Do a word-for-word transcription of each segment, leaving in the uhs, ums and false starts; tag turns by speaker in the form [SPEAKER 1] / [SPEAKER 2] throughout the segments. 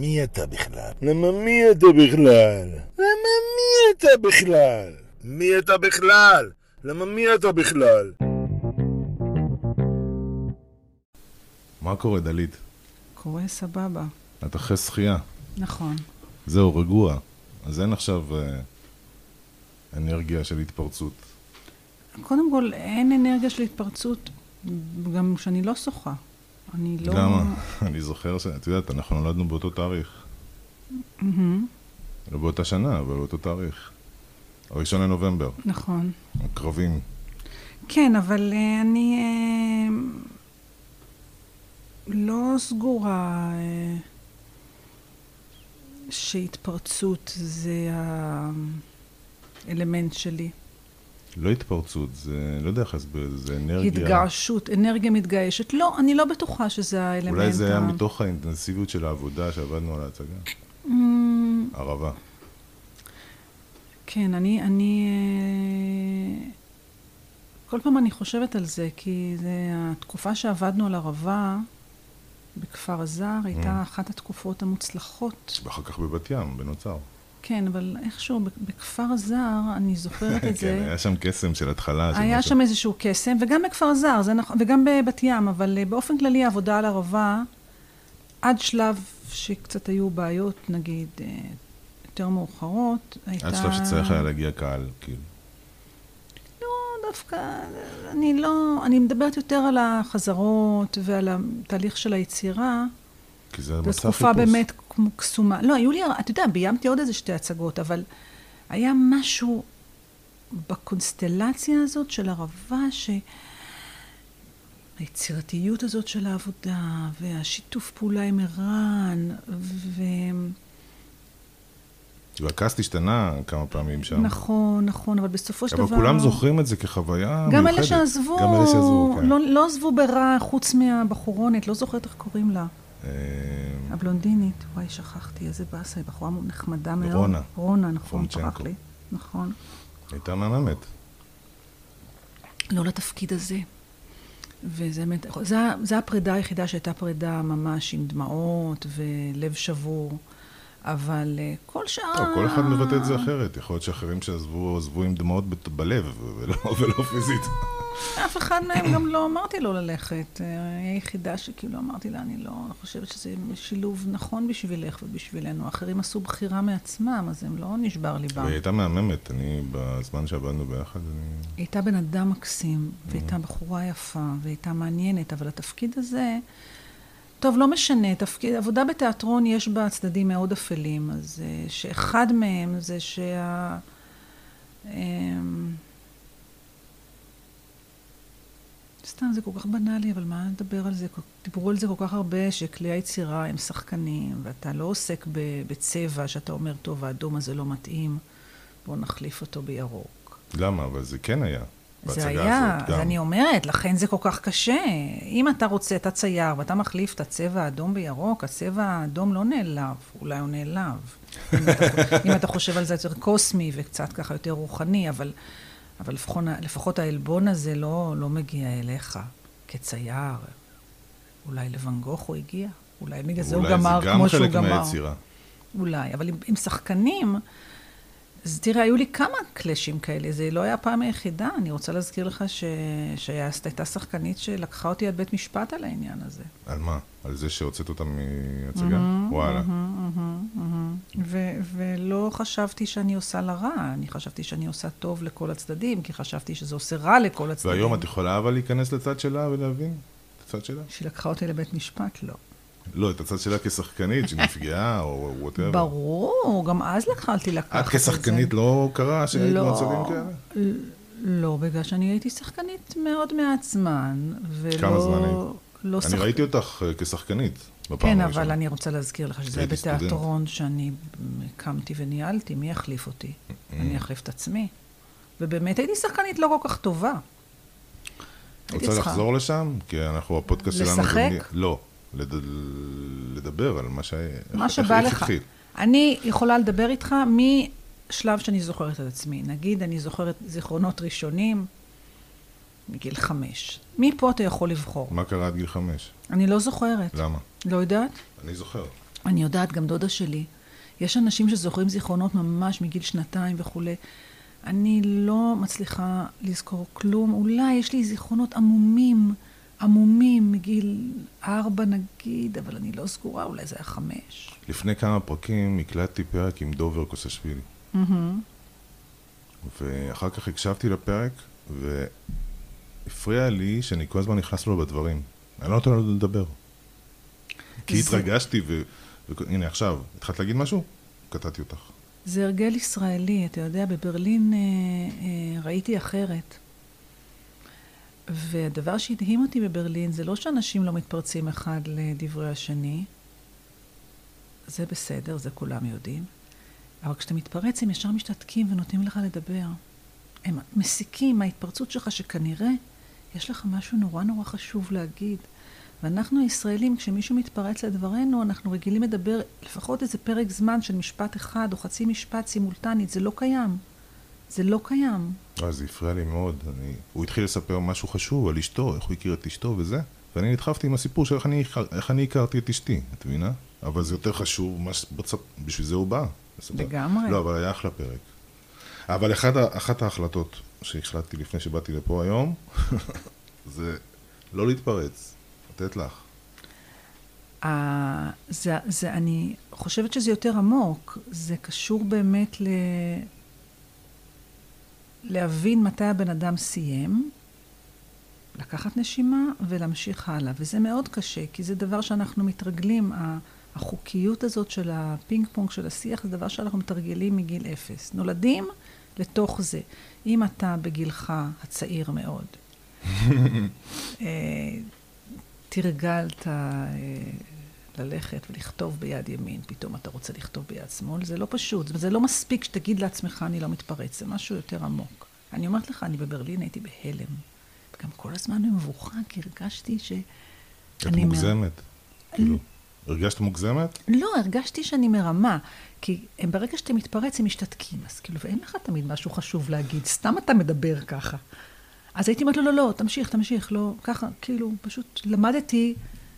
[SPEAKER 1] מי אתה בכלל? למה מי אתה בכלל? למה מי אתה בכלל? מי אתה בכלל? למה מי אתה בכלל?
[SPEAKER 2] מה קורה, דלית?
[SPEAKER 3] קורה סבבה.
[SPEAKER 2] את אחרי שחייה.
[SPEAKER 3] נכון.
[SPEAKER 2] זהו, רגוע. אז אין עכשיו אה, אנרגיה של התפרצות.
[SPEAKER 3] קודם כל, אין אנרגיה של התפרצות, גם שאני לא שוחה. אני לא...
[SPEAKER 2] למה? אני זוכר שאת יודעת, אנחנו נולדנו באותו תאריך.
[SPEAKER 3] Mm-hmm.
[SPEAKER 2] לא באותה שנה, אבל באותו תאריך. הראשון לנובמבר.
[SPEAKER 3] נכון.
[SPEAKER 2] הקרבים.
[SPEAKER 3] כן, אבל uh, אני uh, לא סגורה uh, שהתפרצות זה האלמנט שלי.
[SPEAKER 2] לא התפרצות, זה, לא יודע איך להסביר, זה אנרגיה...
[SPEAKER 3] התגעשות, אנרגיה מתגעשת. לא, אני לא בטוחה שזה האלמנט.
[SPEAKER 2] אולי זה היה מתוך האינטנסיביות של העבודה שעבדנו על ההצגה.
[SPEAKER 3] Mm,
[SPEAKER 2] ערבה.
[SPEAKER 3] כן, אני, אני... כל פעם אני חושבת על זה, כי זה התקופה שעבדנו על ערבה בכפר הזר, הייתה אחת התקופות המוצלחות.
[SPEAKER 2] ואחר כך בבת ים, בנוצר.
[SPEAKER 3] כן, אבל איכשהו בכפר הזר, אני זוכרת את זה.
[SPEAKER 2] כן, היה שם קסם של התחלה.
[SPEAKER 3] היה שם איזשהו קסם, וגם בכפר הזר, זה נכון, וגם בבת ים, אבל באופן כללי העבודה על ערבה, עד שלב שקצת היו בעיות, נגיד, יותר מאוחרות, הייתה...
[SPEAKER 2] עד שלב שצריך היה להגיע קהל, כאילו.
[SPEAKER 3] לא, דווקא, אני לא, אני מדברת יותר על החזרות ועל התהליך של היצירה.
[SPEAKER 2] כי זה מצב
[SPEAKER 3] חיפוש. זו תקופה באמת כמו קסומה. לא, היו לי, אתה יודע, ביימתי עוד איזה שתי הצגות, אבל היה משהו בקונסטלציה הזאת של ערבה, שהיצירתיות הזאת של העבודה, והשיתוף פעולה עם ערן, ו...
[SPEAKER 2] והקאסט השתנה כמה פעמים שם.
[SPEAKER 3] נכון, נכון, אבל בסופו של דבר...
[SPEAKER 2] אבל כולם זוכרים את זה כחוויה מיוחדת.
[SPEAKER 3] גם אלה שעזבו,
[SPEAKER 2] גם אלה שעזבו, כן.
[SPEAKER 3] לא, לא עזבו ברע חוץ מהבחורונת, לא זוכרת איך קוראים לה. הבלונדינית, וואי, שכחתי, איזה באסה, היא בחורה נחמדה מאוד.
[SPEAKER 2] רונה.
[SPEAKER 3] רונה, נכון, פרח לי. נכון.
[SPEAKER 2] הייתה מהממת.
[SPEAKER 3] לא לתפקיד הזה. וזה באמת, זה, זה הפרידה היחידה שהייתה פרידה ממש עם דמעות ולב שבור. אבל כל שעה...
[SPEAKER 2] טוב, כל אחד מבטא את זה אחרת. יכול להיות שאחרים שעזבו, עזבו עם דמעות בלב, ולא, ולא פיזית.
[SPEAKER 3] אף אחד מהם גם לא אמרתי לו ללכת. היא היחידה שכאילו אמרתי לה, אני לא חושבת שזה שילוב נכון בשבילך ובשבילנו. האחרים עשו בחירה מעצמם, אז הם לא נשבר ליבם.
[SPEAKER 2] והיא הייתה מהממת. אני, בזמן שעבדנו ביחד, אני...
[SPEAKER 3] היא הייתה בן אדם מקסים, והייתה בחורה יפה, והייתה מעניינת, אבל התפקיד הזה... טוב, לא משנה, תפקיד, עבודה בתיאטרון יש בה צדדים מאוד אפלים, אז שאחד מהם זה שה... סתם, זה כל כך בנאלי, אבל מה נדבר על זה? דיברו על זה כל כך הרבה, שכלי היצירה הם שחקנים, ואתה לא עוסק בצבע, שאתה אומר, טוב, האדום הזה לא מתאים, בואו נחליף אותו בירוק.
[SPEAKER 2] למה? אבל זה כן היה.
[SPEAKER 3] זה היה, אז אני אומרת, לכן זה כל כך קשה. אם אתה רוצה, אתה צייר, ואתה מחליף את הצבע האדום בירוק, הצבע האדום לא נעלב, אולי הוא נעלב. אם אתה, אם אתה חושב על זה יותר קוסמי וקצת ככה יותר רוחני, אבל, אבל לפחות, לפחות האלבון הזה לא, לא מגיע אליך כצייר. אולי לוואן גוך הוא הגיע, אולי בגלל זה הוא גמר כמו שהוא גמר.
[SPEAKER 2] אולי זה גם חלק מהיצירה.
[SPEAKER 3] אולי, אבל עם, עם שחקנים... אז תראה, היו לי כמה קלאשים כאלה, זה לא היה הפעם היחידה, אני רוצה להזכיר לך ש... שהייתה שחקנית שלקחה אותי עד בית משפט על העניין הזה.
[SPEAKER 2] על מה? על זה שהוצאת אותה מהצגה? Mm-hmm, וואלה.
[SPEAKER 3] Mm-hmm, mm-hmm, mm-hmm. ו... ולא חשבתי שאני עושה לה רע, אני חשבתי שאני עושה טוב לכל הצדדים, כי חשבתי שזה עושה רע לכל הצדדים.
[SPEAKER 2] והיום את יכולה אבל להיכנס לצד שלה ולהבין את הצד שלה?
[SPEAKER 3] שלקחה אותי לבית משפט, לא.
[SPEAKER 2] לא, את הצד שלה כשחקנית, שנפגעה או whatever.
[SPEAKER 3] ברור, גם אז לקחתי לקחת את זה.
[SPEAKER 2] את כשחקנית לא קרה שהיית במצבים כאלה?
[SPEAKER 3] לא, בגלל שאני הייתי שחקנית מאוד מעט זמן.
[SPEAKER 2] כמה זמן היית? אני ראיתי אותך כשחקנית בפעם הראשונה.
[SPEAKER 3] כן, אבל אני רוצה להזכיר לך שזה בתיאטרון שאני קמתי וניהלתי, מי יחליף אותי? אני אחליף את עצמי. ובאמת הייתי שחקנית לא כל כך טובה.
[SPEAKER 2] רוצה לחזור לשם? כי אנחנו, הפודקאסט שלנו...
[SPEAKER 3] לשחק?
[SPEAKER 2] לא. לדבר על מה ש...
[SPEAKER 3] מה שבא לך. אני יכולה לדבר איתך משלב שאני זוכרת את עצמי. נגיד, אני זוכרת זיכרונות ראשונים מגיל חמש. מפה אתה יכול לבחור.
[SPEAKER 2] מה קרה עד גיל חמש?
[SPEAKER 3] אני לא זוכרת.
[SPEAKER 2] למה?
[SPEAKER 3] לא יודעת?
[SPEAKER 2] אני זוכר.
[SPEAKER 3] אני יודעת, גם דודה שלי. יש אנשים שזוכרים זיכרונות ממש מגיל שנתיים וכו'. אני לא מצליחה לזכור כלום. אולי יש לי זיכרונות עמומים, עמומים מגיל ארבע נגיד, אבל אני לא סגורה, אולי זה היה חמש.
[SPEAKER 2] לפני כמה פרקים הקלטתי פרק עם דובר קוסשווילי.
[SPEAKER 3] Mm-hmm.
[SPEAKER 2] ואחר כך הקשבתי לפרק, והפריע לי שאני כל הזמן נכנס לו בדברים. אני לא נותן לו לדבר. כי התרגשתי, והנה עכשיו, התחלת להגיד משהו? קטעתי אותך.
[SPEAKER 3] זה הרגל ישראלי, אתה יודע, בברלין אה, אה, ראיתי אחרת. והדבר שהדהים אותי בברלין, זה לא שאנשים לא מתפרצים אחד לדברי השני. זה בסדר, זה כולם יודעים. אבל כשאתה מתפרץ, הם ישר משתתקים ונותנים לך לדבר. הם מסיקים מההתפרצות שלך שכנראה יש לך משהו נורא נורא חשוב להגיד. ואנחנו הישראלים, כשמישהו מתפרץ לדברנו, אנחנו רגילים לדבר לפחות איזה פרק זמן של משפט אחד או חצי משפט סימולטנית. זה לא קיים. זה לא קיים.
[SPEAKER 2] אה, זה הפריע לי מאוד. אני... הוא התחיל לספר משהו חשוב על אשתו, איך הוא הכיר את אשתו וזה. ואני נדחפתי עם הסיפור של איך אני, איך אני הכרתי את אשתי, את מבינה? אבל זה יותר חשוב, מה שבצפ... בשביל זה הוא בא.
[SPEAKER 3] לגמרי.
[SPEAKER 2] לא, אבל היה אחלה פרק. אבל אחת, אחת ההחלטות שהחלטתי לפני שבאתי לפה היום, זה לא להתפרץ, לתת לך.
[SPEAKER 3] Uh, זה, זה, אני חושבת שזה יותר עמוק. זה קשור באמת ל... להבין מתי הבן אדם סיים, לקחת נשימה ולהמשיך הלאה. וזה מאוד קשה, כי זה דבר שאנחנו מתרגלים. החוקיות הזאת של הפינג פונג של השיח, זה דבר שאנחנו מתרגלים מגיל אפס. נולדים לתוך זה. אם אתה בגילך הצעיר מאוד, תרגלת ללכת ולכתוב ביד ימין, פתאום אתה רוצה לכתוב ביד שמאל, זה לא פשוט. זה לא מספיק שתגיד לעצמך, אני לא מתפרץ, זה משהו יותר עמוק. אני אומרת לך, אני בברלין הייתי בהלם. וגם כל הזמן במבוכה, כי הרגשתי ש...
[SPEAKER 2] את מוגזמת. כאילו, הרגשת מוגזמת?
[SPEAKER 3] לא, הרגשתי שאני מרמה. כי ברגע שאתה מתפרץ, הם משתתקים. אז כאילו, ואין לך תמיד משהו חשוב להגיד. סתם אתה מדבר ככה. אז הייתי אומרת, לא, לא, לא, תמשיך, תמשיך, לא, ככה, כאילו, פשוט למדתי,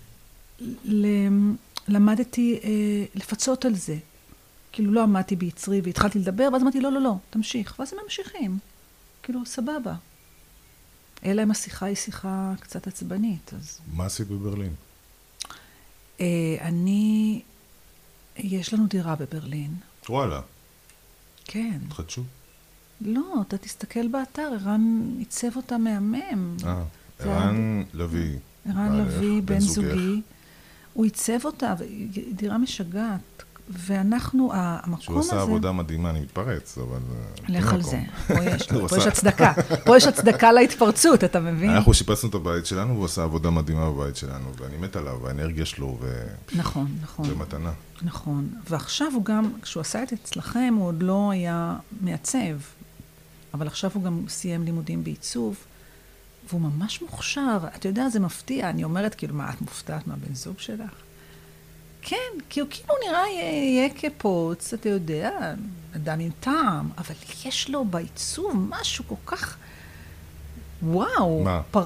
[SPEAKER 3] למדתי אה, לפצות על זה. כאילו, לא עמדתי ביצרי והתחלתי לדבר, ואז אמרתי, לא, לא, לא, תמשיך. ואז הם ממשיכים. כאילו, סבבה. אלא אם השיחה היא שיחה קצת עצבנית, אז...
[SPEAKER 2] מה עשית בברלין?
[SPEAKER 3] אה, אני... יש לנו דירה בברלין.
[SPEAKER 2] וואלה.
[SPEAKER 3] כן.
[SPEAKER 2] התחדשו?
[SPEAKER 3] לא, אתה תסתכל באתר, ערן עיצב אותה מהמם.
[SPEAKER 2] אה, ערן לוי.
[SPEAKER 3] ערן לוי, בן זוגי. הוא עיצב אותה, דירה משגעת. ואנחנו, המקום הזה...
[SPEAKER 2] שהוא עושה עבודה מדהימה, אני מתפרץ, אבל...
[SPEAKER 3] לך על זה. פה יש הצדקה. פה יש הצדקה להתפרצות, אתה מבין?
[SPEAKER 2] אנחנו שיפצנו את הבית שלנו, והוא עושה עבודה מדהימה בבית שלנו, ואני מת עליו, האנרגיה שלו, ו...
[SPEAKER 3] נכון, נכון.
[SPEAKER 2] זה מתנה.
[SPEAKER 3] נכון. ועכשיו הוא גם, כשהוא עשה את אצלכם, הוא עוד לא היה מעצב. אבל עכשיו הוא גם סיים לימודים בעיצוב, והוא ממש מוכשר. אתה יודע, זה מפתיע. אני אומרת, כאילו, מה, את מופתעת מהבן זוג שלך? כן, כי הוא כאילו נראה יקה פוץ, אתה יודע, אדם עם טעם, אבל יש לו בעיצוב משהו כל כך, וואו,
[SPEAKER 2] מה?
[SPEAKER 3] פר...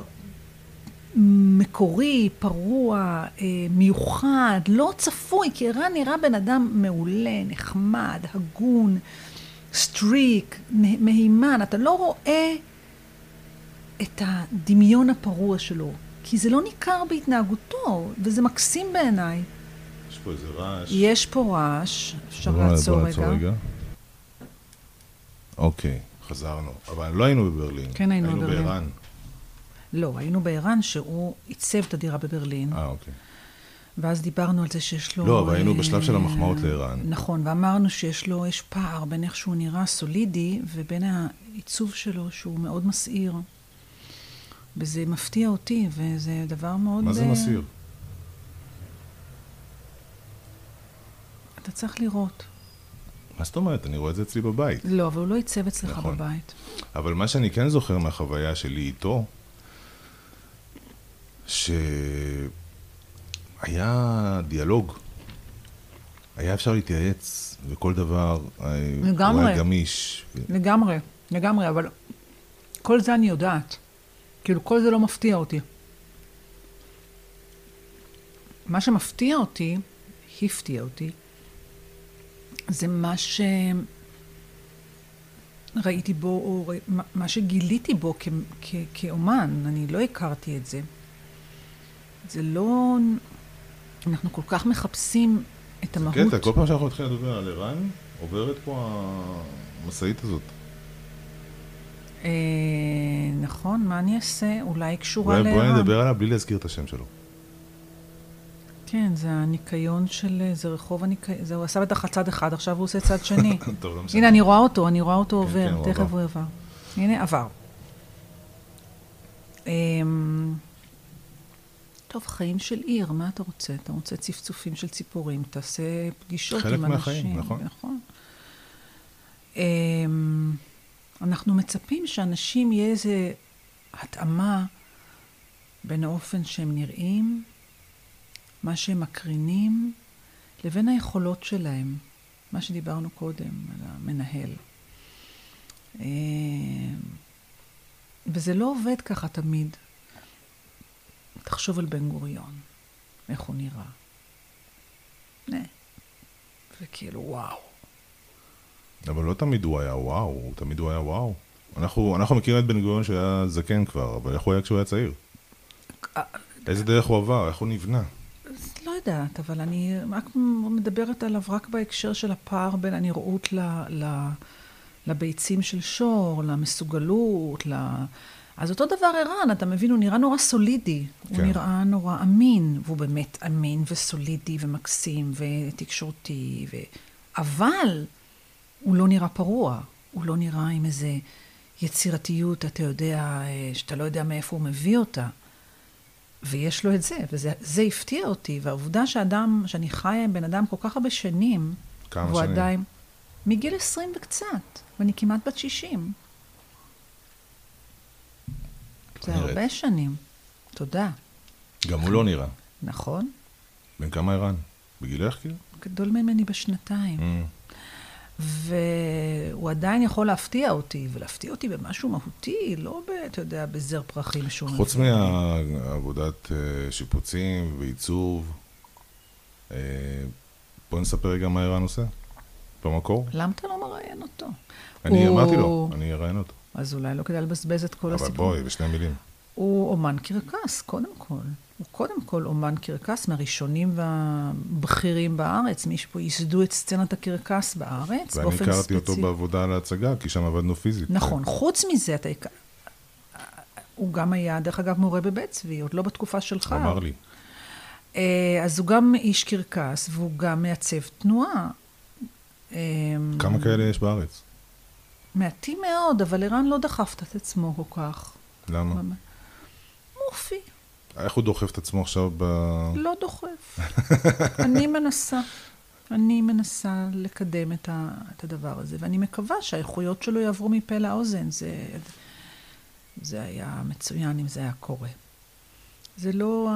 [SPEAKER 3] מקורי, פרוע, מיוחד, לא צפוי, כי ערן נראה בן אדם מעולה, נחמד, הגון, סטריק, מהימן, אתה לא רואה את הדמיון הפרוע שלו, כי זה לא ניכר בהתנהגותו, וזה מקסים בעיניי.
[SPEAKER 2] יש פה איזה רעש.
[SPEAKER 3] יש פה רעש, אפשר לעצור רגע. רגע.
[SPEAKER 2] אוקיי, חזרנו. אבל לא היינו בברלין.
[SPEAKER 3] כן, היינו בברלין.
[SPEAKER 2] היינו בערן.
[SPEAKER 3] לא, היינו בערן שהוא עיצב את הדירה בברלין.
[SPEAKER 2] אה, אוקיי.
[SPEAKER 3] ואז דיברנו על זה שיש לו...
[SPEAKER 2] לא, אבל היינו בשלב של המחמאות לערן.
[SPEAKER 3] נכון, ואמרנו שיש לו, יש פער בין איך שהוא נראה סולידי, ובין העיצוב שלו שהוא מאוד מסעיר. וזה מפתיע אותי, וזה דבר מאוד...
[SPEAKER 2] מה זה מסעיר?
[SPEAKER 3] אתה צריך לראות.
[SPEAKER 2] מה זאת אומרת? אני רואה את זה אצלי בבית.
[SPEAKER 3] לא, אבל הוא לא ייצב אצלך נכון. בבית.
[SPEAKER 2] אבל מה שאני כן זוכר מהחוויה שלי איתו, שהיה דיאלוג. היה אפשר להתייעץ, וכל דבר
[SPEAKER 3] לגמרי.
[SPEAKER 2] הוא היה גמיש.
[SPEAKER 3] לגמרי, לגמרי, אבל כל זה אני יודעת. כאילו, כל זה לא מפתיע אותי. מה שמפתיע אותי, הפתיע אותי, זה מה שראיתי בו, או מה שגיליתי בו כ- כ- כאומן. אני לא הכרתי את זה. זה לא... אנחנו כל כך מחפשים את המהות.
[SPEAKER 2] קטע, כל פעם שאנחנו מתחילים לדבר על ערן, עוברת פה המסעית הזאת.
[SPEAKER 3] אה, נכון, מה אני אעשה? אולי קשורה לערן.
[SPEAKER 2] בואי נדבר עליו בלי להזכיר את השם שלו.
[SPEAKER 3] כן, זה הניקיון של... זה רחוב הניקיון. זה הוא עשה בטח צד אחד, עכשיו הוא עושה צד שני.
[SPEAKER 2] טוב, לא משנה.
[SPEAKER 3] הנה, אני רואה אותו, אני רואה אותו
[SPEAKER 2] כן, כן,
[SPEAKER 3] עובר.
[SPEAKER 2] הוא
[SPEAKER 3] תכף
[SPEAKER 2] עבר.
[SPEAKER 3] הוא עבר. הנה, עבר. אמ, טוב, חיים של עיר, מה אתה רוצה? אתה רוצה צפצופים של ציפורים, תעשה פגישות עם
[SPEAKER 2] חלק
[SPEAKER 3] אנשים.
[SPEAKER 2] מהחיים, נכון.
[SPEAKER 3] נכון. אמ, אנחנו מצפים שאנשים יהיה איזה התאמה בין האופן שהם נראים, מה שהם מקרינים, לבין היכולות שלהם, מה שדיברנו קודם על המנהל. וזה לא עובד ככה תמיד. תחשוב על בן גוריון, איך הוא נראה. נה. וכאילו, וואו.
[SPEAKER 2] אבל לא תמיד הוא היה וואו, תמיד הוא היה וואו. אנחנו, אנחנו מכירים את בן גוריון שהיה זקן כבר, אבל איך הוא היה כשהוא היה צעיר? איזה דרך הוא עבר? איך הוא נבנה?
[SPEAKER 3] לא יודעת, אבל אני רק מדברת עליו רק בהקשר של הפער בין הנראות ל, ל, לביצים של שור, למסוגלות, ל... אז אותו דבר ערן, אתה מבין, הוא נראה נורא סולידי, כן. הוא נראה נורא אמין, והוא באמת אמין וסולידי ומקסים ותקשורתי, ו... אבל הוא לא נראה פרוע, הוא לא נראה עם איזה יצירתיות, אתה יודע, שאתה לא יודע מאיפה הוא מביא אותה. ויש לו את זה, וזה זה הפתיע אותי, והעובדה שאדם, שאני חיה עם בן אדם כל כך הרבה שנים,
[SPEAKER 2] כמה
[SPEAKER 3] והוא
[SPEAKER 2] שנים?
[SPEAKER 3] עדיין, מגיל עשרים וקצת, ואני כמעט בת שישים. זה
[SPEAKER 2] נראית.
[SPEAKER 3] הרבה שנים. תודה.
[SPEAKER 2] גם הוא לא נראה.
[SPEAKER 3] נכון?
[SPEAKER 2] בן כמה ערן? בגילך כאילו?
[SPEAKER 3] גדול ממני בשנתיים.
[SPEAKER 2] Mm.
[SPEAKER 3] והוא עדיין יכול להפתיע אותי, ולהפתיע אותי במשהו מהותי, לא, ב, אתה יודע, בזר פרחים שום.
[SPEAKER 2] חוץ מהעבודת שיפוצים ועיצוב, בוא נספר רגע מה ערן עושה במקור.
[SPEAKER 3] למה אתה לא מראיין אותו?
[SPEAKER 2] אני
[SPEAKER 3] הוא...
[SPEAKER 2] אמרתי לו, אני אראיין אותו.
[SPEAKER 3] אז אולי לא כדאי לבזבז את כל הסיפור.
[SPEAKER 2] אבל בואי, בשני מילים.
[SPEAKER 3] הוא אומן קרקס, קודם כל. הוא קודם כל אומן קרקס מהראשונים והבכירים בארץ, מי שפה ייסדו את סצנת הקרקס בארץ,
[SPEAKER 2] ואני הכרתי אותו בעבודה על ההצגה, כי שם עבדנו פיזית.
[SPEAKER 3] נכון, חוץ מזה, אתה... הוא גם היה, דרך אגב, מורה בבית צבי, עוד לא בתקופה שלך.
[SPEAKER 2] אמר לי.
[SPEAKER 3] אז הוא גם איש קרקס, והוא גם מעצב תנועה.
[SPEAKER 2] כמה כאלה יש בארץ?
[SPEAKER 3] מעטים מאוד, אבל ערן לא דחפת את עצמו כל כך.
[SPEAKER 2] למה?
[SPEAKER 3] מופי.
[SPEAKER 2] איך הוא דוחף את עצמו עכשיו ב...
[SPEAKER 3] לא דוחף. אני מנסה. אני מנסה לקדם את, ה, את הדבר הזה, ואני מקווה שהאיכויות שלו יעברו מפה לאוזן. זה, זה היה מצוין אם זה היה קורה. זה לא...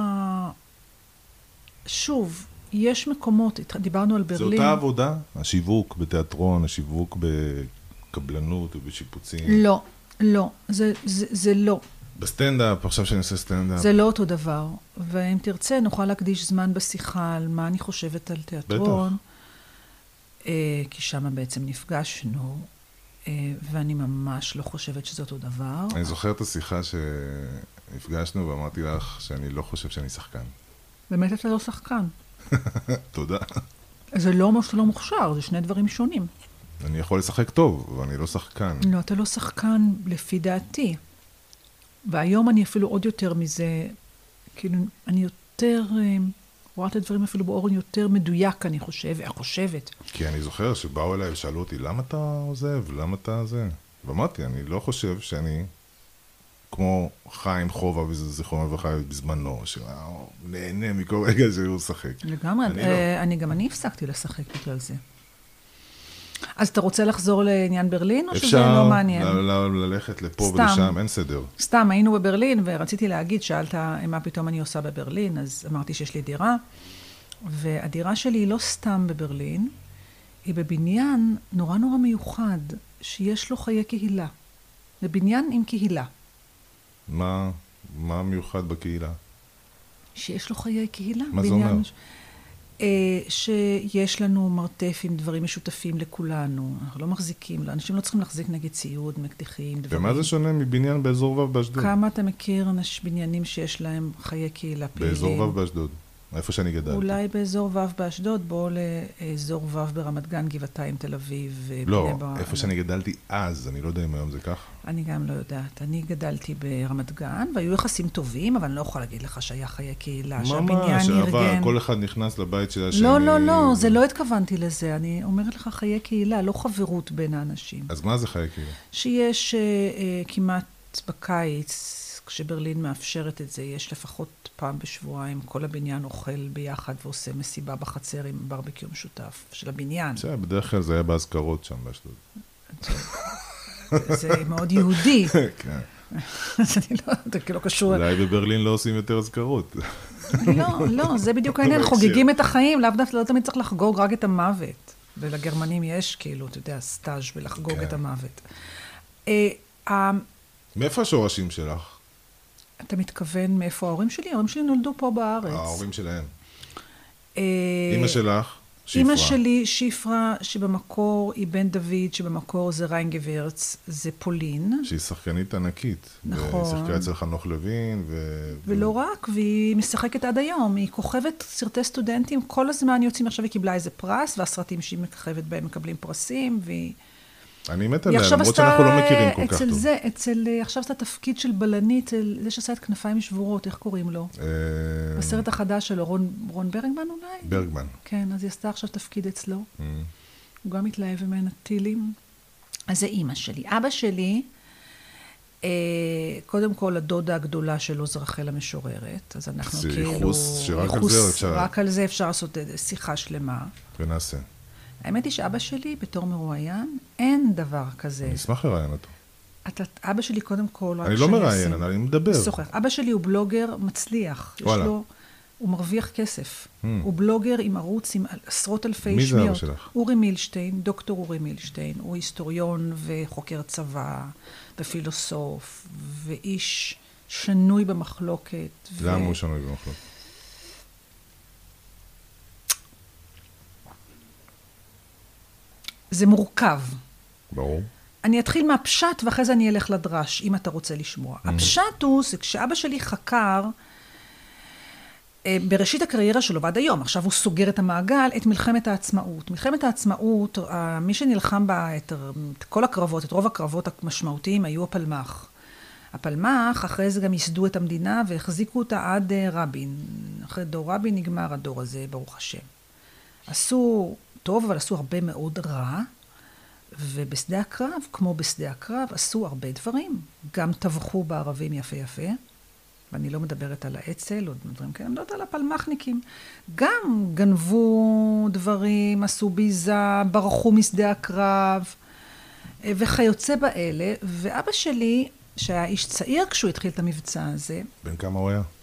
[SPEAKER 3] שוב, יש מקומות, דיברנו על ברלין.
[SPEAKER 2] זה אותה עבודה? השיווק בתיאטרון, השיווק בקבלנות ובשיפוצים?
[SPEAKER 3] לא, לא. זה, זה, זה לא.
[SPEAKER 2] בסטנדאפ, עכשיו שאני עושה סטנדאפ.
[SPEAKER 3] זה לא אותו דבר. ואם תרצה, נוכל להקדיש זמן בשיחה על מה אני חושבת על תיאטרון. בטח. אה, כי שם בעצם נפגשנו, אה, ואני ממש לא חושבת שזה אותו דבר.
[SPEAKER 2] אני זוכר את השיחה שנפגשנו ואמרתי לך שאני לא חושב שאני שחקן.
[SPEAKER 3] באמת אתה לא שחקן.
[SPEAKER 2] תודה.
[SPEAKER 3] זה לא אומר שאתה לא מוכשר, זה שני דברים שונים.
[SPEAKER 2] אני יכול לשחק טוב, אבל אני לא שחקן.
[SPEAKER 3] לא, אתה לא שחקן לפי דעתי. והיום אני אפילו עוד יותר מזה, כאילו, אני יותר, רואה את הדברים אפילו באורן יותר מדויק, אני חושב, אני חושבת.
[SPEAKER 2] כי אני זוכר שבאו אליי ושאלו אותי, למה אתה עוזב? למה אתה זה? ואמרתי, אני לא חושב שאני, כמו חיים חובה וזיכרונו לברכה בזמנו, שנהנה מכל רגע שהוא שחק.
[SPEAKER 3] לגמרי, אני, לא. אני גם אני הפסקתי לשחק בגלל זה. אז אתה רוצה לחזור לעניין ברלין, או שזה לא מעניין?
[SPEAKER 2] אפשר ללכת לפה ולשם, אין סדר.
[SPEAKER 3] סתם, היינו בברלין, ורציתי להגיד, שאלת מה פתאום אני עושה בברלין, אז אמרתי שיש לי דירה, והדירה שלי היא לא סתם בברלין, היא בבניין נורא נורא מיוחד, שיש לו חיי קהילה. בבניין עם קהילה.
[SPEAKER 2] מה, מה מיוחד בקהילה?
[SPEAKER 3] שיש לו חיי קהילה.
[SPEAKER 2] מה זה אומר?
[SPEAKER 3] שיש לנו מרתף עם דברים משותפים לכולנו. אנחנו לא מחזיקים, אנשים לא צריכים להחזיק נגד ציוד, מקדיחים, דברים.
[SPEAKER 2] ומה זה שונה מבניין באזור ו' באשדוד?
[SPEAKER 3] כמה אתה מכיר בניינים שיש להם חיי קהילה פעילים?
[SPEAKER 2] באזור ו' באשדוד. איפה שאני גדלתי.
[SPEAKER 3] אולי באזור ו' באשדוד, בואו לאזור ו' ברמת גן, גבעתיים, תל אביב.
[SPEAKER 2] לא, איפה שאני גדלתי אז, אני לא יודע אם היום זה כך.
[SPEAKER 3] אני גם לא יודעת. אני גדלתי ברמת גן, והיו יחסים טובים, אבל אני לא יכולה להגיד לך שהיה חיי קהילה,
[SPEAKER 2] שהבניין ארגן. כל אחד נכנס לבית של השני.
[SPEAKER 3] לא, לא, לא, זה לא התכוונתי לזה. אני אומרת לך חיי קהילה, לא חברות בין האנשים.
[SPEAKER 2] אז מה זה חיי קהילה?
[SPEAKER 3] שיש כמעט בקיץ, כשברלין מאפשרת את זה, יש לפחות פעם בשבועיים, כל הבניין אוכל ביחד ועושה מסיבה בחצר עם ברבקיו משותף של הבניין.
[SPEAKER 2] זה, בדרך כלל זה היה בהזכרות שם באשדוד.
[SPEAKER 3] זה מאוד יהודי.
[SPEAKER 2] כן.
[SPEAKER 3] אז אני לא, זה כאילו קשור.
[SPEAKER 2] אולי בברלין לא עושים יותר הזכרות.
[SPEAKER 3] לא, לא, זה בדיוק העניין, חוגגים את החיים, לאו דווקא לא תמיד צריך לחגוג רק את המוות. ולגרמנים יש כאילו, אתה יודע, סטאז' ולחגוג את המוות.
[SPEAKER 2] מאיפה השורשים שלך?
[SPEAKER 3] אתה מתכוון מאיפה ההורים שלי? ההורים שלי נולדו פה בארץ.
[SPEAKER 2] ההורים שלהם. אמא שלך, שיפרה.
[SPEAKER 3] אמא שלי, שיפרה, שבמקור היא בן דוד, שבמקור זה ריינגוורץ, זה פולין.
[SPEAKER 2] שהיא שחקנית ענקית.
[SPEAKER 3] נכון.
[SPEAKER 2] היא שיחקה אצל חנוך לוין. ו...
[SPEAKER 3] ולא רק, והיא משחקת עד היום. היא כוכבת סרטי סטודנטים, כל הזמן יוצאים, עכשיו היא קיבלה איזה פרס, והסרטים שהיא מככבת בהם מקבלים פרסים, והיא...
[SPEAKER 2] אני מת עליה, למרות שאנחנו לא מכירים כל כך טוב.
[SPEAKER 3] אצל זה, אצל, עכשיו עשתה תפקיד של בלנית, זה שעשה את כנפיים שבורות, איך קוראים לו? בסרט החדש שלו, רון ברגמן אולי?
[SPEAKER 2] ברגמן.
[SPEAKER 3] כן, אז היא עשתה עכשיו תפקיד אצלו. הוא גם מתלהב ממנה טילים. אז זה אימא שלי. אבא שלי, קודם כל, הדודה הגדולה שלו זה רחל המשוררת, אז אנחנו כאילו...
[SPEAKER 2] זה ייחוס שרק על זה אפשר...
[SPEAKER 3] רק על זה אפשר לעשות שיחה שלמה.
[SPEAKER 2] ונעשה.
[SPEAKER 3] האמת היא שאבא שלי, בתור מרואיין, אין דבר כזה.
[SPEAKER 2] אני אשמח לראיין אותו.
[SPEAKER 3] אתה, אבא שלי קודם כל...
[SPEAKER 2] אני לא מראיין, אני מדבר.
[SPEAKER 3] שוחח. אבא שלי הוא בלוגר מצליח. וואלה. יש לו, הוא מרוויח כסף. Hmm. הוא בלוגר עם ערוץ, עם עשרות אלפי
[SPEAKER 2] מי
[SPEAKER 3] שמיות.
[SPEAKER 2] מי זה אבא שלך?
[SPEAKER 3] אורי מילשטיין, דוקטור אורי מילשטיין. הוא היסטוריון וחוקר צבא, ופילוסוף, ואיש שנוי במחלוקת.
[SPEAKER 2] למה
[SPEAKER 3] ו...
[SPEAKER 2] הוא שנוי במחלוקת?
[SPEAKER 3] זה מורכב.
[SPEAKER 2] ברור.
[SPEAKER 3] אני אתחיל מהפשט, ואחרי זה אני אלך לדרש, אם אתה רוצה לשמוע. Mm-hmm. הפשט הוא, זה כשאבא שלי חקר, בראשית הקריירה שלו, ועד היום, עכשיו הוא סוגר את המעגל, את מלחמת העצמאות. מלחמת העצמאות, מי שנלחם בה, את כל הקרבות, את רוב הקרבות המשמעותיים, היו הפלמ"ח. הפלמ"ח, אחרי זה גם ייסדו את המדינה, והחזיקו אותה עד רבין. אחרי דור רבין נגמר הדור הזה, ברוך השם. עשו... טוב, אבל עשו הרבה מאוד רע, ובשדה הקרב, כמו בשדה הקרב, עשו הרבה דברים. גם טבחו בערבים יפה יפה, ואני לא מדברת על האצ"ל או דברים כאלה, אני מדברת על הפלמ"חניקים. גם גנבו דברים, עשו ביזה, ברחו משדה הקרב, וכיוצא באלה, ואבא שלי, שהיה איש צעיר כשהוא התחיל את המבצע הזה...
[SPEAKER 2] בן כמה הוא היה?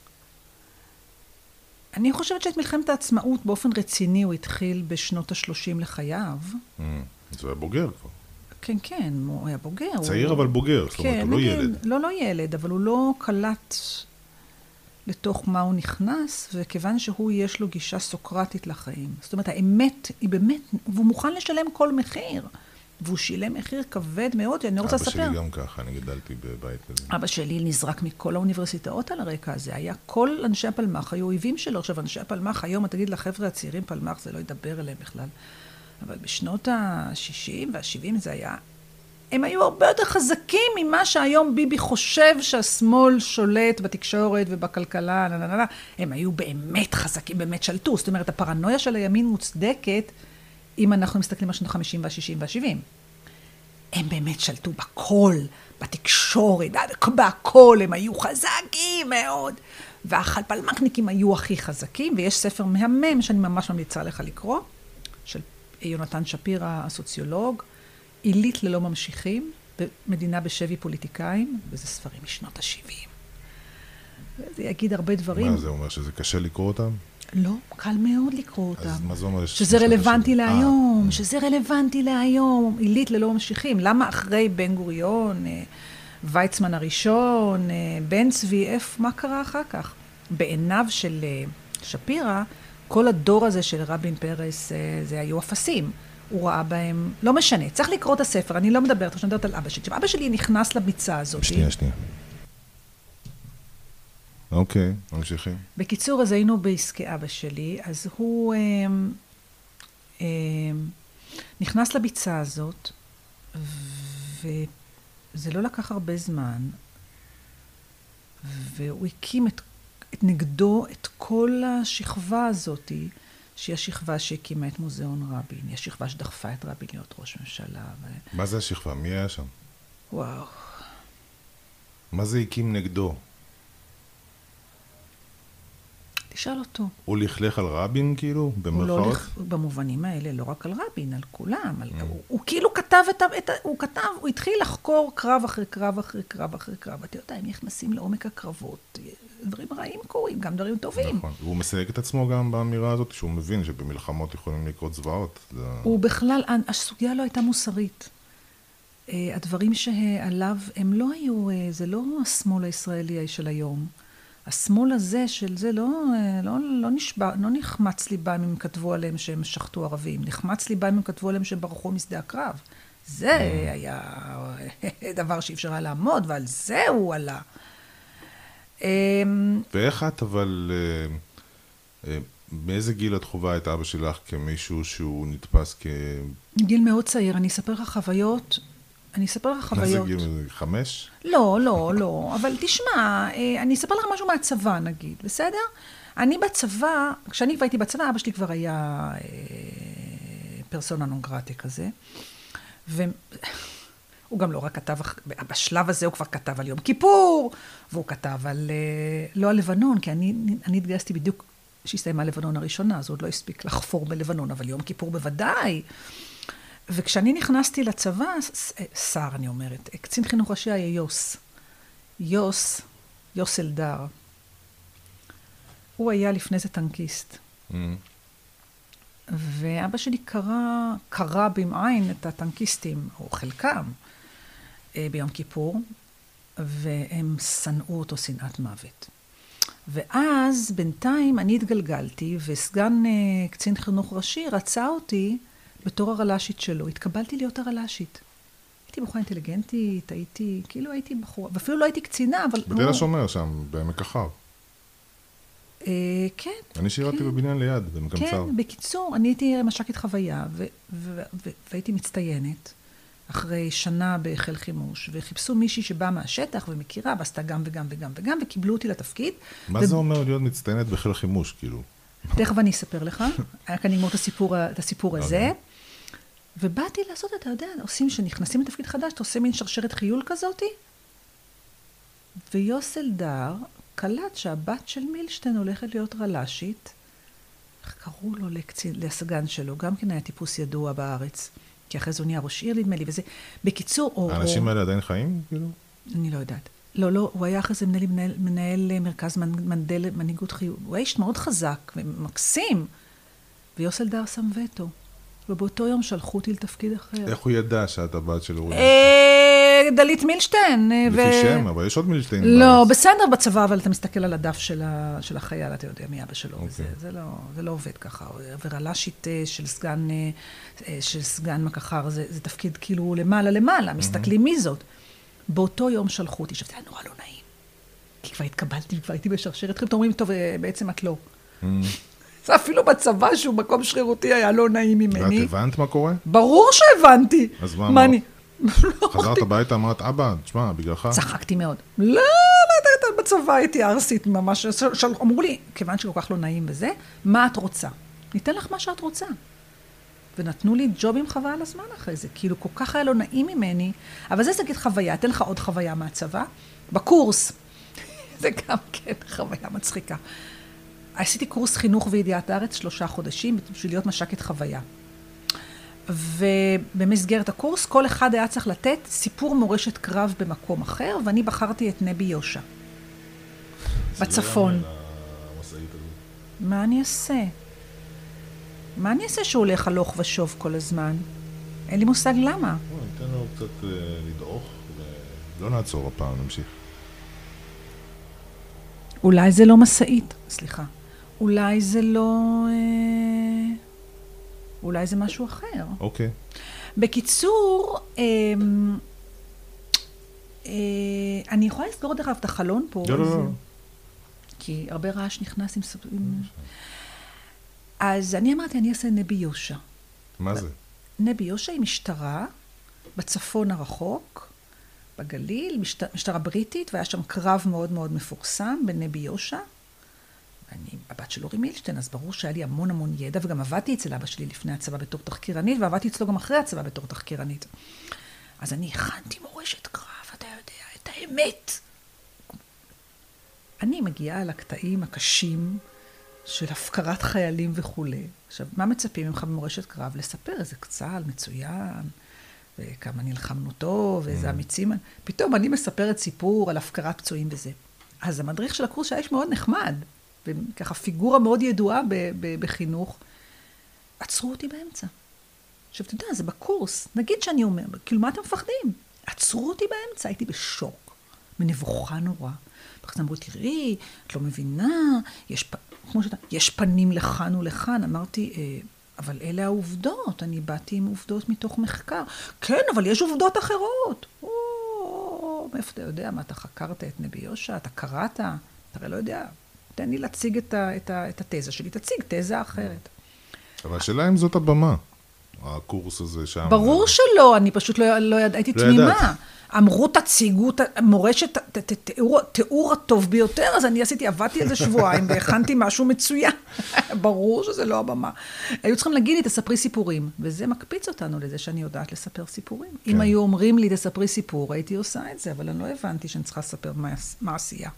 [SPEAKER 3] אני חושבת שאת מלחמת העצמאות באופן רציני הוא התחיל בשנות השלושים לחייו.
[SPEAKER 2] Mm, זה היה בוגר כבר.
[SPEAKER 3] כן, כן, הוא היה בוגר.
[SPEAKER 2] צעיר
[SPEAKER 3] הוא...
[SPEAKER 2] אבל בוגר, זאת אומרת,
[SPEAKER 3] כן,
[SPEAKER 2] הוא לא ילד.
[SPEAKER 3] לא, לא ילד, אבל הוא לא קלט לתוך מה הוא נכנס, וכיוון שהוא יש לו גישה סוקרטית לחיים. זאת אומרת, האמת היא באמת, והוא מוכן לשלם כל מחיר. והוא שילם מחיר כבד מאוד, אני רוצה לספר.
[SPEAKER 2] אבא שלי גם ככה, אני גדלתי בבית כזה.
[SPEAKER 3] אבא שלי נזרק מכל האוניברסיטאות על הרקע הזה. היה כל אנשי הפלמ"ח, היו אויבים שלו. עכשיו, אנשי הפלמ"ח היום, אתה תגיד לחבר'ה הצעירים פלמ"ח, זה לא ידבר אליהם בכלל. אבל בשנות ה-שישים וה-שבעים זה היה... הם היו הרבה יותר חזקים ממה שהיום ביבי חושב שהשמאל שולט בתקשורת ובכלכלה, נננננ. הם היו באמת חזקים, באמת שלטו. זאת אומרת, הפרנויה של הימין מוצדקת, אם אנחנו מסתכלים על שנות ה-חמישים וה-שישים וה-שבעים. הם באמת שלטו בכל, בתקשורת, בהכל, הם היו חזקים מאוד. והפלמ"חניקים היו הכי חזקים, ויש ספר מהמם שאני ממש ממליצה לך לקרוא, של יונתן שפירא, הסוציולוג, עילית ללא ממשיכים, במדינה בשבי פוליטיקאים, וזה ספרים משנות ה-שבעים. זה יגיד הרבה דברים.
[SPEAKER 2] מה זה אומר, שזה קשה לקרוא אותם?
[SPEAKER 3] לא, קל מאוד לקרוא אותם.
[SPEAKER 2] אז מה זה אומר?
[SPEAKER 3] שזה רלוונטי להיום, שזה רלוונטי להיום, עילית ללא ממשיכים. למה אחרי בן גוריון, ויצמן הראשון, בן צבי, מה קרה אחר כך? בעיניו של שפירא, כל הדור הזה של רבין פרס, זה היו אפסים. הוא ראה בהם, לא משנה, צריך לקרוא את הספר, אני לא מדברת, אני מדברת על אבא שלי. אבא שלי נכנס לביצה הזאת.
[SPEAKER 2] שנייה, שנייה. אוקיי, ממשיכים.
[SPEAKER 3] בקיצור, אז היינו בעסקי אבא שלי, אז הוא אה, אה, נכנס לביצה הזאת, וזה לא לקח הרבה זמן, והוא הקים את, את נגדו את כל השכבה הזאת, שהיא השכבה שהקימה את מוזיאון רבין, היא השכבה שדחפה את רבין להיות ראש ממשלה. ו...
[SPEAKER 2] מה זה השכבה? מי היה שם?
[SPEAKER 3] וואו.
[SPEAKER 2] מה זה הקים נגדו?
[SPEAKER 3] תשאל אותו.
[SPEAKER 2] הוא לכלך על רבין, כאילו, במרכאות?
[SPEAKER 3] הוא לא לכ... במובנים האלה, לא רק על רבין, על כולם. על... Mm. הוא, הוא כאילו כתב את ה... את ה... הוא כתב, הוא התחיל לחקור קרב אחרי קרב אחרי קרב אחרי קרב. אתה יודע, הם נכנסים לעומק הקרבות. דברים רעים קורים, גם דברים טובים.
[SPEAKER 2] נכון. והוא מסייג את עצמו גם באמירה הזאת, שהוא מבין שבמלחמות יכולים לקרות זוועות. זה...
[SPEAKER 3] הוא בכלל, הסוגיה לא הייתה מוסרית. הדברים שעליו, הם לא היו, זה לא השמאל הישראלי של היום. השמאל הזה של זה לא, לא, לא, נשבע, לא נחמץ ליבם אם הם כתבו עליהם שהם שחטו ערבים. נחמץ ליבם אם הם כתבו עליהם שהם ברחו משדה הקרב. זה היה דבר שאי אפשר היה לעמוד, ועל זה הוא עלה.
[SPEAKER 2] ואיך את, אבל באיזה גיל את חווה את אבא שלך כמישהו שהוא נתפס כ...
[SPEAKER 3] גיל מאוד צעיר. אני אספר לך חוויות... אני אספר לך חוויות.
[SPEAKER 2] מה זה גיל? חמש?
[SPEAKER 3] לא, לא, לא. אבל תשמע, אני אספר לך משהו מהצבא, נגיד, בסדר? אני בצבא, כשאני הייתי בצבא, אבא שלי כבר היה פרסונה נון גרטה כזה, והוא גם לא רק כתב, בשלב הזה הוא כבר כתב על יום כיפור, והוא כתב על, לא על לבנון, כי אני, אני התגייסתי בדיוק שהסתיימה לבנון הראשונה, אז הוא עוד לא הספיק לחפור בלבנון, אבל יום כיפור בוודאי. וכשאני נכנסתי לצבא, שר אני אומרת, קצין חינוך ראשי היה יוס. יוס, יוס אלדר. הוא היה לפני זה טנקיסט. Mm. ואבא שלי קרא, קרא במעין את הטנקיסטים, או חלקם, ביום כיפור, והם שנאו אותו שנאת מוות. ואז בינתיים אני התגלגלתי, וסגן קצין חינוך ראשי רצה אותי, בתור הרלשית שלו, התקבלתי להיות הרלשית. הייתי בחורה אינטליגנטית, הייתי, כאילו הייתי בחורה, ואפילו לא הייתי קצינה, אבל...
[SPEAKER 2] בתל השומר שם, בעמק החר.
[SPEAKER 3] אה, כן.
[SPEAKER 2] אני שירתי
[SPEAKER 3] כן.
[SPEAKER 2] בבניין ליד, במקמצר.
[SPEAKER 3] כן, בקיצור, אני הייתי מש"קית חוויה, והייתי מצטיינת, אחרי שנה בחיל חימוש, וחיפשו מישהי שבאה מהשטח ומכירה, ועשתה גם וגם וגם וגם, וקיבלו אותי לתפקיד.
[SPEAKER 2] מה זה אומר להיות מצטיינת בחיל חימוש, כאילו?
[SPEAKER 3] תכף אני אספר לך, רק אני אגמור את הסיפור, את הסיפור הזה, ובאתי לעשות, אתה יודע, עושים שנכנסים לתפקיד חדש, אתה עושה מין שרשרת חיול כזאת, ויוס אלדר קלט שהבת של מילשטיין הולכת להיות רלשית, איך קראו לו לקצין, לסגן שלו, גם כן היה טיפוס ידוע בארץ, כי אחרי זה הוא נהיה ראש עיר, נדמה לי, וזה, בקיצור, או...
[SPEAKER 2] האנשים האלה עדיין חיים, כאילו?
[SPEAKER 3] אני לא יודעת. לא, לא, הוא היה אחרי זה מנהל, מנהל, מנהל מרכז מנדל, מנהיגות חיוב. הוא היה איש מאוד חזק ומקסים. ויוס אלדר שם וטו. ובאותו יום שלחו אותי לתפקיד אחר.
[SPEAKER 2] איך הוא ידע שאת הבת של אורי?
[SPEAKER 3] דלית מילשטיין.
[SPEAKER 2] לפי שם, אבל יש עוד מילשטיין.
[SPEAKER 3] לא, בסדר בצבא, אבל אתה מסתכל על הדף של החייל, אתה יודע מי אבא שלו. זה לא עובד ככה. ורלשית של סגן, של סגן מקחר, זה תפקיד כאילו למעלה למעלה, מסתכלים מי זאת. באותו יום שלחו אותי, שזה היה נורא לא נעים. כי כבר התקבלתי, כבר הייתי בשרשרת. אתם אומרים, טוב, בעצם את לא. זה אפילו בצבא שהוא מקום שרירותי היה לא נעים ממני.
[SPEAKER 2] ואת הבנת מה קורה?
[SPEAKER 3] ברור שהבנתי.
[SPEAKER 2] אז מה אמרת? חזרת הביתה, אמרת, אבא, תשמע, בגללך.
[SPEAKER 3] צחקתי מאוד. לא, בצבא הייתי ארסית ממש. אמרו לי, כיוון שכל כך לא נעים בזה, מה את רוצה? ניתן לך מה שאת רוצה. ונתנו לי ג'ובים חוויה על הזמן אחרי זה. כאילו, כל כך היה לא נעים ממני. אבל זה סגית חוויה. אתן לך עוד חוויה מהצבא. בקורס. זה גם כן חוויה מצחיקה. עשיתי קורס חינוך וידיעת הארץ שלושה חודשים, בשביל להיות מש"קית חוויה. ובמסגרת הקורס, כל אחד היה צריך לתת סיפור מורשת קרב במקום אחר, ואני בחרתי את נבי יושע. בצפון. מה אני אעשה? מה אני אעשה שהוא הולך הלוך ושוב כל הזמן? אין לי מושג למה.
[SPEAKER 2] ניתן לו קצת לדעוך, ולא נעצור הפעם, נמשיך.
[SPEAKER 3] אולי זה לא מסעית, סליחה. אולי זה לא... אה, אולי זה משהו אחר.
[SPEAKER 2] אוקיי.
[SPEAKER 3] בקיצור, אה, אה, אני יכולה לסגור דרך את החלון פה.
[SPEAKER 2] לא, לא, לא.
[SPEAKER 3] כי הרבה רעש נכנס עם... אז אני אמרתי, אני אעשה נבי יושע.
[SPEAKER 2] מה זה?
[SPEAKER 3] נבי יושע היא משטרה בצפון הרחוק, בגליל, משטרה, משטרה בריטית, והיה שם קרב מאוד מאוד מפורסם בנבי יושע. אני הבת של אורי מילשטיין, אז ברור שהיה לי המון המון ידע, וגם עבדתי אצל אבא שלי לפני הצבא בתור תחקירנית, ועבדתי אצלו גם אחרי הצבא בתור תחקירנית. אז אני הכנתי מורשת קרב, אתה יודע, את האמת. אני מגיעה לקטעים הקשים של הפקרת חיילים וכו'. עכשיו, מה מצפים ממך במורשת קרב? לספר איזה צה"ל מצוין, וכמה נלחמנו טוב, ואיזה אמיצים. פתאום אני מספרת סיפור על הפקרת פצועים וזה. אז המדריך של הקורס שהיה איש מאוד נחמד, וככה פיגורה מאוד ידועה ב- ב- בחינוך, עצרו אותי באמצע. עכשיו, אתה יודע, זה בקורס. נגיד שאני אומר, כאילו, מה אתם מפחדים? עצרו אותי באמצע, הייתי בשוק, מנבוכה נורא. אז אמרו, תראי, את לא מבינה, יש, פ... כמו שאתה, יש פנים לכאן ולכאן. אמרתי, אבל אלה העובדות, אני באתי עם עובדות מתוך מחקר. כן, אבל יש עובדות אחרות. או, מאיפה אתה יודע, מה, אתה חקרת את נבי יושע, אתה קראת, אתה הרי לא יודע. תן לי להציג את, ה, את, ה, את התזה שלי, תציג תזה אחרת.
[SPEAKER 2] אבל השאלה אם זאת הבמה, הקורס הזה שם.
[SPEAKER 3] ברור שלא, אני פשוט לא, לא ידע, הייתי תמימה. אמרו, תציגו, מורשת, תיאור הטוב ביותר, אז אני עשיתי, עבדתי איזה שבועיים, והכנתי משהו מצוין. ברור שזה לא הבמה. היו צריכים להגיד לי, תספרי סיפורים, וזה מקפיץ אותנו לזה שאני יודעת לספר סיפורים. אם היו אומרים לי, תספרי סיפור, הייתי עושה את זה, אבל אני לא הבנתי שאני צריכה לספר מה עשייה.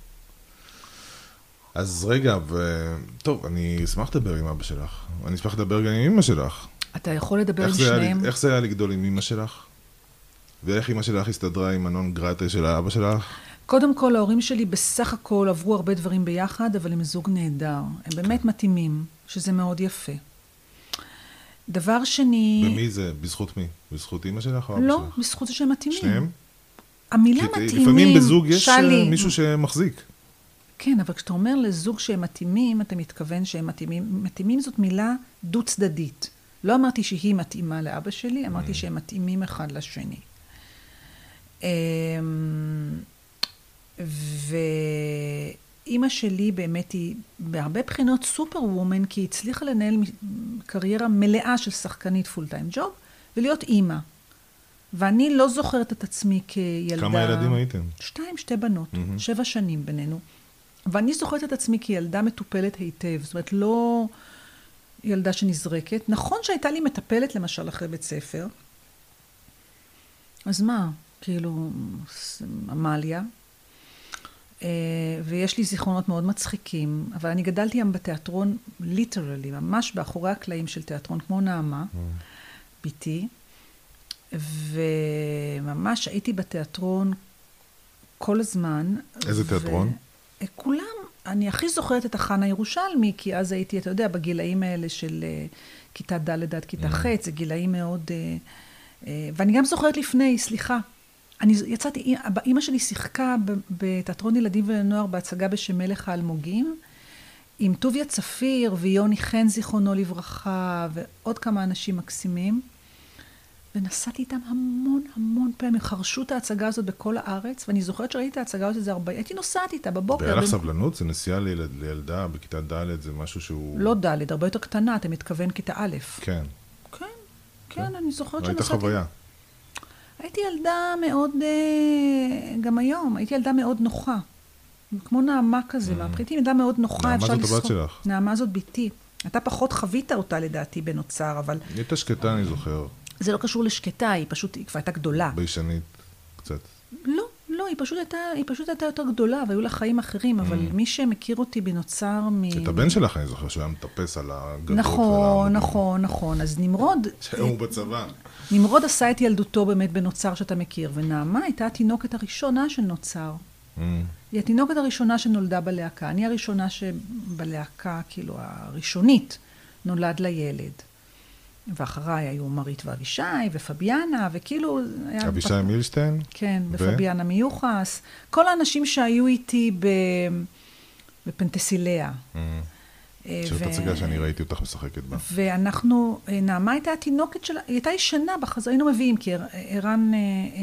[SPEAKER 2] אז רגע, טוב, אני אשמח לדבר עם אבא שלך. אני אשמח לדבר גם עם אמא שלך.
[SPEAKER 3] אתה יכול לדבר עם שניהם.
[SPEAKER 2] איך זה היה לגדול עם אמא שלך? ואיך אמא שלך הסתדרה עם הנון גרטה של האבא שלך?
[SPEAKER 3] קודם כל, ההורים שלי בסך הכל עברו הרבה דברים ביחד, אבל הם זוג נהדר. הם באמת מתאימים, שזה מאוד יפה. דבר שני...
[SPEAKER 2] במי זה? בזכות מי? בזכות אמא שלך או אבא שלך?
[SPEAKER 3] לא, בזכות זה שהם מתאימים.
[SPEAKER 2] שניהם?
[SPEAKER 3] המילה מתאימים,
[SPEAKER 2] לפעמים בזוג יש מישהו שמחזיק.
[SPEAKER 3] כן, אבל כשאתה אומר לזוג שהם מתאימים, אתה מתכוון שהם מתאימים. מתאימים זאת מילה דו צדדית. לא אמרתי שהיא מתאימה לאבא שלי, אמרתי שהם מתאימים אחד לשני. ואימא שלי באמת היא בהרבה בחינות סופר וומן, כי היא הצליחה לנהל קריירה מלאה של שחקנית פול טיים ג'וב, ולהיות אימא. ואני לא זוכרת את עצמי כילדה...
[SPEAKER 2] כמה ילדים הייתם?
[SPEAKER 3] שתיים, שתי בנות, mm-hmm. שבע שנים בינינו. ואני זוכרת את עצמי כילדה מטופלת היטב, זאת אומרת, לא ילדה שנזרקת. נכון שהייתה לי מטפלת, למשל, אחרי בית ספר. אז מה? כאילו, אמליה. ויש לי זיכרונות מאוד מצחיקים, אבל אני גדלתי גם בתיאטרון, ליטרלי, ממש באחורי הקלעים של תיאטרון, כמו נעמה, ביתי. וממש הייתי בתיאטרון כל הזמן.
[SPEAKER 2] איזה תיאטרון?
[SPEAKER 3] כולם, אני הכי זוכרת את החנה ירושלמי, כי אז הייתי, אתה יודע, בגילאים האלה של כיתה ד' עד כיתה ח', זה גילאים מאוד... ואני גם זוכרת לפני, סליחה, אני יצאתי, אמא שלי שיחקה בתיאטרון ילדים ונוער בהצגה בשם מלך האלמוגים, עם טוביה צפיר ויוני חן זיכרונו לברכה, ועוד כמה אנשים מקסימים. ונסעתי איתם המון המון פעמים, חרשו את ההצגה הזאת בכל הארץ, ואני זוכרת שראיתי את ההצגה הזאת איזה ארבעים, הייתי נוסעת איתה בבוקר.
[SPEAKER 2] והיה לך סבלנות? זה נסיעה לילדה בכיתה ד' זה משהו שהוא...
[SPEAKER 3] לא ד', הרבה יותר קטנה, אתה מתכוון כיתה א'.
[SPEAKER 2] כן.
[SPEAKER 3] כן, כן, אני זוכרת שנסעתי.
[SPEAKER 2] ראית חוויה.
[SPEAKER 3] הייתי ילדה מאוד, גם היום, הייתי ילדה מאוד נוחה. כמו נעמה כזה, הייתי ילדה מאוד נוחה.
[SPEAKER 2] נעמה זאת הבת שלך.
[SPEAKER 3] נעמה זאת ביתי. אתה פחות חווית אותה לדעתי בנוצר, אבל...
[SPEAKER 2] היא הייתה שקטה, אני זוכר.
[SPEAKER 3] זה לא קשור לשקטה, היא פשוט, היא כבר הייתה גדולה.
[SPEAKER 2] בישנית, קצת.
[SPEAKER 3] לא, לא, היא פשוט הייתה, היא פשוט הייתה יותר גדולה, והיו לה חיים אחרים, אבל מי שמכיר אותי בנוצר מ...
[SPEAKER 2] את הבן שלך, אני זוכר, שהוא היה מטפס על הגדות.
[SPEAKER 3] נכון, נכון, נכון. אז נמרוד...
[SPEAKER 2] שהיום הוא בצבא.
[SPEAKER 3] נמרוד עשה את ילדותו באמת בנוצר שאתה מכיר, ונעמה הייתה התינוקת הראשונה של נוצר. היא התינוקת הראשונה שנולדה בלהקה. אני הראשונה שבלהקה, כאילו, הראשונית, נולד לילד. ואחריי היו מרית ואבישי ופביאנה, וכאילו...
[SPEAKER 2] אבישי מילשטיין?
[SPEAKER 3] כן, ופביאנה מיוחס. כל האנשים שהיו איתי בפנטסיליה.
[SPEAKER 2] זאת הצגה שאני ראיתי אותך משחקת בה.
[SPEAKER 3] ואנחנו, נעמה הייתה התינוקת שלה, היא הייתה ישנה בחזרה, היינו מביאים, כי ערן,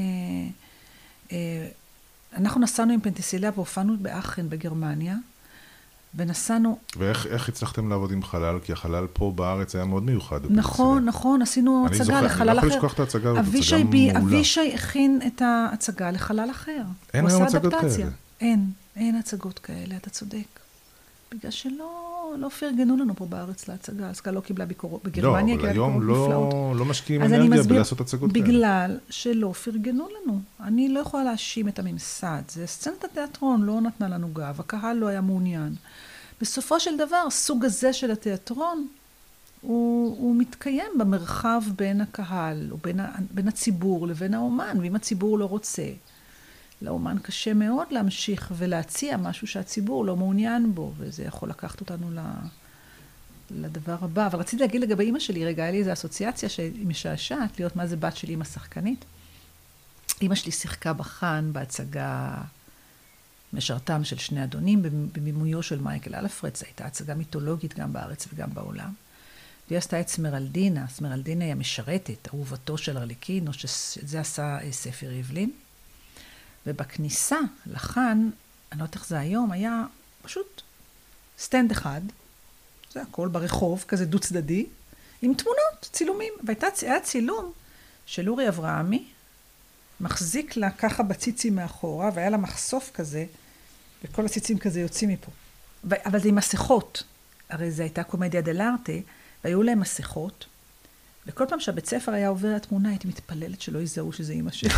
[SPEAKER 3] אנחנו נסענו עם פנטסיליה והופענו באחן בגרמניה, ונסענו...
[SPEAKER 2] ואיך הצלחתם לעבוד עם חלל? כי החלל פה בארץ היה מאוד מיוחד.
[SPEAKER 3] נכון, נכון, עשינו הצגה לחלל אחר.
[SPEAKER 2] אני לא יכול לשכוח את ההצגה, זאת הצגה מעולה.
[SPEAKER 3] אבישי הכין את ההצגה לחלל אחר.
[SPEAKER 2] אין היום הצגות כאלה.
[SPEAKER 3] אין, אין הצגות כאלה, אתה צודק. בגלל שלא לא פרגנו לנו פה בארץ להצגה, ההצגה לא קיבלה ביקורות בגרמניה.
[SPEAKER 2] לא, אבל היום לא, לא משקיעים אנרגיה בלעשות הצגות כאלה.
[SPEAKER 3] בגלל שלא פרגנו לנו. אני לא יכולה להאשים את הממסד. זה סצנת התיאטרון לא נתנה לנו גב, הקהל לא היה מעוניין. בסופו של דבר, סוג הזה של התיאטרון, הוא, הוא מתקיים במרחב בין הקהל, או בין, בין הציבור לבין האומן, ואם הציבור לא רוצה, לאומן קשה מאוד להמשיך ולהציע משהו שהציבור לא מעוניין בו, וזה יכול לקחת אותנו לדבר הבא. אבל רציתי להגיד לגבי אמא שלי, רגע, היה לי איזו אסוציאציה שהיא משעשעת, להיות מה זה בת של אמא שחקנית. אמא שלי שיחקה בחן בהצגה משרתם של שני אדונים, בבימויו של מייקל אלפרץ. הייתה הצגה מיתולוגית גם בארץ וגם בעולם. והיא עשתה את סמרלדינה. סמרלדינה היא המשרתת, אהובתו של ארלקינו, שזה עשה ספר ריבלין. ובכניסה לחן, אני לא יודעת איך זה היום, היה פשוט סטנד אחד, זה הכל ברחוב, כזה דו צדדי, עם תמונות, צילומים. והיה צילום של אורי אברהמי, מחזיק לה ככה בציצים מאחורה, והיה לה מחשוף כזה, וכל הציצים כזה יוצאים מפה. אבל זה עם מסכות. הרי זה הייתה קומדיה דלארטה, והיו להם מסכות, וכל פעם שהבית ספר היה עובר התמונה, הייתי מתפללת שלא יזהו שזה אמא שלי.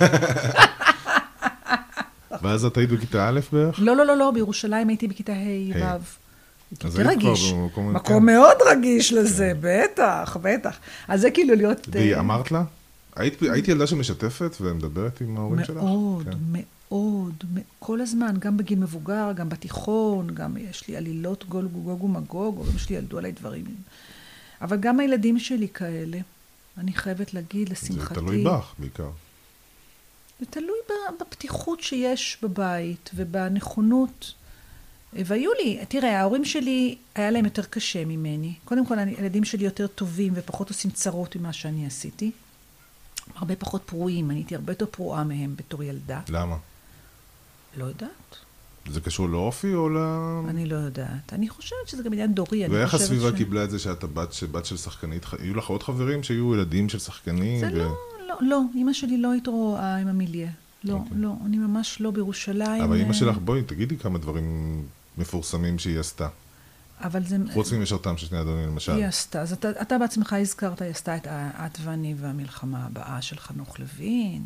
[SPEAKER 2] ואז את היית בכיתה א' בערך?
[SPEAKER 3] לא, לא, לא, לא, בירושלים הייתי בכיתה ה' ו'.
[SPEAKER 2] אז
[SPEAKER 3] יותר רגיש. מקום מאוד רגיש לזה, בטח, בטח. אז זה כאילו להיות...
[SPEAKER 2] ואמרת לה? הייתי ילדה שמשתפת ומדברת עם ההורים שלך?
[SPEAKER 3] מאוד, מאוד, כל הזמן, גם בגיל מבוגר, גם בתיכון, גם יש לי עלילות גוג ומגוג, או יש לי ילדו עליי דברים. אבל גם הילדים שלי כאלה, אני חייבת להגיד, לשמחתי...
[SPEAKER 2] זה תלוי בך, בעיקר.
[SPEAKER 3] זה תלוי בפתיחות שיש בבית, ובנכונות. והיו לי, תראה, ההורים שלי, היה להם יותר קשה ממני. קודם כל, הילדים שלי יותר טובים, ופחות עושים צרות ממה שאני עשיתי. הרבה פחות פרועים, אני הייתי הרבה יותר פרועה מהם בתור ילדה.
[SPEAKER 2] למה?
[SPEAKER 3] לא יודעת.
[SPEAKER 2] זה קשור לאופי או ל...
[SPEAKER 3] אני לא יודעת. אני חושבת שזה גם עניין דורי.
[SPEAKER 2] ואיך הסביבה ש... קיבלה את זה שאתה בת, בת של שחקנית? היו לך עוד חברים שהיו ילדים של שחקנים?
[SPEAKER 3] זה ו... לא, לא, לא. אמא שלי לא התרועה עם המיליה. לא, okay. לא. אני ממש לא בירושלים.
[SPEAKER 2] אבל אמא שלך, בואי, תגידי כמה דברים מפורסמים שהיא עשתה.
[SPEAKER 3] אבל זה...
[SPEAKER 2] חוץ ממשרתם של שני אדונים, למשל.
[SPEAKER 3] היא עשתה. אז אתה, אתה בעצמך הזכרת, היא עשתה את את ואני והמלחמה הבאה של חנוך לוין.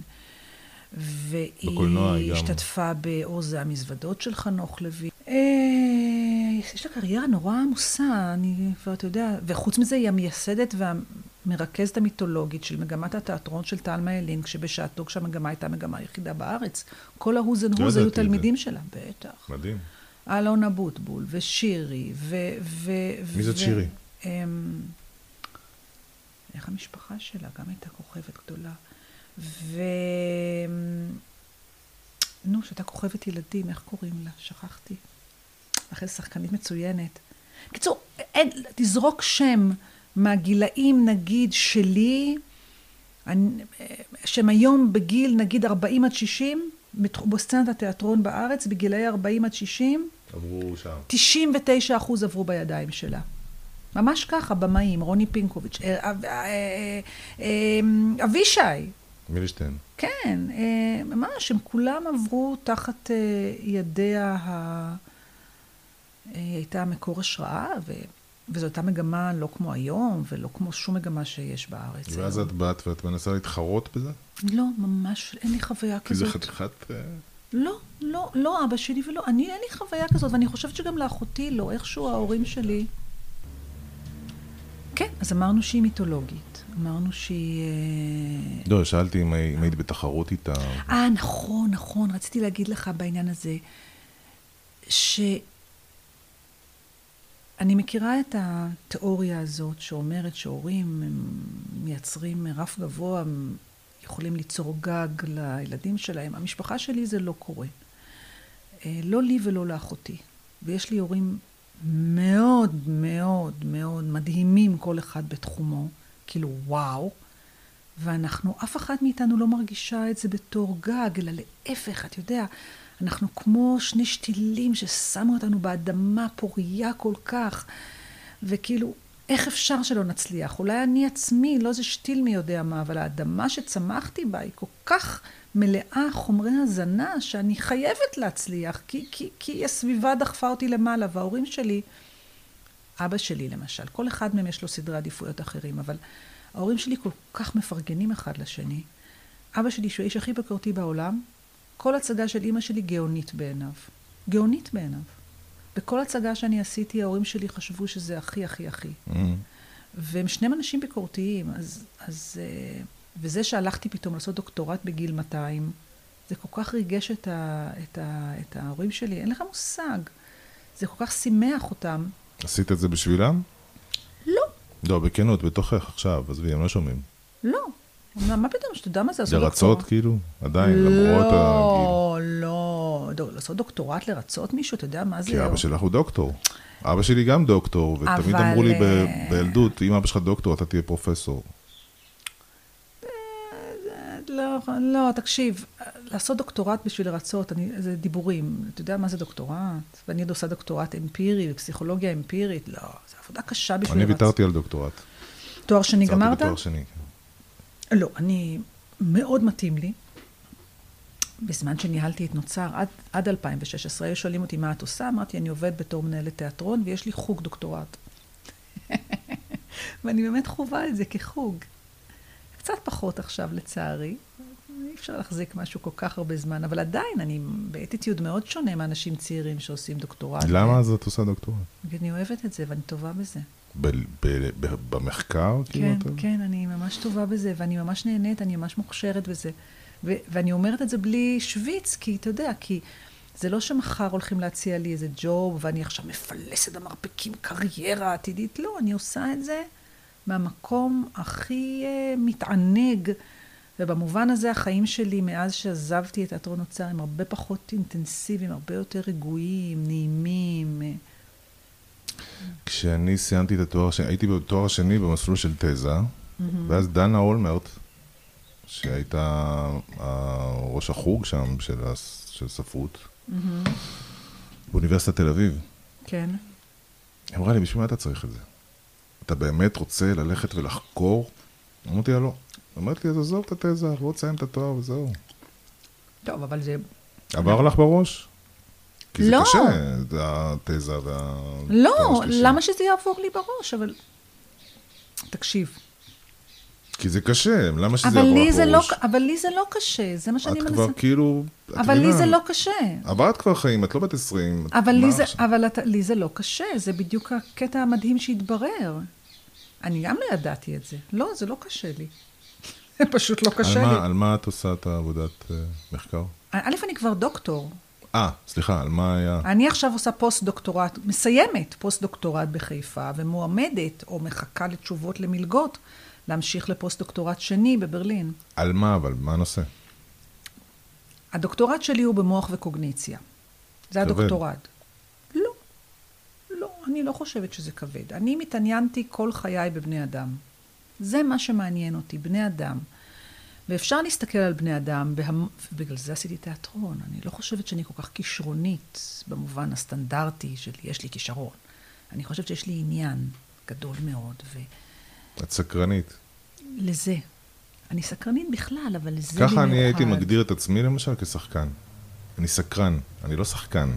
[SPEAKER 3] והיא השתתפה באורזי המזוודות של חנוך לוין. יש לה קריירה נורא עמוסה, אני כבר, אתה יודע, וחוץ מזה היא המייסדת והמרכזת המיתולוגית של מגמת התיאטרון של תלמה ילין, כשבשעתו כשהמגמה הייתה מגמה יחידה בארץ. כל ההוזן הוז היו תלמידים שלה, בטח.
[SPEAKER 2] מדהים.
[SPEAKER 3] אלון אבוטבול ושירי ו...
[SPEAKER 2] מי זאת שירי?
[SPEAKER 3] איך המשפחה שלה? גם הייתה כוכבת גדולה. ו... נו, שהייתה כוכבת ילדים, איך קוראים לה? שכחתי. אחרי שחקנית מצוינת. קיצור, אין, תזרוק שם מהגילאים, נגיד, שלי, שהם היום בגיל, נגיד, ארבעים עד שישים, בסצנת התיאטרון בארץ, בגילאי ארבעים עד שישים,
[SPEAKER 2] עברו שם.
[SPEAKER 3] תשעים ותשעה אחוז עברו בידיים שלה. ממש ככה, במאים, רוני פינקוביץ', אבישי.
[SPEAKER 2] מילשטיין.
[SPEAKER 3] כן, ממש, הם כולם עברו תחת ידיה, הייתה מקור השראה, וזו הייתה מגמה לא כמו היום, ולא כמו שום מגמה שיש בארץ.
[SPEAKER 2] ואז את באת ואת מנסה להתחרות בזה?
[SPEAKER 3] לא, ממש, אין לי חוויה כזאת.
[SPEAKER 2] כי זה חתיכת...
[SPEAKER 3] לא, לא, לא, אבא שלי ולא, אני, אין לי חוויה כזאת, ואני חושבת שגם לאחותי לא, איכשהו ההורים שלי... כן, אז אמרנו שהיא מיתולוגית, אמרנו שהיא...
[SPEAKER 2] לא, שאלתי אם היית בתחרות איתה.
[SPEAKER 3] אה, נכון, נכון, רציתי להגיד לך בעניין הזה, שאני מכירה את התיאוריה הזאת שאומרת שהורים מייצרים רף גבוה, הם יכולים ליצור גג לילדים שלהם. המשפחה שלי זה לא קורה. לא לי ולא לאחותי. ויש לי הורים מאוד, מאוד, מאוד מדהימים כל אחד בתחומו, כאילו וואו, ואנחנו, אף אחד מאיתנו לא מרגישה את זה בתור גג, אלא להפך, אתה יודע, אנחנו כמו שני שתילים ששמו אותנו באדמה פוריה כל כך, וכאילו, איך אפשר שלא נצליח? אולי אני עצמי, לא זה שתיל מי יודע מה, אבל האדמה שצמחתי בה היא כל כך מלאה חומרי הזנה, שאני חייבת להצליח, כי, כי, כי הסביבה דחפה אותי למעלה, וההורים שלי, אבא שלי למשל, כל אחד מהם יש לו סדרי עדיפויות אחרים, אבל ההורים שלי כל כך מפרגנים אחד לשני. אבא שלי, שהוא האיש הכי בקורתי בעולם, כל הצגה של אמא שלי גאונית בעיניו. גאונית בעיניו. בכל הצגה שאני עשיתי, ההורים שלי חשבו שזה הכי, הכי, הכי. Mm-hmm. והם שניהם אנשים ביקורתיים, אז, אז, וזה שהלכתי פתאום לעשות דוקטורט בגיל מאתיים, זה כל כך ריגש את, ה, את, ה, את ההורים שלי. אין לך מושג. זה כל כך שימח אותם.
[SPEAKER 2] עשית את זה בשבילם?
[SPEAKER 3] לא.
[SPEAKER 2] לא, בכנות, בתוכך עכשיו, עזבי, הם לא שומעים.
[SPEAKER 3] לא. מה פתאום, שאתה יודע מה זה לעשות
[SPEAKER 2] דוקטורט? לרצות כאילו? עדיין,
[SPEAKER 3] לא,
[SPEAKER 2] למרות הגיל.
[SPEAKER 3] לא, לא. לעשות דוקטורט לרצות מישהו, אתה יודע מה זה?
[SPEAKER 2] כי אבא שלך הוא דוקטור. אבא שלי גם דוקטור, ותמיד אמרו לי בילדות, אם אבא שלך דוקטור, אתה תהיה פרופסור.
[SPEAKER 3] לא, לא, תקשיב, לעשות דוקטורט בשביל לרצות, אני, זה דיבורים. אתה יודע מה זה דוקטורט? ואני עוד עושה דוקטורט אמפירי, פסיכולוגיה אמפירית. לא, זו עבודה קשה בשביל
[SPEAKER 2] אני
[SPEAKER 3] לרצות.
[SPEAKER 2] ויתרתי על דוקטורט.
[SPEAKER 3] תואר שני גמרת?
[SPEAKER 2] תואר שני, כן.
[SPEAKER 3] לא, אני מאוד מתאים לי. בזמן שניהלתי את נוצר, עד, עד אלפיים ושש עשרה, היו שואלים אותי מה את עושה, אמרתי, אני עובד בתור מנהלת תיאטרון, ויש לי חוג דוקטורט. ואני באמת חובה את זה כחוג. קצת פחות עכשיו, לצערי. אי אפשר להחזיק משהו כל כך הרבה זמן, אבל עדיין, אני באטיטיוד מאוד שונה מאנשים צעירים שעושים דוקטורט.
[SPEAKER 2] למה אז את עושה דוקטורט?
[SPEAKER 3] אני אוהבת את זה, ואני טובה בזה.
[SPEAKER 2] במחקר?
[SPEAKER 3] כן, כן, אני ממש טובה בזה, ואני ממש נהנית, אני ממש מוכשרת בזה. ואני אומרת את זה בלי שוויץ, כי אתה יודע, כי זה לא שמחר הולכים להציע לי איזה ג'וב, ואני עכשיו מפלסת המרפקים קריירה עתידית. לא, אני עושה את זה מהמקום הכי uh, מתענג, ובמובן הזה החיים שלי, מאז שעזבתי את תיאטרון נוצר, הם הרבה פחות אינטנסיביים, הרבה יותר רגועים, נעימים.
[SPEAKER 2] כשאני סיימתי את התואר, הייתי בתואר השני במסלול של תזה, mm-hmm. ואז דנה אולמרט, שהייתה ראש החוג שם של, של ספרות, mm-hmm. באוניברסיטת תל אביב.
[SPEAKER 3] כן.
[SPEAKER 2] אמרה לי, בשביל מה אתה צריך את זה? אתה באמת רוצה ללכת ולחקור? אמרתי לה, לא. אמרתי לי, אז עזוב את התזה, בוא תסיים את התואר וזהו.
[SPEAKER 3] טוב, אבל זה...
[SPEAKER 2] עבר לך בראש? כי זה
[SPEAKER 3] לא.
[SPEAKER 2] קשה, התזה וה...
[SPEAKER 3] לא, למה שזה יעבור לי בראש? אבל... תקשיב.
[SPEAKER 2] כי זה קשה, למה שזה יעבור לך
[SPEAKER 3] לא,
[SPEAKER 2] בראש?
[SPEAKER 3] אבל לי זה לא קשה, זה מה שאני מנסה.
[SPEAKER 2] את כבר כאילו...
[SPEAKER 3] אבל לי זה לא קשה.
[SPEAKER 2] עברת כבר חיים, את לא בת עשרים.
[SPEAKER 3] אבל, לי זה, אבל את, לי זה לא קשה, זה בדיוק הקטע המדהים שהתברר. אני גם לא ידעתי את זה. לא, זה לא קשה לי. זה פשוט לא קשה
[SPEAKER 2] על
[SPEAKER 3] לי.
[SPEAKER 2] מה, על מה את עושה את העבודת uh, מחקר?
[SPEAKER 3] א', אני כבר דוקטור.
[SPEAKER 2] אה, סליחה, על מה היה?
[SPEAKER 3] אני עכשיו עושה פוסט-דוקטורט, מסיימת פוסט-דוקטורט בחיפה, ומועמדת או מחכה לתשובות למלגות, להמשיך לפוסט-דוקטורט שני בברלין.
[SPEAKER 2] על מה, אבל מה הנושא?
[SPEAKER 3] הדוקטורט שלי הוא במוח וקוגניציה. זה הדוקטורט. לא, לא, אני לא חושבת שזה כבד. אני מתעניינתי כל חיי בבני אדם. זה מה שמעניין אותי, בני אדם. ואפשר להסתכל על בני אדם, ובגלל זה עשיתי תיאטרון. אני לא חושבת שאני כל כך כישרונית, במובן הסטנדרטי שלי, יש לי כישרון. אני חושבת שיש לי עניין גדול מאוד, ו...
[SPEAKER 2] את סקרנית.
[SPEAKER 3] לזה. אני סקרנית בכלל, אבל לזה במיוחד.
[SPEAKER 2] ככה אני הייתי מגדיר את עצמי למשל כשחקן. אני סקרן, אני לא שחקן.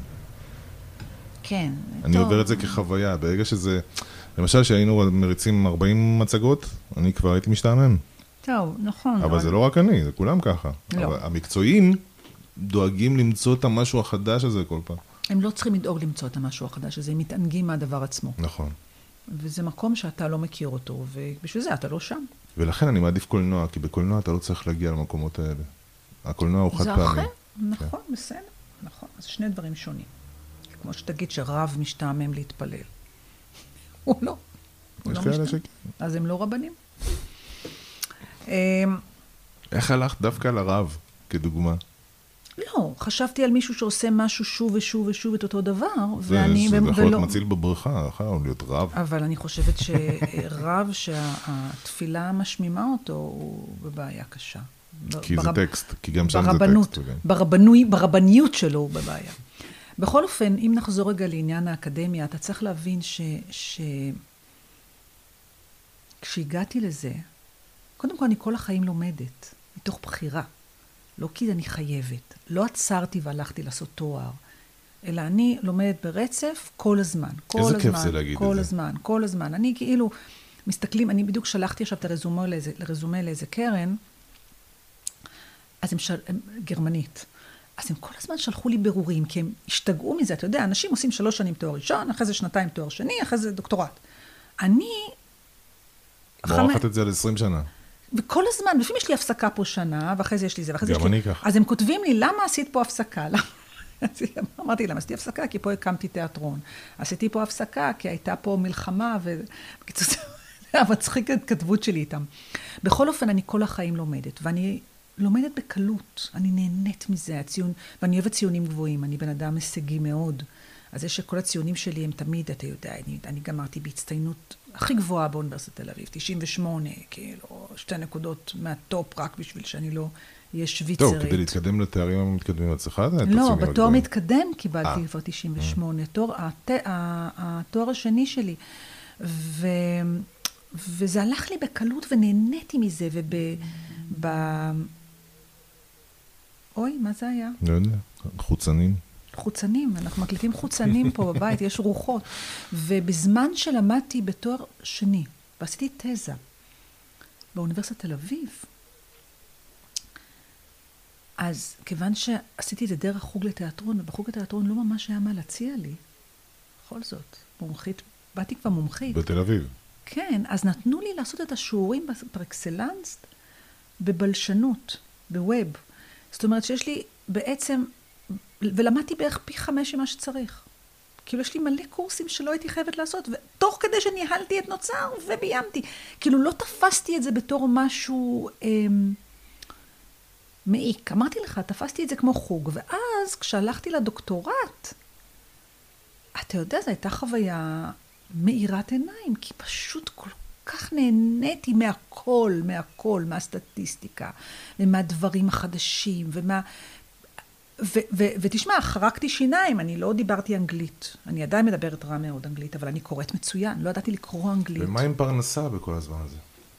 [SPEAKER 3] כן.
[SPEAKER 2] אני טוב. עובר את זה כחוויה. ברגע שזה, למשל שהיינו מריצים ארבעים מצגות, אני כבר הייתי משתעמם.
[SPEAKER 3] טוב, נכון.
[SPEAKER 2] אבל לא זה לא רק אני, זה כולם ככה.
[SPEAKER 3] לא.
[SPEAKER 2] אבל המקצועיים דואגים למצוא את המשהו החדש הזה כל פעם.
[SPEAKER 3] הם לא צריכים לדאוג למצוא את המשהו החדש הזה, הם מתענגים מהדבר עצמו.
[SPEAKER 2] נכון.
[SPEAKER 3] וזה מקום שאתה לא מכיר אותו, ובשביל זה אתה לא שם.
[SPEAKER 2] ולכן אני מעדיף קולנוע, כי בקולנוע אתה לא צריך להגיע למקומות האלה. הקולנוע הוא חד פעמי.
[SPEAKER 3] זה אחר, נכון, כן. בסדר, נכון. אז שני דברים שונים. כמו שתגיד שרב משתעמם להתפלל. הוא לא. הוא לא משתעמם. שכן. אז הם לא רבנים.
[SPEAKER 2] איך הלכת דווקא לרב, כדוגמה?
[SPEAKER 3] לא, חשבתי על מישהו שעושה משהו שוב ושוב ושוב את אותו דבר, ואני...
[SPEAKER 2] זה יכול להיות מציל בבריכה, יכול להיות רב.
[SPEAKER 3] אבל אני חושבת שרב שהתפילה משמימה אותו, הוא בבעיה קשה.
[SPEAKER 2] כי זה טקסט, כי גם שם זה טקסט.
[SPEAKER 3] ברבניות שלו הוא בבעיה. בכל אופן, אם נחזור רגע לעניין האקדמיה, אתה צריך להבין ש... כשהגעתי לזה, קודם כל אני כל החיים לומדת, מתוך בחירה. לא כי אני חייבת. לא עצרתי והלכתי לעשות תואר, אלא אני לומדת ברצף כל הזמן. כל
[SPEAKER 2] איזה
[SPEAKER 3] הזמן,
[SPEAKER 2] כיף זה להגיד את זה.
[SPEAKER 3] כל הזמן, כל הזמן. אני כאילו מסתכלים, אני בדיוק שלחתי עכשיו את הרזומה לאיזה, לרזומה לאיזה קרן, אז הם, של, הם גרמנית. אז הם כל הזמן שלחו לי ברורים, כי הם השתגעו מזה. אתה יודע, אנשים עושים שלוש שנים תואר ראשון, אחרי זה שנתיים תואר שני, אחרי זה דוקטורט. אני...
[SPEAKER 2] מורחת את זה על עשרים שנה.
[SPEAKER 3] וכל הזמן, לפעמים יש לי הפסקה פה שנה, ואחרי זה יש לי זה, ואחרי זה יש
[SPEAKER 2] גם
[SPEAKER 3] לי...
[SPEAKER 2] אני כך.
[SPEAKER 3] אז הם כותבים לי, למה עשית פה הפסקה? אמרתי להם, עשיתי הפסקה, כי פה הקמתי תיאטרון. עשיתי פה הפסקה, כי הייתה פה מלחמה, ו... זה היה מצחיק את כתבות שלי איתם. בכל אופן, אני כל החיים לומדת, ואני לומדת בקלות. אני נהנית מזה, הציון, ואני אוהבת ציונים גבוהים, אני בן אדם הישגי מאוד. אז זה שכל הציונים שלי הם תמיד, אתה יודע, אני, אני גמרתי בהצטיינות הכי גבוהה באוניברסיטת תל אביב, תשעים ושמונה, כאילו, שתי נקודות מהטופ, רק בשביל שאני לא אהיה שוויצרית.
[SPEAKER 2] טוב, כדי להתקדם לתארים המתקדמים אצלך?
[SPEAKER 3] לא, בתואר מתקדם קיבלתי כבר תשעים ושמונה, התואר השני שלי, וזה הלך לי בקלות ונהניתי מזה, וב... אוי, מה זה היה?
[SPEAKER 2] לא יודע, חוצנים.
[SPEAKER 3] חוצנים, אנחנו מקליטים חוצנים פה בבית, יש רוחות. ובזמן שלמדתי בתואר שני, ועשיתי תזה באוניברסיטת תל אביב, אז כיוון שעשיתי את זה דרך חוג לתיאטרון, ובחוג לתיאטרון לא ממש היה מה להציע לי, בכל זאת, מומחית, באתי כבר מומחית.
[SPEAKER 2] בתל אביב.
[SPEAKER 3] כן, אז נתנו לי לעשות את השיעורים פרקסלנס בבלשנות, בווב. זאת אומרת שיש לי בעצם... ולמדתי בערך פי חמש ממה שצריך. כאילו יש לי מלא קורסים שלא הייתי חייבת לעשות, ותוך כדי שניהלתי את נוצר וביימתי. כאילו לא תפסתי את זה בתור משהו אה, מעיק. אמרתי לך, תפסתי את זה כמו חוג, ואז כשהלכתי לדוקטורט, אתה יודע, זו הייתה חוויה מאירת עיניים, כי פשוט כל כך נהניתי מהכל, מהכל, מהסטטיסטיקה, ומהדברים החדשים, ומה... ו- ו- ותשמע, חרקתי שיניים, אני לא דיברתי אנגלית. אני עדיין מדברת רע מאוד אנגלית, אבל אני קוראת מצוין, לא ידעתי לקרוא אנגלית.
[SPEAKER 2] ומה עם פרנסה בכל הזמן הזה?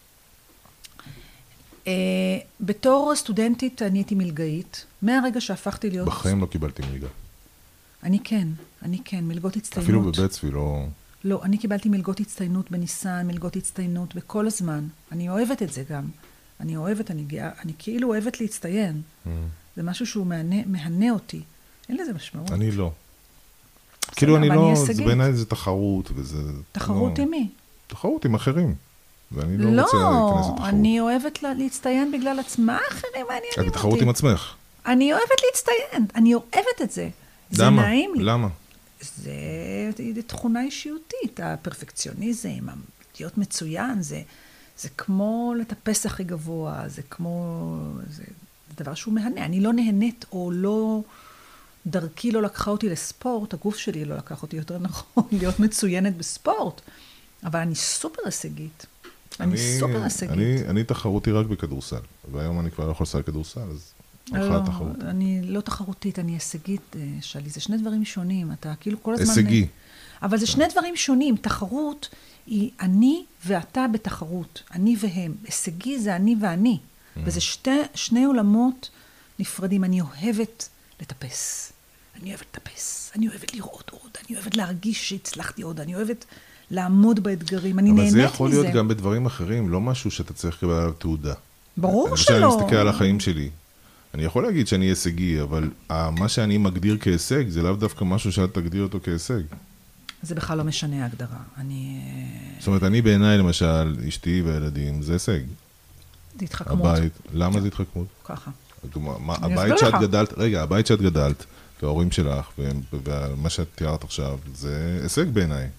[SPEAKER 3] Uh, בתור סטודנטית אני הייתי מלגאית, מהרגע שהפכתי להיות...
[SPEAKER 2] בחיים לא קיבלתי מלגה.
[SPEAKER 3] אני כן, אני כן, מלגות הצטיינות.
[SPEAKER 2] אפילו בבית צבי לא...
[SPEAKER 3] לא, אני קיבלתי מלגות הצטיינות בניסן, מלגות הצטיינות בכל הזמן. אני אוהבת את זה גם. אני אוהבת, אני גאה, אני כאילו אוהבת להצטיין. Mm. זה משהו שהוא מהנה, מהנה אותי. אין לזה משמעות.
[SPEAKER 2] אני לא. כאילו אני לא, זה בעיניי זה תחרות, וזה...
[SPEAKER 3] תחרות עם מי?
[SPEAKER 2] תחרות עם אחרים. ואני לא רוצה להיכנס לתחרות.
[SPEAKER 3] לא, אני אוהבת להצטיין בגלל עצמה, אחרים מעניינים אותי.
[SPEAKER 2] את בתחרות עם עצמך.
[SPEAKER 3] אני אוהבת להצטיין, אני אוהבת את זה. זה נעים לי.
[SPEAKER 2] למה?
[SPEAKER 3] זה תכונה אישיותית, הפרפקציוניזם, להיות מצוין, זה, זה כמו לטפס הכי גבוה, זה כמו, זה דבר שהוא מהנה. אני לא נהנית או לא, דרכי לא לקחה אותי לספורט, הגוף שלי לא לקח אותי יותר נכון, להיות מצוינת בספורט, אבל אני סופר הישגית. אני, אני סופר הישגית.
[SPEAKER 2] אני, אני תחרותי רק בכדורסל, והיום אני כבר לא יכול לעשות כדורסל, אז...
[SPEAKER 3] לא, אני לא תחרותית, אני הישגית שלי. זה שני דברים שונים. אתה כאילו כל הזמן...
[SPEAKER 2] הישגי.
[SPEAKER 3] אבל זה שני דברים שונים. תחרות היא אני ואתה בתחרות. אני והם. הישגי זה אני ואני. וזה שתי, שני עולמות נפרדים. אני אוהבת לטפס. אני אוהבת לטפס. אני אוהבת לראות עוד. אני אוהבת להרגיש שהצלחתי עוד. אני אוהבת לעמוד באתגרים. אני נהנית מזה.
[SPEAKER 2] אבל זה יכול להיות גם בדברים אחרים. לא משהו שאתה צריך לקבל עליו תעודה.
[SPEAKER 3] ברור שלא.
[SPEAKER 2] אני מסתכל על החיים שלי. אני יכול להגיד שאני הישגי, אבל מה שאני מגדיר כהישג, זה לאו דווקא משהו שאת תגדיר אותו כהישג.
[SPEAKER 3] זה בכלל לא משנה ההגדרה. אני...
[SPEAKER 2] זאת אומרת, אני בעיניי, למשל, אשתי והילדים, זה הישג.
[SPEAKER 3] זה התחכמות.
[SPEAKER 2] הבית, למה זה התחכמות?
[SPEAKER 3] ככה.
[SPEAKER 2] הבית שאת גדלת, רגע, הבית שאת גדלת, וההורים שלך, ומה שאת תיארת עכשיו, זה הישג בעיניי.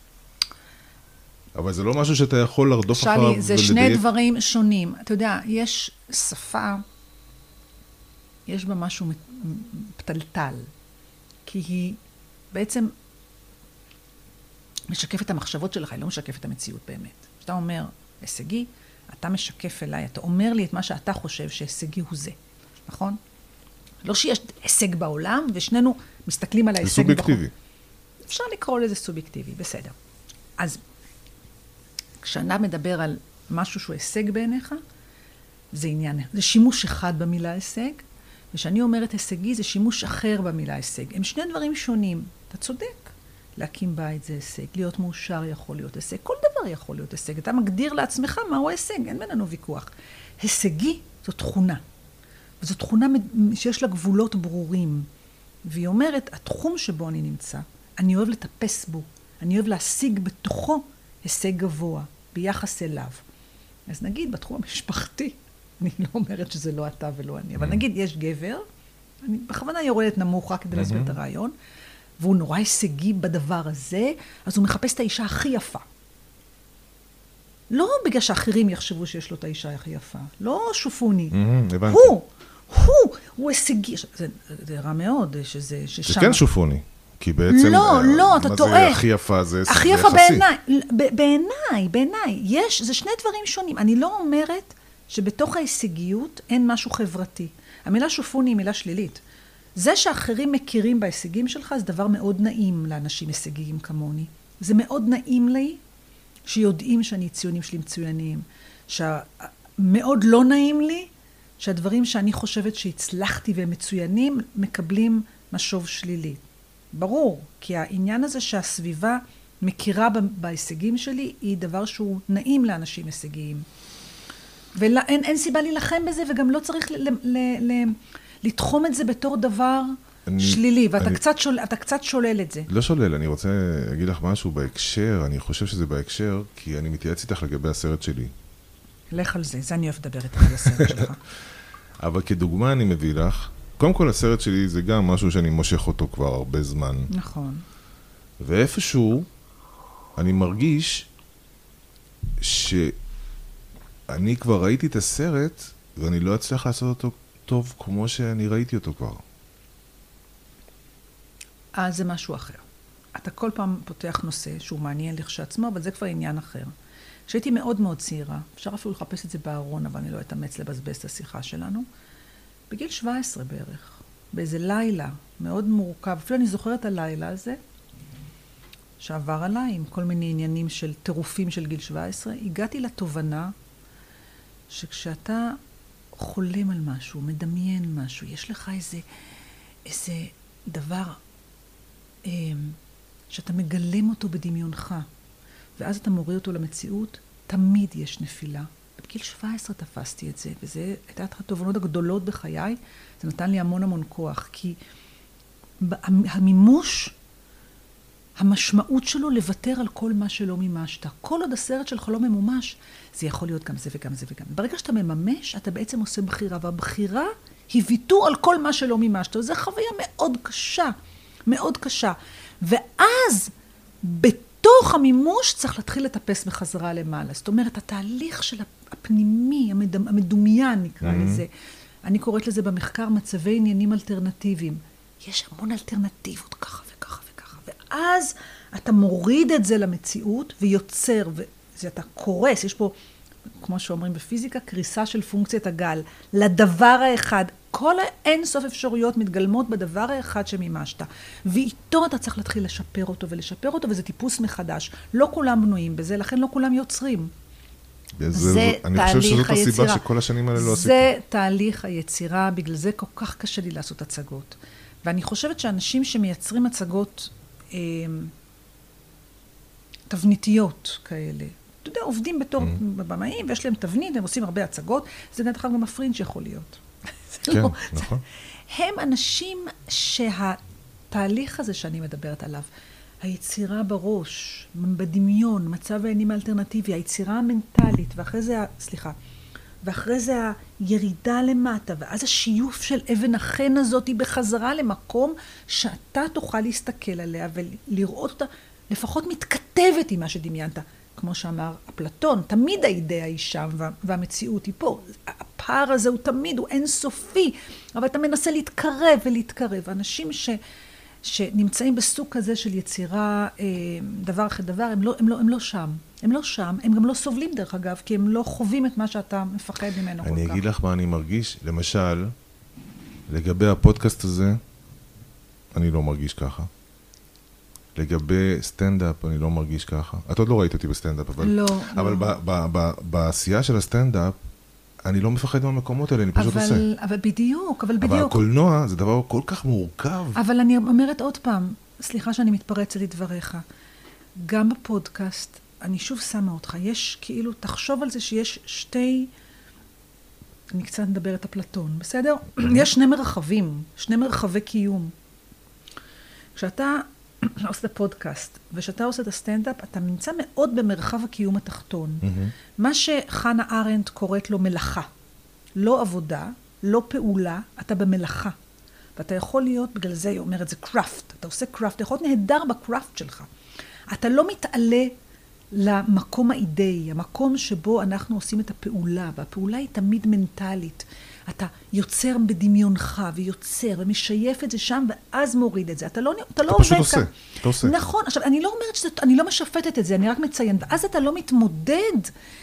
[SPEAKER 2] אבל זה לא משהו שאתה יכול לרדוף אחריו.
[SPEAKER 3] שלי, זה שני דברים שונים. אתה יודע, יש שפה, יש בה משהו פתלתל, כי היא בעצם משקפת את המחשבות שלך, היא לא משקפת את המציאות באמת. כשאתה אומר, הישגי, אתה משקף אליי, אתה אומר לי את מה שאתה חושב שהישגי הוא זה, נכון? לא שיש הישג בעולם, ושנינו מסתכלים על ההישג.
[SPEAKER 2] זה סובייקטיבי.
[SPEAKER 3] אפשר לקרוא לזה סובייקטיבי, בסדר. אז כשאתה מדבר על משהו שהוא הישג בעיניך, זה עניין, זה שימוש אחד במילה הישג, ושאני אומרת הישגי, זה שימוש אחר במילה הישג. הם שני דברים שונים. אתה צודק. להקים בית זה הישג, להיות מאושר יכול להיות הישג, כל דבר יכול להיות הישג. אתה מגדיר לעצמך מהו הישג, אין בינינו ויכוח. הישגי זו תכונה. וזו תכונה שיש לה גבולות ברורים. והיא אומרת, התחום שבו אני נמצא, אני אוהב לטפס בו, אני אוהב להשיג בתוכו הישג גבוה, ביחס אליו. אז נגיד, בתחום המשפחתי, אני לא אומרת שזה לא אתה ולא אני, אבל נגיד, יש גבר, אני בכוונה יורדת נמוכה כדי להסביר את הרעיון, והוא נורא הישגי בדבר הזה, אז הוא מחפש את האישה הכי יפה. לא בגלל שאחרים יחשבו שיש לו את האישה הכי יפה, לא שופוני.
[SPEAKER 2] הבנתי.
[SPEAKER 3] הוא, הוא, הוא הישגי. זה, זה רע מאוד שזה ששם.
[SPEAKER 2] זה כן שופוני, כי בעצם...
[SPEAKER 3] לא, לא, אתה טועה.
[SPEAKER 2] מה זה הכי יפה? זה יחסי.
[SPEAKER 3] הכי יפה בעיניי, בעיניי, בעיניי. יש, זה שני דברים שונים. אני לא אומרת שבתוך ההישגיות אין משהו חברתי. המילה שופוני היא מילה שלילית. זה שאחרים מכירים בהישגים שלך, זה דבר מאוד נעים לאנשים הישגיים כמוני. זה מאוד נעים לי שיודעים שאני ציונים שלי מצוינים. שמאוד לא נעים לי שהדברים שאני חושבת שהצלחתי והם מצוינים, מקבלים משוב שלילי. ברור, כי העניין הזה שהסביבה מכירה בהישגים שלי, היא דבר שהוא נעים לאנשים הישגיים. ואין אין סיבה להילחם בזה, וגם לא צריך ל, ל, ל, לתחום את זה בתור דבר אני, שלילי, ואתה אני, קצת, שול, אתה קצת שולל את זה.
[SPEAKER 2] לא שולל, אני רוצה להגיד לך משהו בהקשר, אני חושב שזה בהקשר, כי אני מתייעץ איתך לגבי הסרט שלי.
[SPEAKER 3] לך על זה, זה אני אוהב לדבר איתך על הסרט שלך.
[SPEAKER 2] אבל כדוגמה אני מביא לך, קודם כל הסרט שלי זה גם משהו שאני מושך אותו כבר הרבה זמן.
[SPEAKER 3] נכון.
[SPEAKER 2] ואיפשהו אני מרגיש שאני כבר ראיתי את הסרט, ואני לא אצליח לעשות אותו טוב כמו שאני ראיתי אותו כבר.
[SPEAKER 3] אז זה משהו אחר. אתה כל פעם פותח נושא שהוא מעניין לכשעצמו, אבל זה כבר עניין אחר. כשהייתי מאוד מאוד צעירה, אפשר אפילו לחפש את זה בארון, אבל אני לא אתאמץ לבזבז את השיחה שלנו, בגיל שבע עשרה בערך, באיזה לילה מאוד מורכב, אפילו אני זוכרת הלילה הזה, שעבר עליי עם כל מיני עניינים של טירופים של גיל שבע עשרה, הגעתי לתובנה שכשאתה חולם על משהו, מדמיין משהו, יש לך איזה, איזה דבר אה, שאתה מגלם אותו בדמיונך, ואז אתה מוריד אותו למציאות, תמיד יש נפילה. בגיל שבע עשרה תפסתי את זה, וזה הייתה את התובנות הגדולות בחיי, זה נתן לי המון המון כוח, כי המימוש, המשמעות שלו לוותר על כל מה שלא מימשת. כל עוד הסרט שלך לא ממומש, זה יכול להיות גם זה וגם זה וגם. ברגע שאתה מממש, אתה בעצם עושה בחירה, והבחירה היא ויתור על כל מה שלא מימשת. וזו חוויה מאוד קשה, מאוד קשה. ואז, בתוך המימוש, צריך להתחיל לטפס בחזרה למעלה. זאת אומרת, התהליך של הפנימי, המדומיין נקרא mm-hmm. לזה, אני קוראת לזה במחקר מצבי עניינים אלטרנטיביים. יש המון אלטרנטיבות ככה וככה וככה. ואז אתה מוריד את זה למציאות ויוצר, וזה אתה קורס, יש פה, כמו שאומרים בפיזיקה, קריסה של פונקציית הגל, לדבר האחד. כל האינסוף אפשרויות מתגלמות בדבר האחד שמימשת. ואיתו אתה צריך להתחיל לשפר אותו ולשפר אותו, וזה טיפוס מחדש. לא כולם בנויים בזה, לכן לא כולם יוצרים.
[SPEAKER 2] זה, זה אני חושב שזאת הסיבה שכל השנים האלה לא עשיתי.
[SPEAKER 3] זה תהליך היצירה, בגלל זה כל כך קשה לי לעשות הצגות. ואני חושבת שאנשים שמייצרים הצגות אה, תבניתיות כאלה, אתה יודע, עובדים בתור mm-hmm. במאים, ויש להם תבנית, הם עושים הרבה הצגות, זה נדחק גם הפרינג' יכול להיות.
[SPEAKER 2] כן, לא, נכון.
[SPEAKER 3] זה, הם אנשים שהתהליך הזה שאני מדברת עליו, היצירה בראש, בדמיון, מצב העניינים האלטרנטיבי, היצירה המנטלית, ואחרי זה, סליחה, ואחרי זה הירידה למטה, ואז השיוף של אבן החן הזאת היא בחזרה למקום שאתה תוכל להסתכל עליה ולראות אותה, לפחות מתכתבת עם מה שדמיינת. כמו שאמר אפלטון, תמיד האידאה היא שם והמציאות היא פה. הפער הזה הוא תמיד, הוא אינסופי, אבל אתה מנסה להתקרב ולהתקרב. אנשים ש, שנמצאים בסוג כזה של יצירה, דבר אחרי דבר, הם לא, הם לא, הם לא שם. הם לא שם, הם גם לא סובלים דרך אגב, כי הם לא חווים את מה שאתה מפחד ממנו כל כך.
[SPEAKER 2] אני אגיד לך מה אני מרגיש, למשל, לגבי הפודקאסט הזה, אני לא מרגיש ככה. לגבי סטנדאפ, אני לא מרגיש ככה. את עוד לא ראית אותי בסטנדאפ, אבל...
[SPEAKER 3] לא,
[SPEAKER 2] אבל
[SPEAKER 3] לא.
[SPEAKER 2] ב- ב- ב- בעשייה של הסטנדאפ, אני לא מפחד מהמקומות האלה, אני פשוט
[SPEAKER 3] אבל,
[SPEAKER 2] עושה.
[SPEAKER 3] אבל בדיוק, אבל בדיוק.
[SPEAKER 2] אבל הקולנוע זה דבר כל כך מורכב.
[SPEAKER 3] אבל אני אומרת עוד פעם, סליחה שאני מתפרצת לדבריך, גם בפודקאסט, אני שוב שמה אותך, יש כאילו, תחשוב על זה שיש שתי, אני קצת מדברת אפלטון, בסדר? יש שני מרחבים, שני מרחבי קיום. כשאתה עושה את הפודקאסט, וכשאתה עושה את הסטנדאפ, אתה נמצא מאוד במרחב הקיום התחתון. מה שחנה ארנדט קוראת לו מלאכה. לא עבודה, לא פעולה, אתה במלאכה. ואתה יכול להיות, בגלל זה היא אומרת, זה קראפט. אתה עושה קראפט, אתה יכול להיות נהדר בקראפט שלך. אתה לא מתעלה למקום האידאי, המקום שבו אנחנו עושים את הפעולה, והפעולה היא תמיד מנטלית. אתה יוצר בדמיונך, ויוצר, ומשייף את זה שם, ואז מוריד את זה. אתה לא, אתה לא
[SPEAKER 2] אתה פשוט
[SPEAKER 3] עובד
[SPEAKER 2] עושה,
[SPEAKER 3] כאן.
[SPEAKER 2] אתה עושה.
[SPEAKER 3] נכון, עכשיו, אני לא אומרת שזה, אני לא משפטת את זה, אני רק מציין, ואז אתה לא מתמודד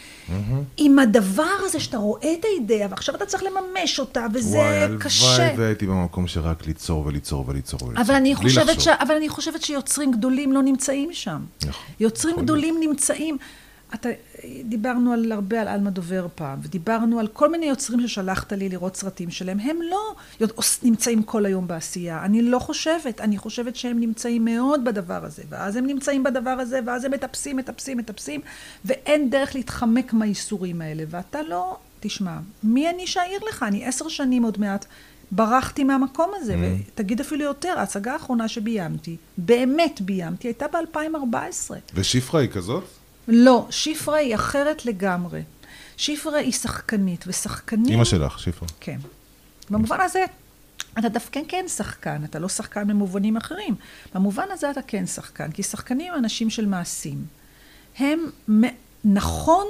[SPEAKER 3] עם הדבר הזה שאתה רואה את האידאה, ועכשיו אתה צריך לממש אותה, וזה קשה.
[SPEAKER 2] וואי, הלוואי והייתי במקום שרק ליצור וליצור וליצור וליצור.
[SPEAKER 3] אבל אני חושבת ש... אבל אני חושבת שיוצרים גדולים לא נמצאים שם.
[SPEAKER 2] נכון.
[SPEAKER 3] יוצרים גדולים נמצאים... אתה, דיברנו על הרבה על אלמה דובר פעם, ודיברנו על כל מיני יוצרים ששלחת לי לראות סרטים שלהם, הם לא נמצאים כל היום בעשייה. אני לא חושבת, אני חושבת שהם נמצאים מאוד בדבר הזה, ואז הם נמצאים בדבר הזה, ואז הם מטפסים, מטפסים, מטפסים, ואין דרך להתחמק מהאיסורים האלה, ואתה לא, תשמע, מי אני שאעיר לך? אני עשר שנים עוד מעט ברחתי מהמקום הזה, mm. ותגיד אפילו יותר, ההצגה האחרונה שביימתי, באמת ביימתי, הייתה ב-אלפיים וארבע עשרה.
[SPEAKER 2] ושפרה היא כזאת?
[SPEAKER 3] לא, שפרה היא אחרת לגמרי. שפרה היא שחקנית, ושחקנים...
[SPEAKER 2] אמא שלך, שפרה.
[SPEAKER 3] כן. במובן הזה, אתה דווקא כן שחקן, אתה לא שחקן במובנים אחרים. במובן הזה אתה כן שחקן, כי שחקנים הם אנשים של מעשים. הם, נכון,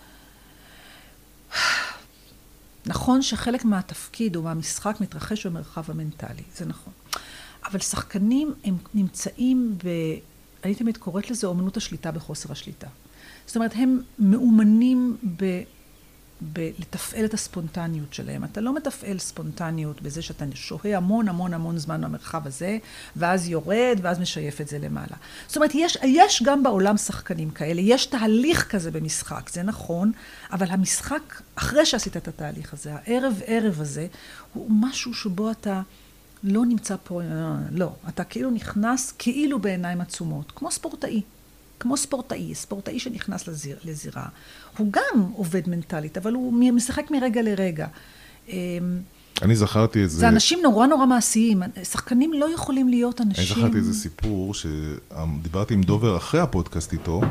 [SPEAKER 3] נכון שחלק מהתפקיד או מהמשחק מתרחש במרחב המנטלי, זה נכון. אבל שחקנים הם נמצאים ב... אני תמיד קוראת לזה אומנות השליטה בחוסר השליטה. זאת אומרת, הם מאומנים ב... ב... לתפעל את הספונטניות שלהם. אתה לא מתפעל ספונטניות בזה שאתה שוהה המון המון המון זמן במרחב הזה, ואז יורד, ואז משייף את זה למעלה. זאת אומרת, יש, יש גם בעולם שחקנים כאלה, יש תהליך כזה במשחק, זה נכון, אבל המשחק, אחרי שעשית את התהליך הזה, הערב ערב הזה, הוא משהו שבו אתה... לא נמצא פה, לא. אתה כאילו נכנס כאילו בעיניים עצומות, כמו ספורטאי. כמו ספורטאי, ספורטאי שנכנס לזיר, לזירה. הוא גם עובד מנטלית, אבל הוא משחק מרגע לרגע.
[SPEAKER 2] אני זכרתי את זה...
[SPEAKER 3] זה אנשים נורא נורא מעשיים. שחקנים לא יכולים להיות אנשים...
[SPEAKER 2] אני זכרתי איזה סיפור שדיברתי עם דובר אחרי הפודקאסט איתו.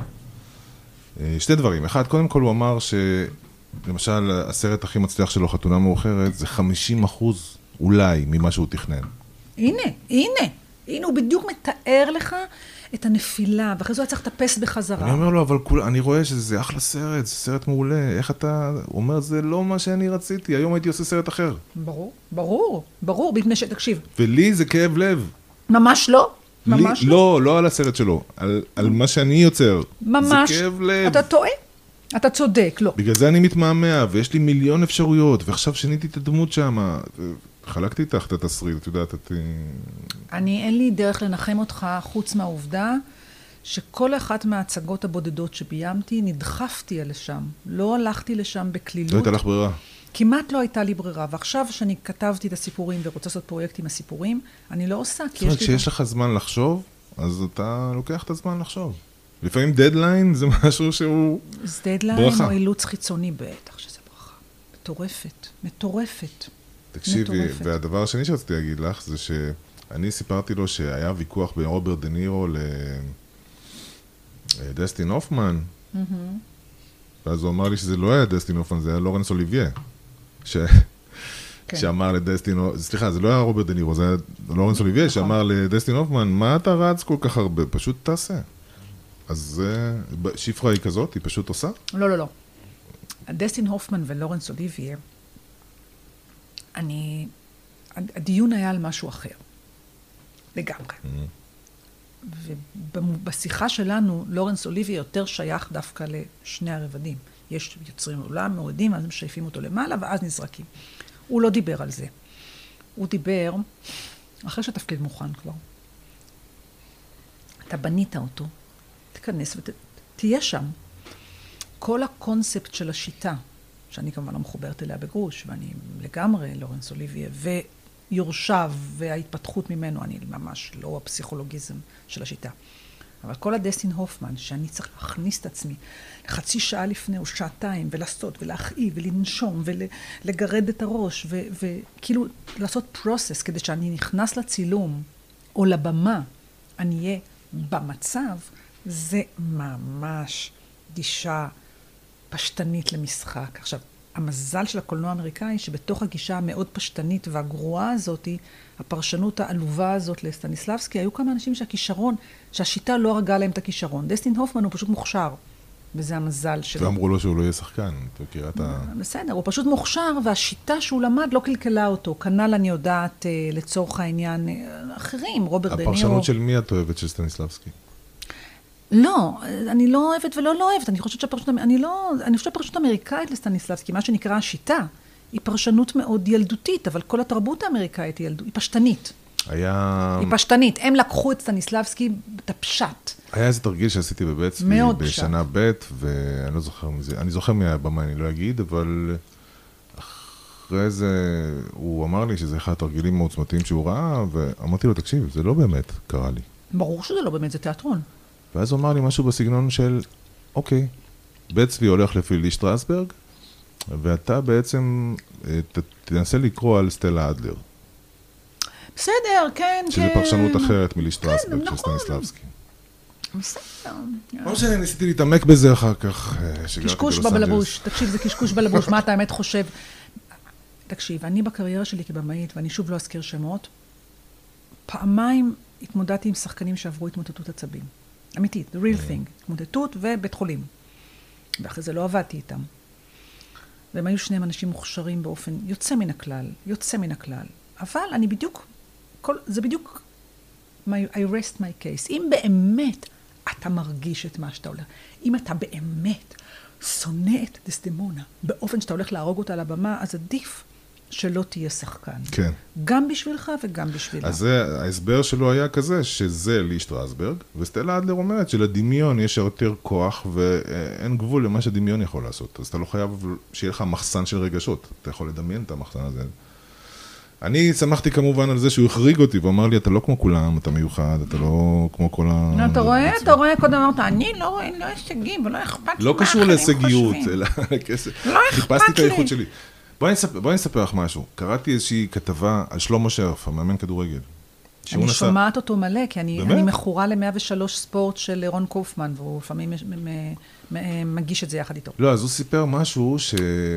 [SPEAKER 2] שתי דברים. אחד, קודם כל הוא אמר שלמשל הסרט הכי מצליח שלו, חתונה מאוחרת, זה חמישים אחוז אולי ממה שהוא תכנן.
[SPEAKER 3] הנה, הנה. הנה, הוא בדיוק מתאר לך את הנפילה, ואחרי זה הוא צריך לטפס בחזרה.
[SPEAKER 2] אני אומר לו, אבל כול, אני רואה שזה אחלה סרט, זה סרט מעולה, איך אתה... הוא אומר, זה לא מה שאני רציתי, היום הייתי עושה סרט אחר.
[SPEAKER 3] ברור, ברור, ברור, בפני שתקשיב.
[SPEAKER 2] ולי זה כאב לב.
[SPEAKER 3] ממש לא, ממש
[SPEAKER 2] לי, לא. לא, לא על הסרט שלו, על, על מה שאני יוצר.
[SPEAKER 3] ממש.
[SPEAKER 2] זה כאב לב.
[SPEAKER 3] אתה טועה? אתה צודק, לא.
[SPEAKER 2] בגלל זה אני מתמהמה, ויש לי מיליון אפשרויות, ועכשיו שיניתי את הדמות שם. חלקתי איתך את התסריט, את יודעת, את...
[SPEAKER 3] אני, אין לי דרך לנחם אותך, חוץ מהעובדה, שכל אחת מההצגות הבודדות שביימתי, נדחפתי לשם. לא הלכתי לשם בקלילות.
[SPEAKER 2] לא הייתה לך ברירה.
[SPEAKER 3] כמעט לא הייתה לי ברירה. ועכשיו שאני כתבתי את הסיפורים ורוצה לעשות פרויקט עם הסיפורים, אני לא עושה, כי יש לי...
[SPEAKER 2] כשיש לך זמן לחשוב, אז אתה לוקח את הזמן לחשוב. לפעמים דדליין זה משהו שהוא ברכה.
[SPEAKER 3] זה דדליין או אילוץ חיצוני, בטח שזה ברכה. מטורפת, מטורפת.
[SPEAKER 2] תקשיבי, והדבר השני שרציתי להגיד לך, זה שאני סיפרתי לו שהיה ויכוח בין רוברט דה נירו לדסטין הופמן, ואז הוא אמר לי שזה לא היה דסטין הופמן, זה היה לורנס אוליביה, שאמר לדסטין, סליחה, זה לא היה רוברט דה נירו, זה היה לורנס אוליביה, שאמר לדסטין הופמן, מה אתה רץ כל כך הרבה? פשוט תעשה. אז שפרה היא כזאת, היא פשוט עושה?
[SPEAKER 3] לא, לא, לא. דסטין הופמן ולורנס אוליביה, אני... הדיון היה על משהו אחר. לגמרי. ובשיחה שלנו, לורנס אוליבי יותר שייך דווקא לשני הרבדים. יש יוצרים עולם, מורידים, אז הם שייפים אותו למעלה, ואז נזרקים. הוא לא דיבר על זה. הוא דיבר, אחרי שהתפקיד מוכן כבר, אתה בנית אותו, תיכנס ותהיה שם. כל הקונספט של השיטה, שאני כמובן לא מחוברת אליה בגרוש, ואני לגמרי לורנס אוליביה, ויורשיו וההתפתחות ממנו, אני ממש לא הפסיכולוגיזם של השיטה. אבל כל הדסטין הופמן, שאני צריך להכניס את עצמי לחצי שעה לפני או שעתיים, ולעשות ולהכאיב ולנשום ולגרד את הראש, וכאילו לעשות פרוסס כדי שאני נכנס לצילום או לבמה, אני אהיה במצב, זה ממש גישה פשטנית למשחק. עכשיו, המזל של הקולנוע האמריקאי, שבתוך הגישה המאוד פשטנית והגרועה הזאת, הפרשנות העלובה הזאת לסטניסלבסקי, היו כמה אנשים שהכישרון, שהשיטה לא הרגה להם את הכישרון. דסטין הופמן הוא פשוט מוכשר, וזה המזל שלו.
[SPEAKER 2] ואמרו לו שהוא לא יהיה שחקן, אתה מכיר את ה...
[SPEAKER 3] בסדר, הוא פשוט מוכשר, והשיטה שהוא למד לא קלקלה אותו. כנ"ל אני יודעת, לצורך העניין, אחרים, רוברט דנירו.
[SPEAKER 2] הפרשנות של מי את אוהבת של סטניסלבסקי?
[SPEAKER 3] לא, אני לא אוהבת ולא לא אוהבת. אני חושבת שהפרשנות, אני לא, אני חושבת שהפרשנות האמריקאית לסטניסלבסקי, מה שנקרא השיטה, היא פרשנות מאוד ילדותית, אבל כל התרבות האמריקאית היא ילדותית, היא פשטנית.
[SPEAKER 2] היה...
[SPEAKER 3] היא פשטנית. הם לקחו את סטניסלבסקי את הפשט.
[SPEAKER 2] היה איזה תרגיל שעשיתי בבית צבי בשנה ב' ואני לא זוכר מזה. אני זוכר מהבמה, אני לא אגיד, אבל אחרי זה הוא אמר לי שזה אחד התרגילים מעוצמתיים שהוא ראה, ואמרתי לו, תקשיב, זה לא באמת קרה לי.
[SPEAKER 3] ברור שזה לא באמת, זה תיאטרון.
[SPEAKER 2] ואז הוא אמר לי משהו בסגנון של, אוקיי, בית צבי הולך לפי לי שטרסברג, ואתה בעצם ת, תנסה לקרוא על סטלה אדלר.
[SPEAKER 3] בסדר, כן,
[SPEAKER 2] שזה
[SPEAKER 3] כן.
[SPEAKER 2] שזה פרשנות אחרת מלי שטרסברג,
[SPEAKER 3] כן,
[SPEAKER 2] של סטניסלבסקי.
[SPEAKER 3] בסדר.
[SPEAKER 2] כמו שניסיתי להתעמק בזה אחר כך,
[SPEAKER 3] קשקוש בלבוש, תקשיב, זה קשקוש בלבוש, מה אתה האמת חושב? תקשיב, אני בקריירה שלי כבמאית, ואני שוב לא אזכיר שמות, פעמיים התמודדתי עם שחקנים שעברו התמוטטות עצבים. אמיתית, the real thing, התמוטטות ובית חולים. ואחרי זה לא עבדתי איתם. והם היו שניהם אנשים מוכשרים באופן יוצא מן הכלל, יוצא מן הכלל. אבל אני בדיוק, כל, זה בדיוק, my, I rest my case. אם באמת אתה מרגיש את מה שאתה הולך, אם אתה באמת שונא את דסדמונה באופן שאתה הולך להרוג אותה על הבמה, אז עדיף שלא תהיה שחקן.
[SPEAKER 2] כן.
[SPEAKER 3] גם בשבילך וגם בשבילה.
[SPEAKER 2] אז זה, ההסבר שלו היה כזה, שזה לי שטרסברג, וסטלה אדלר אומרת שלדמיון יש יותר כוח, ואין גבול למה שדמיון יכול לעשות. אז אתה לא חייב שיהיה לך מחסן של רגשות. אתה יכול לדמיין את המחסן הזה. אני שמחתי כמובן על זה שהוא החריג אותי, ואמר לי, אתה לא כמו כולם, אתה מיוחד, אתה לא כמו כל ה...
[SPEAKER 3] אתה רואה, אתה רואה, קודם אמרת, אני לא רואה, לא הישגים, ולא אכפת לי
[SPEAKER 2] לא קשור להישגיות, אלא כסף.
[SPEAKER 3] לא אכפת לי.
[SPEAKER 2] חיפשתי את האיכות שלי. בואי נספר לך משהו. קראתי איזושהי כתבה על שלמה שרף, המאמן כדורגל.
[SPEAKER 3] אני שומעת אותו מלא, כי אני מכורה ל-מאה ושלוש ספורט של רון קופמן, והוא לפעמים מגיש את זה יחד איתו.
[SPEAKER 2] לא, אז הוא סיפר משהו ש...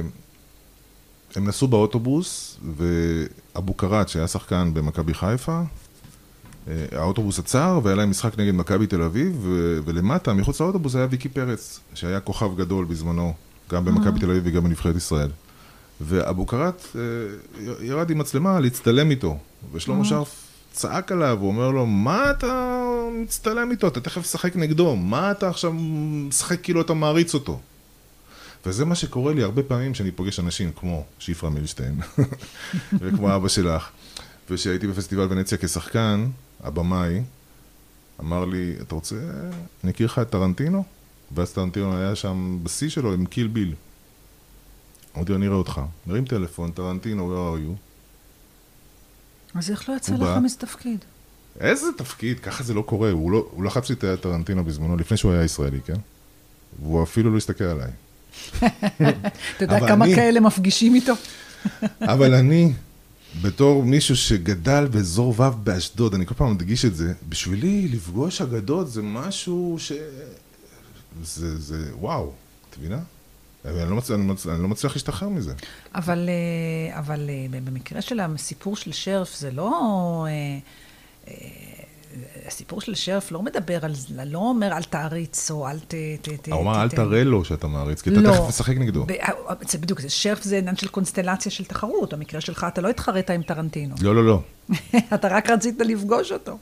[SPEAKER 2] הם נסעו באוטובוס, ואבו קראט, שהיה שחקן במכבי חיפה, האוטובוס עצר, והיה להם משחק נגד מכבי תל אביב, ולמטה, מחוץ לאוטובוס, היה ויקי פרץ, שהיה כוכב גדול בזמנו, גם במכבי תל אביב וגם בנבחרת ישראל. ואבו קראט ירד עם מצלמה להצטלם איתו, ושלמה שרף צעק עליו, הוא אומר לו, מה אתה מצטלם איתו? אתה תכף שחק נגדו, מה אתה עכשיו שחק כאילו אתה מעריץ אותו? וזה מה שקורה לי הרבה פעמים שאני פוגש אנשים כמו שיפרה מילשטיין, וכמו אבא שלך. ושהייתי בפסטיבל ונציה כשחקן, הבמאי, אמר לי, אתה רוצה, אני אכיר לך את טרנטינו? ואז טרנטינו היה שם בשיא שלו עם קיל ביל. אמרתי, אני אראה אותך. מרים טלפון, טרנטינו, where are you?
[SPEAKER 3] אז איך לא יצא לך מזה תפקיד?
[SPEAKER 2] איזה תפקיד? ככה זה לא קורה. הוא, לא, הוא לחץ לי את טרנטינו בזמנו, לפני שהוא היה ישראלי, כן? והוא אפילו לא הסתכל עליי.
[SPEAKER 3] אתה יודע כמה כאלה מפגישים איתו?
[SPEAKER 2] אבל אני, בתור מישהו שגדל באזור ו' באשדוד, אני כל פעם מדגיש את זה, בשבילי לפגוש אגדות זה משהו ש... זה, זה, וואו, אתה מבינה? אני לא מצליח, אני לא מצליח להשתחרר מזה.
[SPEAKER 3] אבל, אבל במקרה של הסיפור של שרף, זה לא, הסיפור של שרף לא מדבר על זה, לא אומר אל תעריץ או אל ת...
[SPEAKER 2] הוא אומר אל תראה לו שאתה מעריץ, כי אתה תכף משחק נגדו.
[SPEAKER 3] זה בדיוק, שרף זה עניין של קונסטלציה של תחרות, במקרה שלך אתה לא התחרית עם טרנטינו.
[SPEAKER 2] לא, לא, לא.
[SPEAKER 3] אתה רק רצית לפגוש אותו.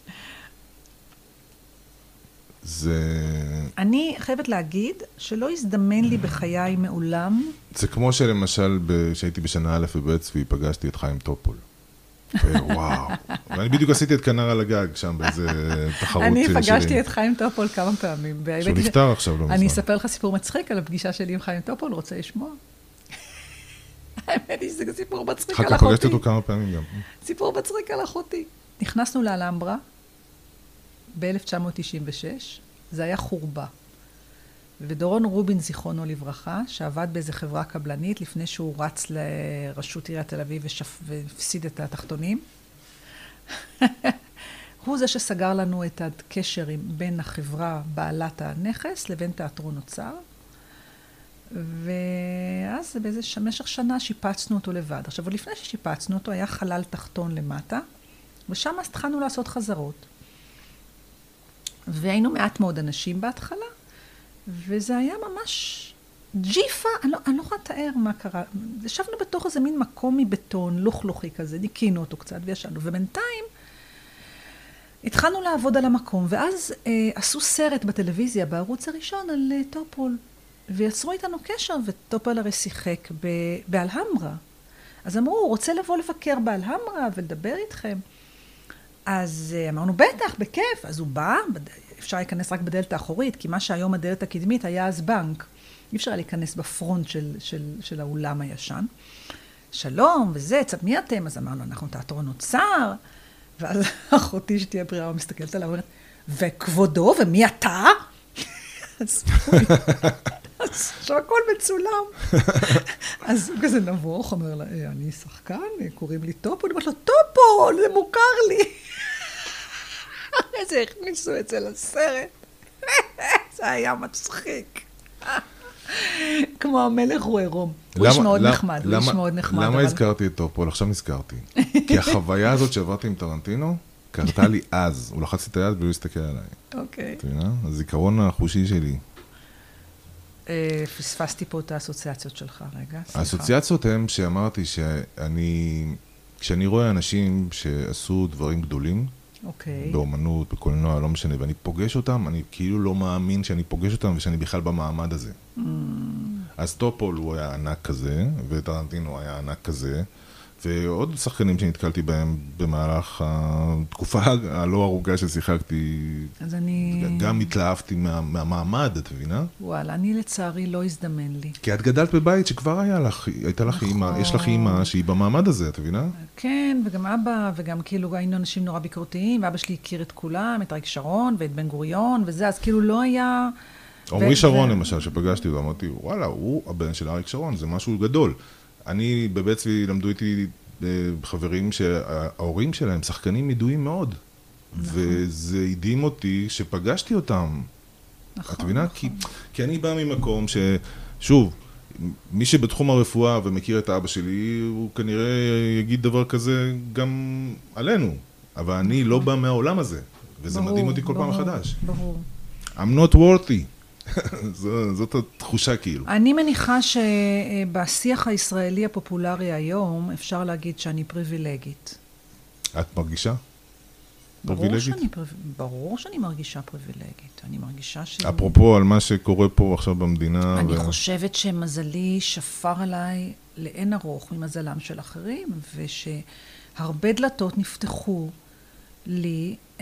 [SPEAKER 2] זה...
[SPEAKER 3] אני חייבת להגיד שלא הזדמן לי בחיי מעולם.
[SPEAKER 2] זה כמו שלמשל, כשהייתי בשנה א' בבית צבי, פגשתי את חיים טופול. וואו. ואני בדיוק עשיתי את כנר על הגג שם באיזה תחרות שלי.
[SPEAKER 3] אני פגשתי את חיים טופול כמה פעמים.
[SPEAKER 2] שהוא נפטר עכשיו לא מזמן.
[SPEAKER 3] אני אספר לך סיפור מצחיק על הפגישה שלי עם חיים טופול, רוצה לשמוע? האמת היא שזה סיפור מצחיק על אחותי.
[SPEAKER 2] אחר כך פגשתי אותו כמה פעמים גם.
[SPEAKER 3] סיפור מצחיק על אחותי. נכנסנו לאלמברה ב-אלף תשע מאות תשעים ושש, זה היה חורבה. ודורון רובין, זיכרונו לברכה, שעבד באיזו חברה קבלנית, לפני שהוא רץ לרשות עיריית תל אביב והפסיד את התחתונים. הוא זה שסגר לנו את הקשר בין החברה בעלת הנכס לבין תיאטרון אוצר. ואז באיזה משך שנה שיפצנו אותו לבד. עכשיו, לפני ששיפצנו אותו, היה חלל תחתון למטה, ושם אז התחלנו לעשות חזרות. והיינו מעט מאוד אנשים בהתחלה, וזה היה ממש ג'יפה, אני לא, אני לא יכולה לתאר מה קרה. ישבנו בתוך איזה מין מקום מבטון, לוך-לוכי כזה, ניקינו אותו קצת וישנו, ובינתיים התחלנו לעבוד על המקום, ואז אה, עשו סרט בטלוויזיה, בערוץ הראשון, על אה, טופול, ויצרו איתנו קשר, וטופול הרי שיחק ב, באלהמרה. אז אמרו, הוא רוצה לבוא לבקר באלהמרה ולדבר איתכם. אז אה, אמרנו, בטח, בכיף. אז הוא בא, אפשר להיכנס רק בדלת האחורית, כי מה שהיום הדלת הקדמית היה אז בנק. אי אפשר להיכנס בפרונט של, של, של האולם הישן. שלום, וזה, צד מי אתם? אז אמרנו, אנחנו תיאטרון אוצר. ואז אחותי שתהיה ברירה מסתכלת עליו, אומרת, וכבודו, ומי אתה? אז הכל מצולם. אז הוא כזה נבוך, אומר לה, אני שחקן, קוראים לי טופול. אמרת לו, טופול, זה מוכר לי. איזה הכניסו את זה לסרט. זה היה מצחיק. כמו המלך הוא עירום. הוא איש מאוד נחמד, הוא איש מאוד נחמד.
[SPEAKER 2] למה הזכרתי את טופול? עכשיו נזכרתי. כי החוויה הזאת שעברתי עם טרנטינו, קרתה לי אז. הוא לחץ את היד והוא הסתכל עליי.
[SPEAKER 3] אוקיי.
[SPEAKER 2] אתה מבינה? הזיכרון החושי שלי.
[SPEAKER 3] פספסתי פה את האסוציאציות שלך, רגע.
[SPEAKER 2] האסוציאציות הן שאמרתי שאני, כשאני רואה אנשים שעשו דברים גדולים,
[SPEAKER 3] אוקיי.
[SPEAKER 2] באומנות, בקולנוע, לא משנה, ואני פוגש אותם, אני כאילו לא מאמין שאני פוגש אותם ושאני בכלל במעמד הזה. Mm. אז טופול הוא היה ענק כזה, וטרנטינו היה ענק כזה, ועוד שחקנים שנתקלתי בהם במהלך התקופה הלא ארוכה ששיחקתי,
[SPEAKER 3] אז אני...
[SPEAKER 2] גם התלהבתי מה, מהמעמד, את מבינה?
[SPEAKER 3] וואלה, אני לצערי לא הזדמן לי.
[SPEAKER 2] כי את גדלת בבית שכבר היה לך, הייתה לך
[SPEAKER 3] נכון.
[SPEAKER 2] אימא, יש לך אימא שהיא במעמד הזה, את מבינה?
[SPEAKER 3] כן, וגם אבא, וגם כאילו היינו אנשים נורא ביקורתיים, ואבא שלי הכיר את כולם, את אריק שרון ואת בן גוריון, וזה, אז כאילו לא היה...
[SPEAKER 2] עמרי שרון למשל, שפגשתי אותו, אמרתי, וואלה, הוא הבן של אריק שרון, זה משהו גדול. אני בבית צבי למדו איתי חברים שההורים שלהם שחקנים ידועים מאוד. נכון. וזה הדהים אותי שפגשתי אותם. נכון, את מבינה?
[SPEAKER 3] נכון.
[SPEAKER 2] כי, כי אני בא ממקום ששוב, מי שבתחום הרפואה ומכיר את אבא שלי, הוא כנראה יגיד דבר כזה גם עלינו. אבל אני נכון. לא בא מהעולם הזה. וזה ברור, מדהים אותי כל ברור, פעם מחדש.
[SPEAKER 3] ברור.
[SPEAKER 2] I'm not worthy. זאת התחושה כאילו.
[SPEAKER 3] אני מניחה שבשיח הישראלי הפופולרי היום אפשר להגיד שאני פריבילגית.
[SPEAKER 2] את מרגישה?
[SPEAKER 3] ברור שאני, ברור שאני מרגישה פריבילגית. אני מרגישה ש...
[SPEAKER 2] אפרופו על מה שקורה פה עכשיו במדינה.
[SPEAKER 3] אני ו... חושבת שמזלי שפר עליי לאין ארוך ממזלם של אחרים, ושהרבה דלתות נפתחו לי אה,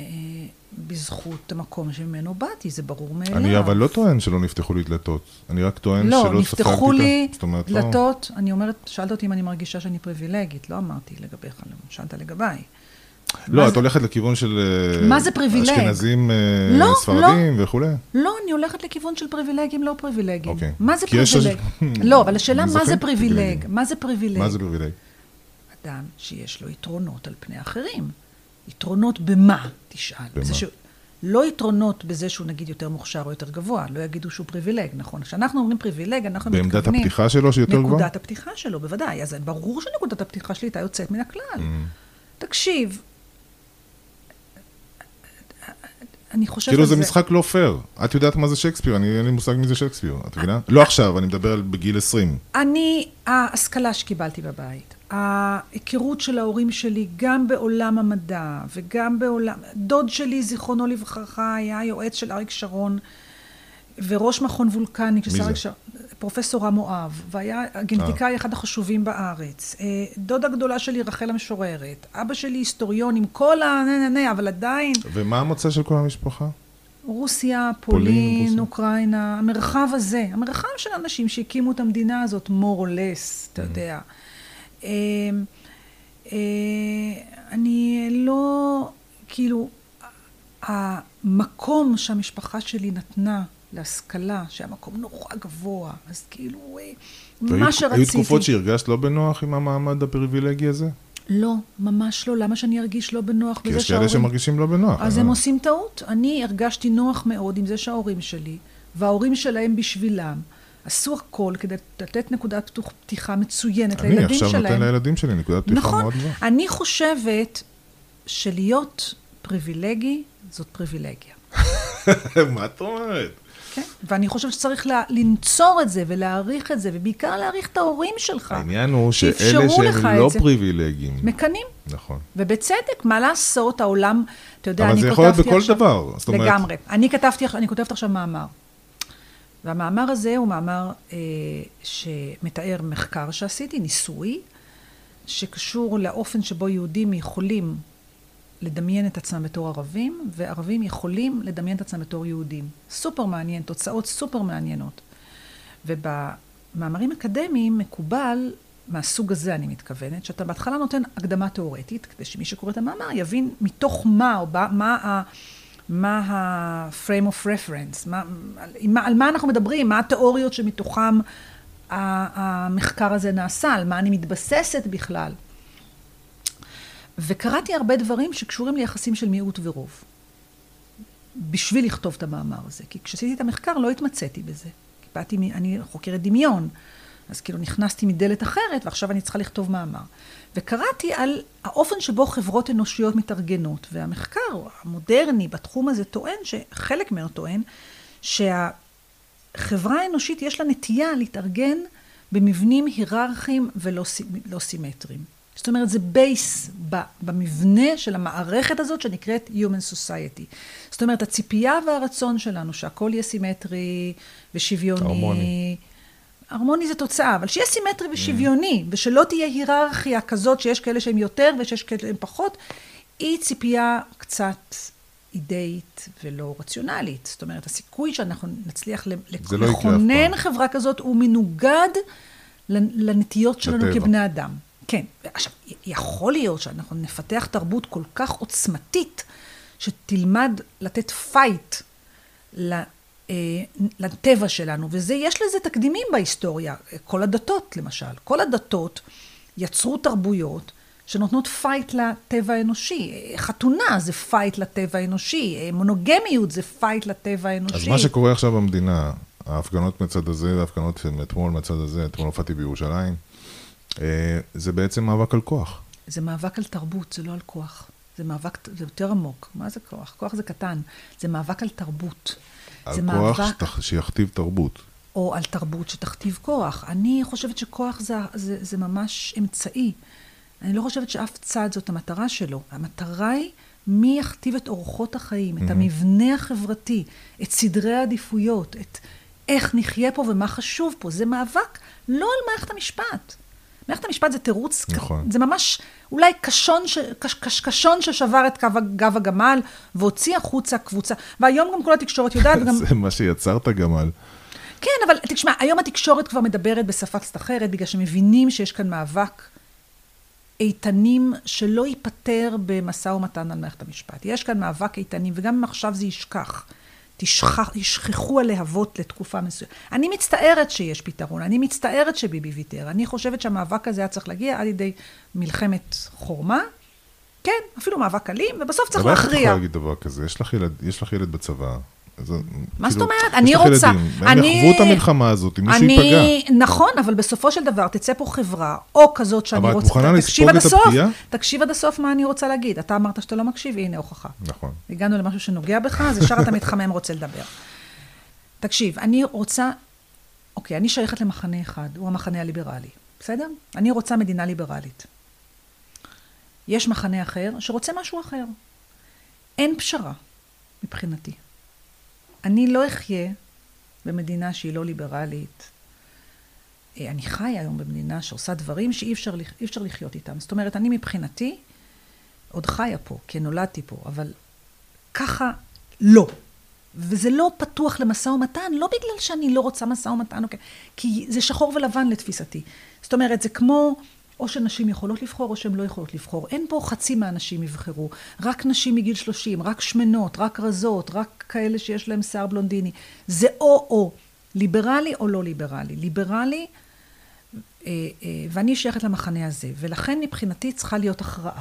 [SPEAKER 3] בזכות המקום שממנו באתי, זה ברור מאליו.
[SPEAKER 2] אני אבל לא טוען שלא נפתחו לי דלתות. אני רק טוען
[SPEAKER 3] לא,
[SPEAKER 2] שלא ספגתי את...
[SPEAKER 3] לא, נפתחו לי
[SPEAKER 2] אומרת,
[SPEAKER 3] דלתות, לא. אני אומרת, שאלת אותי אם אני מרגישה שאני פריבילגית, לא אמרתי לגביך, שאלת לגביי.
[SPEAKER 2] לא, את זה... הולכת לכיוון של...
[SPEAKER 3] מה זה פריבילג?
[SPEAKER 2] אשכנזים
[SPEAKER 3] לא,
[SPEAKER 2] ספרדים
[SPEAKER 3] לא.
[SPEAKER 2] וכו'.
[SPEAKER 3] לא, אני הולכת לכיוון של פריבילגים, לא פריבילגים.
[SPEAKER 2] אוקיי.
[SPEAKER 3] מה זה פריבילג? לא, אבל השאלה מה זה פריבילג? מה זה פריבילג?
[SPEAKER 2] מה זה פריבילג?
[SPEAKER 3] אדם שיש לו יתרונות על פני אחרים. יתרונות במה, תשאל.
[SPEAKER 2] במה?
[SPEAKER 3] ש... לא יתרונות בזה שהוא נגיד יותר מוכשר או יותר גבוה, לא יגידו שהוא פריבילג, נכון? כשאנחנו אומרים פריבילג, אנחנו מתכוונים...
[SPEAKER 2] בעמדת הפתיחה שלו שיותר גבוה?
[SPEAKER 3] נקודת הפתיחה שלו, בוודאי. אז ברור שנקודת הפתיחה שלי הייתה יוצאת מן הכלל. Mm. תקשיב, אני חושבת
[SPEAKER 2] כאילו
[SPEAKER 3] על
[SPEAKER 2] זה משחק לא פייר. את יודעת מה זה שייקספיר, אני אין לי מושג מי זה שייקספיר, את מבינה? לא עכשיו, אני מדבר בגיל עשרים.
[SPEAKER 3] אני, ההשכלה שקיבלתי בבית, ההיכרות של ההורים שלי, גם בעולם המדע, וגם בעולם, דוד שלי, זיכרונו לברכה, היה יועץ של אריק שרון, וראש מכון וולקני,
[SPEAKER 2] מי זה?
[SPEAKER 3] ש... פרופסור רמואב, והיה גנטיקאי אחד החשובים בארץ. דודה גדולה שלי, רחל המשוררת. אבא שלי היסטוריון עם כל ה... אבל עדיין...
[SPEAKER 2] ומה המוצא של כל המשפחה?
[SPEAKER 3] רוסיה, פולין, אוקראינה, המרחב הזה, המרחב של אנשים שהקימו את המדינה הזאת, more or less, אתה יודע. אני לא, כאילו, המקום שהמשפחה שלי נתנה להשכלה, שהיה מקום נורא גבוה, אז כאילו, מה שרציתי...
[SPEAKER 2] היו תקופות שהרגשת לא בנוח עם המעמד הפריבילגי הזה?
[SPEAKER 3] לא, ממש לא. למה שאני ארגיש לא בנוח בזה שההורים...
[SPEAKER 2] כי יש כאלה שמרגישים לא בנוח.
[SPEAKER 3] אז הם עושים טעות. אני הרגשתי נוח מאוד עם זה שההורים שלי, וההורים שלהם בשבילם, עשו הכל כדי לתת נקודת פתיחה מצוינת לילדים שלהם.
[SPEAKER 2] אני עכשיו נותן לילדים שלי נקודת פתיחה מאוד גבוהה.
[SPEAKER 3] נכון. אני חושבת שלהיות פריבילגי, זאת פריבילגיה.
[SPEAKER 2] מה את אומרת?
[SPEAKER 3] כן, ואני חושבת שצריך לנצור את זה ולהעריך את זה, ובעיקר להעריך את ההורים שלך.
[SPEAKER 2] העניין הוא שאלה שהם לא פריבילגיים.
[SPEAKER 3] מקנים.
[SPEAKER 2] נכון.
[SPEAKER 3] ובצדק, מה לעשות, העולם, אתה יודע,
[SPEAKER 2] אבל זה יכול להיות בכל דבר.
[SPEAKER 3] לגמרי. אני כתבתי, אני כותבת עכשיו מאמר. והמאמר הזה הוא מאמר אה, שמתאר מחקר שעשיתי, ניסוי, שקשור לאופן שבו יהודים יכולים לדמיין את עצמם בתור ערבים, וערבים יכולים לדמיין את עצמם בתור יהודים. סופר מעניין, תוצאות סופר מעניינות. ובמאמרים אקדמיים מקובל, מהסוג הזה אני מתכוונת, שאתה בהתחלה נותן הקדמה תיאורטית, כדי שמי שקורא את המאמר יבין מתוך מה, או מה ה... מה ה-frame of reference, מה, על מה אנחנו מדברים, מה התיאוריות שמתוכם המחקר הזה נעשה, על מה אני מתבססת בכלל. וקראתי הרבה דברים שקשורים ליחסים של מיעוט ורוב, בשביל לכתוב את המאמר הזה. כי כשעשיתי את המחקר לא התמצאתי בזה. כי באתי, אני חוקרת דמיון, אז כאילו נכנסתי מדלת אחרת, ועכשיו אני צריכה לכתוב מאמר. וקראתי על האופן שבו חברות אנושיות מתארגנות, והמחקר המודרני בתחום הזה טוען, שחלק ממנו טוען, שהחברה האנושית יש לה נטייה להתארגן במבנים היררכיים ולא לא סימטריים. זאת אומרת, זה בייס במבנה של המערכת הזאת שנקראת Human Society. זאת אומרת, הציפייה והרצון שלנו שהכל יהיה סימטרי ושוויוני. הרמוני. הרמוני זה תוצאה, אבל שיהיה סימטרי ושוויוני, mm. ושלא תהיה היררכיה כזאת שיש כאלה שהם יותר ויש כאלה שהם פחות, היא ציפייה קצת אידאית ולא רציונלית. זאת אומרת, הסיכוי שאנחנו נצליח לכונן לא חברה כזאת הוא מנוגד לנטיות שלנו לטבע. כבני אדם. כן, עכשיו, יכול להיות שאנחנו נפתח תרבות כל כך עוצמתית, שתלמד לתת פייט לטבע שלנו, וזה, יש לזה תקדימים בהיסטוריה, כל הדתות למשל, כל הדתות יצרו תרבויות שנותנות פייט לטבע האנושי, חתונה זה פייט לטבע האנושי, מונוגמיות זה פייט לטבע האנושי.
[SPEAKER 2] אז מה שקורה עכשיו במדינה, ההפגנות מצד הזה, ההפגנות אתמול מצד הזה, אתמול הופעתי בירושלים, זה בעצם מאבק על כוח.
[SPEAKER 3] זה מאבק על תרבות, זה לא על כוח. זה מאבק, זה יותר עמוק. מה זה כוח? כוח זה קטן. זה מאבק על תרבות.
[SPEAKER 2] על כוח מאבק... שיכתיב תרבות.
[SPEAKER 3] או על תרבות שתכתיב כוח. אני חושבת שכוח זה, זה, זה ממש אמצעי. אני לא חושבת שאף צד זאת המטרה שלו. המטרה היא מי יכתיב את אורחות החיים, mm-hmm. את המבנה החברתי, את סדרי העדיפויות, את איך נחיה פה ומה חשוב פה. זה מאבק לא על מערכת המשפט. מערכת המשפט זה תירוץ, נכון. זה ממש אולי קשון, ש, קש, קש, קשון ששבר את גב הגמל, והוציא החוצה קבוצה, והיום גם כל התקשורת יודעת. וגם...
[SPEAKER 2] זה מה שיצרת גמל.
[SPEAKER 3] כן, אבל תשמע, היום התקשורת כבר מדברת בשפה קצת אחרת, בגלל שמבינים שיש כאן מאבק איתנים שלא ייפטר במשא ומתן על מערכת המשפט. יש כאן מאבק איתנים, וגם אם עכשיו זה ישכח. תשכח, ישכחו הלהבות לתקופה מסוימת. אני מצטערת שיש פתרון, אני מצטערת שביבי ויתר, אני חושבת שהמאבק הזה היה צריך להגיע עד ידי מלחמת חורמה, כן, אפילו מאבק אלים, ובסוף צריך להכריע.
[SPEAKER 2] אבל איך את יכולה להגיד דבר כזה? יש לך ילד, יש לך ילד בצבא,
[SPEAKER 3] מה זאת אומרת? אני רוצה...
[SPEAKER 2] הם יחוו את המלחמה הזאת, אם מישהו ייפגע.
[SPEAKER 3] נכון, אבל בסופו של דבר, תצא פה חברה, או כזאת שאני רוצה...
[SPEAKER 2] אבל את מוכנה לספוג את הפגיעה?
[SPEAKER 3] תקשיב עד הסוף מה אני רוצה להגיד. אתה אמרת שאתה לא מקשיב, הנה הוכחה.
[SPEAKER 2] נכון.
[SPEAKER 3] הגענו למשהו שנוגע בך, אז ישר אתה מתחמם רוצה לדבר. תקשיב, אני רוצה... אוקיי, אני שייכת למחנה אחד, הוא המחנה הליברלי. בסדר? אני רוצה מדינה ליברלית. יש מחנה אחר שרוצה משהו אחר. אין פשרה, מבחינתי. אני לא אחיה במדינה שהיא לא ליברלית. אני חי היום במדינה שעושה דברים שאי אפשר, אי אפשר לחיות איתם. זאת אומרת, אני מבחינתי עוד חיה פה, כי נולדתי פה, אבל ככה לא. וזה לא פתוח למשא ומתן, לא בגלל שאני לא רוצה משא ומתן, כי זה שחור ולבן לתפיסתי. זאת אומרת, זה כמו... או שנשים יכולות לבחור, או שהן לא יכולות לבחור. אין פה חצי מהנשים יבחרו. רק נשים מגיל שלושים, רק שמנות, רק רזות, רק כאלה שיש להם שיער בלונדיני. זה או-או, ליברלי או לא ליברלי. ליברלי, אה, אה, ואני שייכת למחנה הזה. ולכן מבחינתי צריכה להיות הכרעה.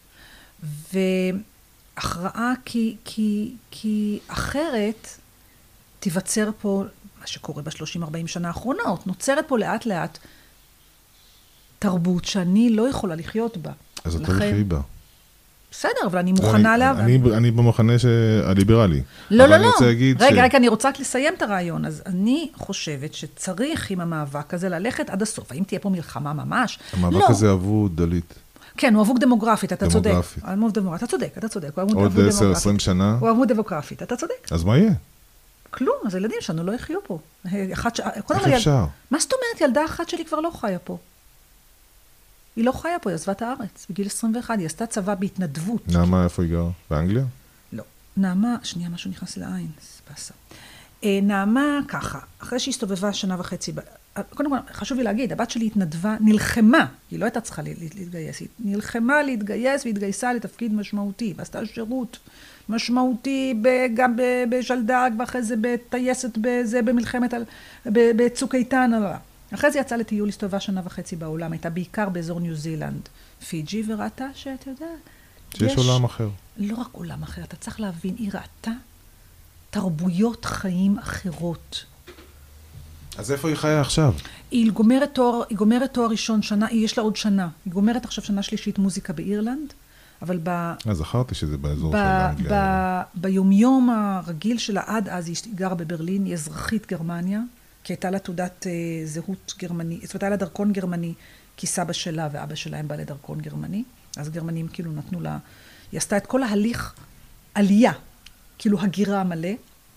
[SPEAKER 3] והכרעה כי, כי, כי אחרת תיווצר פה, מה שקורה ב-שלושים ארבעים שנה האחרונות, נוצרת פה לאט לאט, תרבות שאני לא יכולה לחיות בה.
[SPEAKER 2] אז אתה לחי בה.
[SPEAKER 3] בסדר, אבל אני מוכנה לה...
[SPEAKER 2] אני במחנה הליברלי.
[SPEAKER 3] לא, לא, לא. רגע, רגע, אני רוצה רק לסיים את הרעיון. אז אני חושבת שצריך עם המאבק הזה ללכת עד הסוף. האם תהיה פה מלחמה ממש?
[SPEAKER 2] המאבק הזה אבוד דלית.
[SPEAKER 3] כן, הוא אבוד דמוגרפית, אתה צודק.
[SPEAKER 2] דמוגרפית.
[SPEAKER 3] אתה צודק, אתה צודק.
[SPEAKER 2] עוד עשר עשרים שנה.
[SPEAKER 3] הוא אבוד דמוגרפית, אתה צודק.
[SPEAKER 2] אז מה יהיה?
[SPEAKER 3] כלום, אז הילדים שלנו לא יחיו פה.
[SPEAKER 2] איך אפשר?
[SPEAKER 3] מה זאת אומרת? ילדה אחת שלי כבר לא חיה פה. היא לא חיה פה, היא עזבה את הארץ, בגיל עשרים ואחת, היא עשתה צבא בהתנדבות.
[SPEAKER 2] נעמה, איפה היא גרה? באנגליה?
[SPEAKER 3] לא. נעמה, שנייה, משהו נכנס לעין, ספסה. נעמה, ככה, אחרי שהיא הסתובבה שנה וחצי, קודם כל, חשוב לי להגיד, הבת שלי התנדבה, נלחמה, היא לא הייתה צריכה להתגייס, היא נלחמה להתגייס והתגייסה לתפקיד משמעותי, ועשתה שירות משמעותי גם בשלדג, ואחרי זה בטייסת, בזה במלחמת, בצוק איתן, אחרי זה יצאה לטיול, הסתובבה שנה וחצי בעולם, הייתה בעיקר באזור ניו זילנד, פיג'י, וראתה שאתה יודע...
[SPEAKER 2] שיש יש, עולם אחר.
[SPEAKER 3] לא רק עולם אחר, אתה צריך להבין, היא ראתה תרבויות חיים אחרות.
[SPEAKER 2] אז איפה היא חיה עכשיו?
[SPEAKER 3] היא גומרת תואר, היא גומרת תואר ראשון שנה, יש לה עוד שנה, היא גומרת עכשיו שנה שלישית מוזיקה באירלנד, אבל ב...
[SPEAKER 2] אז זכרתי שזה באזור של האנגליה.
[SPEAKER 3] ב... ביומיום הרגיל שלה, עד אז היא גרה בברלין, היא אזרחית גרמניה, כי הייתה לה תעודת אה, זהות גרמני, זאת אומרת, היה לה דרכון גרמני, כי סבא שלה ואבא שלה הם בעלי דרכון גרמני, אז גרמנים כאילו נתנו לה, היא עשתה את כל ההליך עלייה, כאילו הגירה מלא,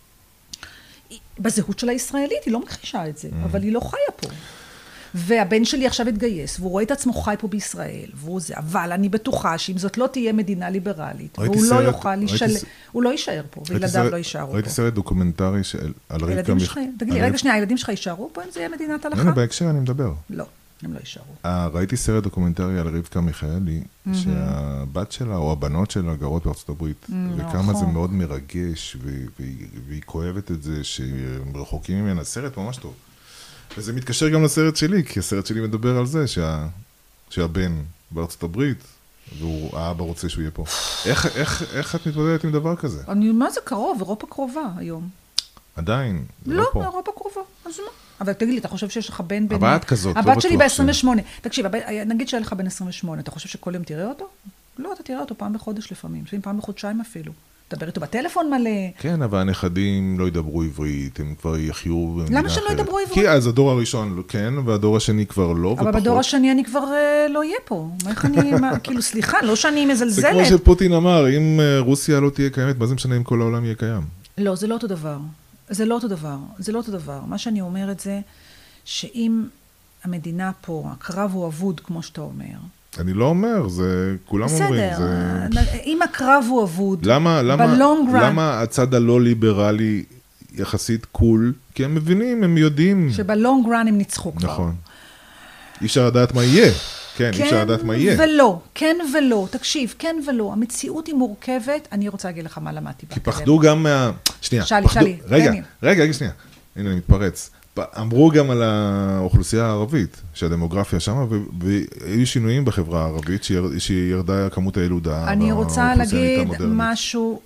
[SPEAKER 3] בזהות שלה הישראלית, היא לא מכחישה את זה, mm. אבל היא לא חיה פה. והבן שלי עכשיו התגייס, והוא רואה את עצמו חי פה בישראל, והוא זה, אבל אני בטוחה שאם זאת לא תהיה מדינה ליברלית, והוא לא יוכל להישאר, הוא לא יישאר פה, וילדיו לא יישארו פה.
[SPEAKER 2] ראיתי סרט דוקומנטרי על רבקה מיכאלי.
[SPEAKER 3] תגיד לי, רגע שנייה, הילדים שלך יישארו פה אם זה יהיה מדינת הלכה?
[SPEAKER 2] לא, בהקשר אני מדבר.
[SPEAKER 3] לא, הם לא יישארו.
[SPEAKER 2] ראיתי סרט דוקומנטרי על רבקה מיכאלי, שהבת שלה או הבנות שלה גרות בארצות הברית, וכמה זה מאוד מרגש, והיא כואבת את זה, שהם רחוקים ממנה. סרט ממש טוב. וזה מתקשר גם לסרט שלי, כי הסרט שלי מדבר על זה שה... שהבן בארצות הברית, והאבא רוצה שהוא יהיה פה. איך, איך, איך את מתמודדת עם דבר כזה?
[SPEAKER 3] אני, מה זה קרוב? אירופה קרובה היום.
[SPEAKER 2] עדיין, זה
[SPEAKER 3] לא,
[SPEAKER 2] לא פה.
[SPEAKER 3] לא, אירופה קרובה, אז מה? אבל תגיד לי, אתה חושב שיש לך בן...
[SPEAKER 2] הבת כזאת, לא בטוח.
[SPEAKER 3] הבת שלי ב-עשרים ושמונה. תקשיב, נגיד שהיה לך בן עשרים ושמונה, אתה חושב שכל יום תראה אותו? לא, אתה תראה אותו פעם בחודש לפעמים, פעם בחודשיים אפילו. תדבר איתו בטלפון מלא. כן,
[SPEAKER 2] אבל הנכדים לא ידברו עברית, הם כבר יחיו במדינה אחרת.
[SPEAKER 3] למה שלא ידברו עברית?
[SPEAKER 2] כי אז הדור הראשון כן, והדור השני כבר לא, ופחות.
[SPEAKER 3] אבל בדור השני אני כבר לא אהיה פה. איך אני, כאילו, סליחה, לא שאני מזלזלת.
[SPEAKER 2] זה כמו שפוטין אמר, אם רוסיה לא תהיה קיימת, מה זה משנה אם כל העולם יהיה קיים?
[SPEAKER 3] לא, זה לא אותו דבר. זה לא אותו דבר. זה לא אותו דבר. מה שאני אומרת זה, שאם המדינה פה, הקרב הוא אבוד, כמו שאתה אומר,
[SPEAKER 2] אני לא אומר, זה, כולם אומרים.
[SPEAKER 3] בסדר, אם הקרב הוא אבוד,
[SPEAKER 2] למה, למה, למה הצד הלא ליברלי יחסית קול? כי הם מבינים, הם יודעים.
[SPEAKER 3] שבלונג רן הם ניצחו כבר.
[SPEAKER 2] נכון. אי אפשר לדעת מה יהיה. כן, אי אפשר לדעת מה יהיה.
[SPEAKER 3] כן ולא, כן ולא. תקשיב, כן ולא. המציאות היא מורכבת, אני רוצה להגיד לך מה למדתי.
[SPEAKER 2] כי פחדו גם מה... שנייה.
[SPEAKER 3] שאלי, שאלי.
[SPEAKER 2] רגע, רגע, רגע, שנייה. הנה, אני מתפרץ. אמרו גם על האוכלוסייה הערבית, שהדמוגרפיה שם, והיו שינויים בחברה הערבית, שירדה כמות הילודה.
[SPEAKER 3] אני רוצה להגיד משהו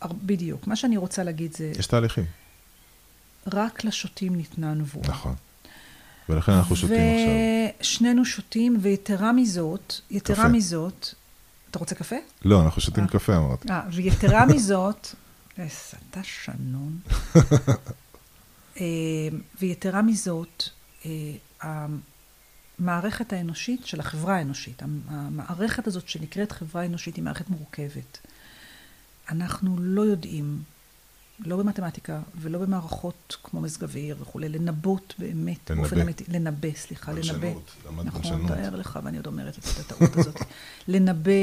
[SPEAKER 3] בדיוק. מה שאני רוצה להגיד זה...
[SPEAKER 2] יש תהליכים.
[SPEAKER 3] רק לשותים ניתנה נבואה.
[SPEAKER 2] נכון. ולכן אנחנו שותים עכשיו.
[SPEAKER 3] ושנינו שותים, ויתרה מזאת, יתרה מזאת, אתה רוצה קפה?
[SPEAKER 2] לא, אנחנו שותים קפה, אמרתי.
[SPEAKER 3] אה, ויתרה מזאת, אתה שנון. ויתרה מזאת, המערכת האנושית של החברה האנושית, המערכת הזאת שנקראת חברה אנושית היא מערכת מורכבת. אנחנו לא יודעים, לא במתמטיקה ולא במערכות כמו מזג אוויר וכו', לנבות באמת, באופן אמיתי, לנבא, סליחה, לנבא. נכון, תאר לך, ואני עוד אומרת את הטעות הזאת. לנבא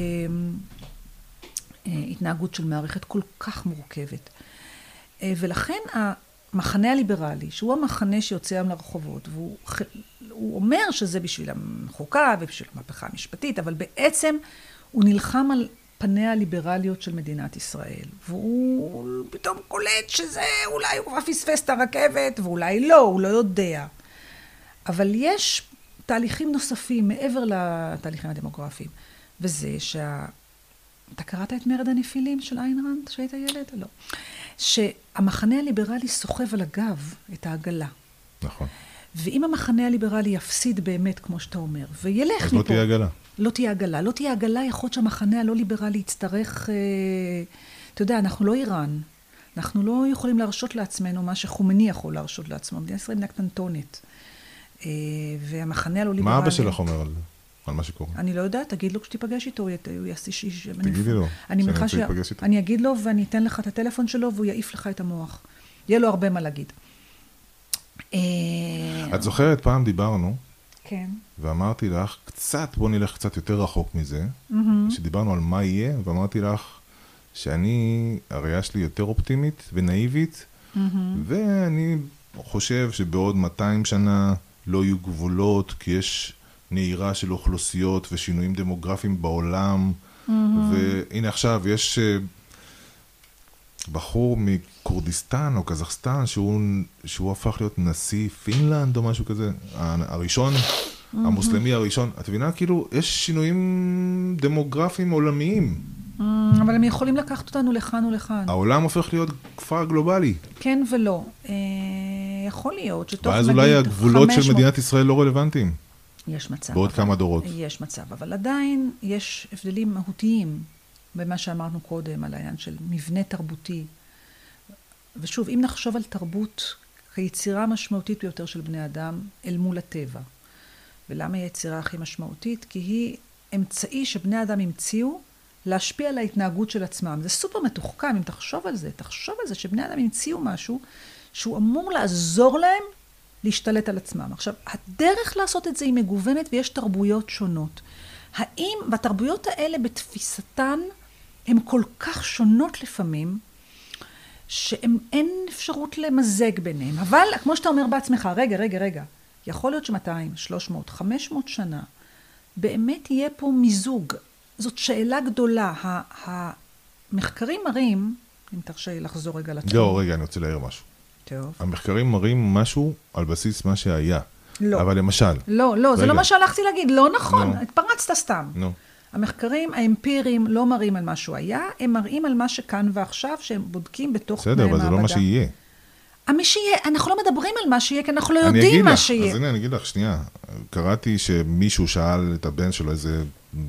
[SPEAKER 3] התנהגות של מערכת כל כך מורכבת. ולכן המחנה הליברלי, שהוא המחנה שיוצא היום לרחובות, והוא אומר שזה בשביל החוקה ובשביל המהפכה המשפטית, אבל בעצם הוא נלחם על פניה הליברליות של מדינת ישראל. והוא פתאום קולט שזה, אולי הוא כבר פספס את הרכבת, ואולי לא, הוא לא יודע. אבל יש תהליכים נוספים מעבר לתהליכים הדמוגרפיים, וזה שה... אתה קראת את מרד הנפילים של איין רנד, שהיית ילד? לא. שהמחנה הליברלי סוחב על הגב את העגלה.
[SPEAKER 2] נכון.
[SPEAKER 3] ואם המחנה הליברלי יפסיד באמת, כמו שאתה אומר, וילך מפה...
[SPEAKER 2] אז לא תהיה עגלה.
[SPEAKER 3] לא תהיה עגלה. לא תהיה עגלה, יכול להיות שהמחנה הלא ליברלי יצטרך... אה, אתה יודע, אנחנו לא איראן. אנחנו לא יכולים להרשות לעצמנו מה שחומני יכול להרשות לעצמו. מדינת ישראל מדינה קטנטונת. אה, והמחנה הלא ליברלי...
[SPEAKER 2] מה אבא שלך אומר על זה? על מה שקורה.
[SPEAKER 3] אני לא יודעת, תגיד לו כשתיפגש איתו, הוא יעשי שיש...
[SPEAKER 2] תגידי לו,
[SPEAKER 3] שאני רוצה להיפגש איתו. אני אגיד לו ואני אתן לך את הטלפון שלו והוא יעיף לך את המוח. יהיה לו הרבה מה להגיד.
[SPEAKER 2] את זוכרת, פעם דיברנו,
[SPEAKER 3] כן.
[SPEAKER 2] ואמרתי לך, קצת, בוא נלך קצת יותר רחוק מזה, שדיברנו על מה יהיה, ואמרתי לך שאני, הראייה שלי יותר אופטימית ונאיבית, ואני חושב שבעוד מאתיים שנה לא יהיו גבולות, כי יש... נהירה של אוכלוסיות ושינויים דמוגרפיים בעולם, mm-hmm. והנה עכשיו יש בחור מקורדיסטן או קזחסטן, שהוא, שהוא הפך להיות נשיא פינלנד או משהו כזה, הראשון, mm-hmm. המוסלמי הראשון, את מבינה? כאילו, יש שינויים דמוגרפיים עולמיים.
[SPEAKER 3] Mm, אבל הם יכולים לקחת אותנו לכאן ולכאן.
[SPEAKER 2] העולם הופך להיות כפר גלובלי.
[SPEAKER 3] כן ולא. אה, יכול להיות שתוך
[SPEAKER 2] ואז אולי הגבולות חמש... של מדינת ישראל לא רלוונטיים.
[SPEAKER 3] יש מצב.
[SPEAKER 2] בעוד כמה דורות.
[SPEAKER 3] יש מצב, אבל עדיין יש הבדלים מהותיים במה שאמרנו קודם, על העניין של מבנה תרבותי. ושוב, אם נחשוב על תרבות כיצירה משמעותית ביותר של בני אדם אל מול הטבע. ולמה היא היצירה הכי משמעותית? כי היא אמצעי שבני אדם המציאו להשפיע על ההתנהגות של עצמם. זה סופר מתוחכם, אם תחשוב על זה. תחשוב על זה שבני אדם המציאו משהו שהוא אמור לעזור להם להשתלט על עצמם. עכשיו, הדרך לעשות את זה היא מגוונת ויש תרבויות שונות. האם, והתרבויות האלה בתפיסתן, הן כל כך שונות לפעמים, שאין אפשרות למזג ביניהם. אבל, כמו שאתה אומר בעצמך, רגע, רגע, רגע, יכול להיות ש-מאתיים, שלוש מאות, חמש מאות שנה, באמת יהיה פה מיזוג. זאת שאלה גדולה. המחקרים מראים, אם תרשה לי לחזור רגע לתחום.
[SPEAKER 2] לא, רגע, אני רוצה להעיר משהו.
[SPEAKER 3] טוב.
[SPEAKER 2] המחקרים מראים משהו על בסיס מה שהיה.
[SPEAKER 3] לא.
[SPEAKER 2] אבל למשל.
[SPEAKER 3] לא, לא, זה לא מה שהלכתי להגיד. לא נכון,
[SPEAKER 2] no.
[SPEAKER 3] התפרצת סתם.
[SPEAKER 2] No.
[SPEAKER 3] המחקרים האמפיריים לא מראים על מה שהוא היה, הם מראים על מה שכאן ועכשיו, שהם בודקים בתוך תנאי מעבדה.
[SPEAKER 2] בסדר, אבל זה לא מה שיהיה.
[SPEAKER 3] מה שיהיה, אנחנו לא מדברים על מה שיהיה, כי אנחנו לא יודעים מה שיהיה.
[SPEAKER 2] אז הנה, אני אגיד לך, שנייה. קראתי שמישהו שאל את הבן שלו איזה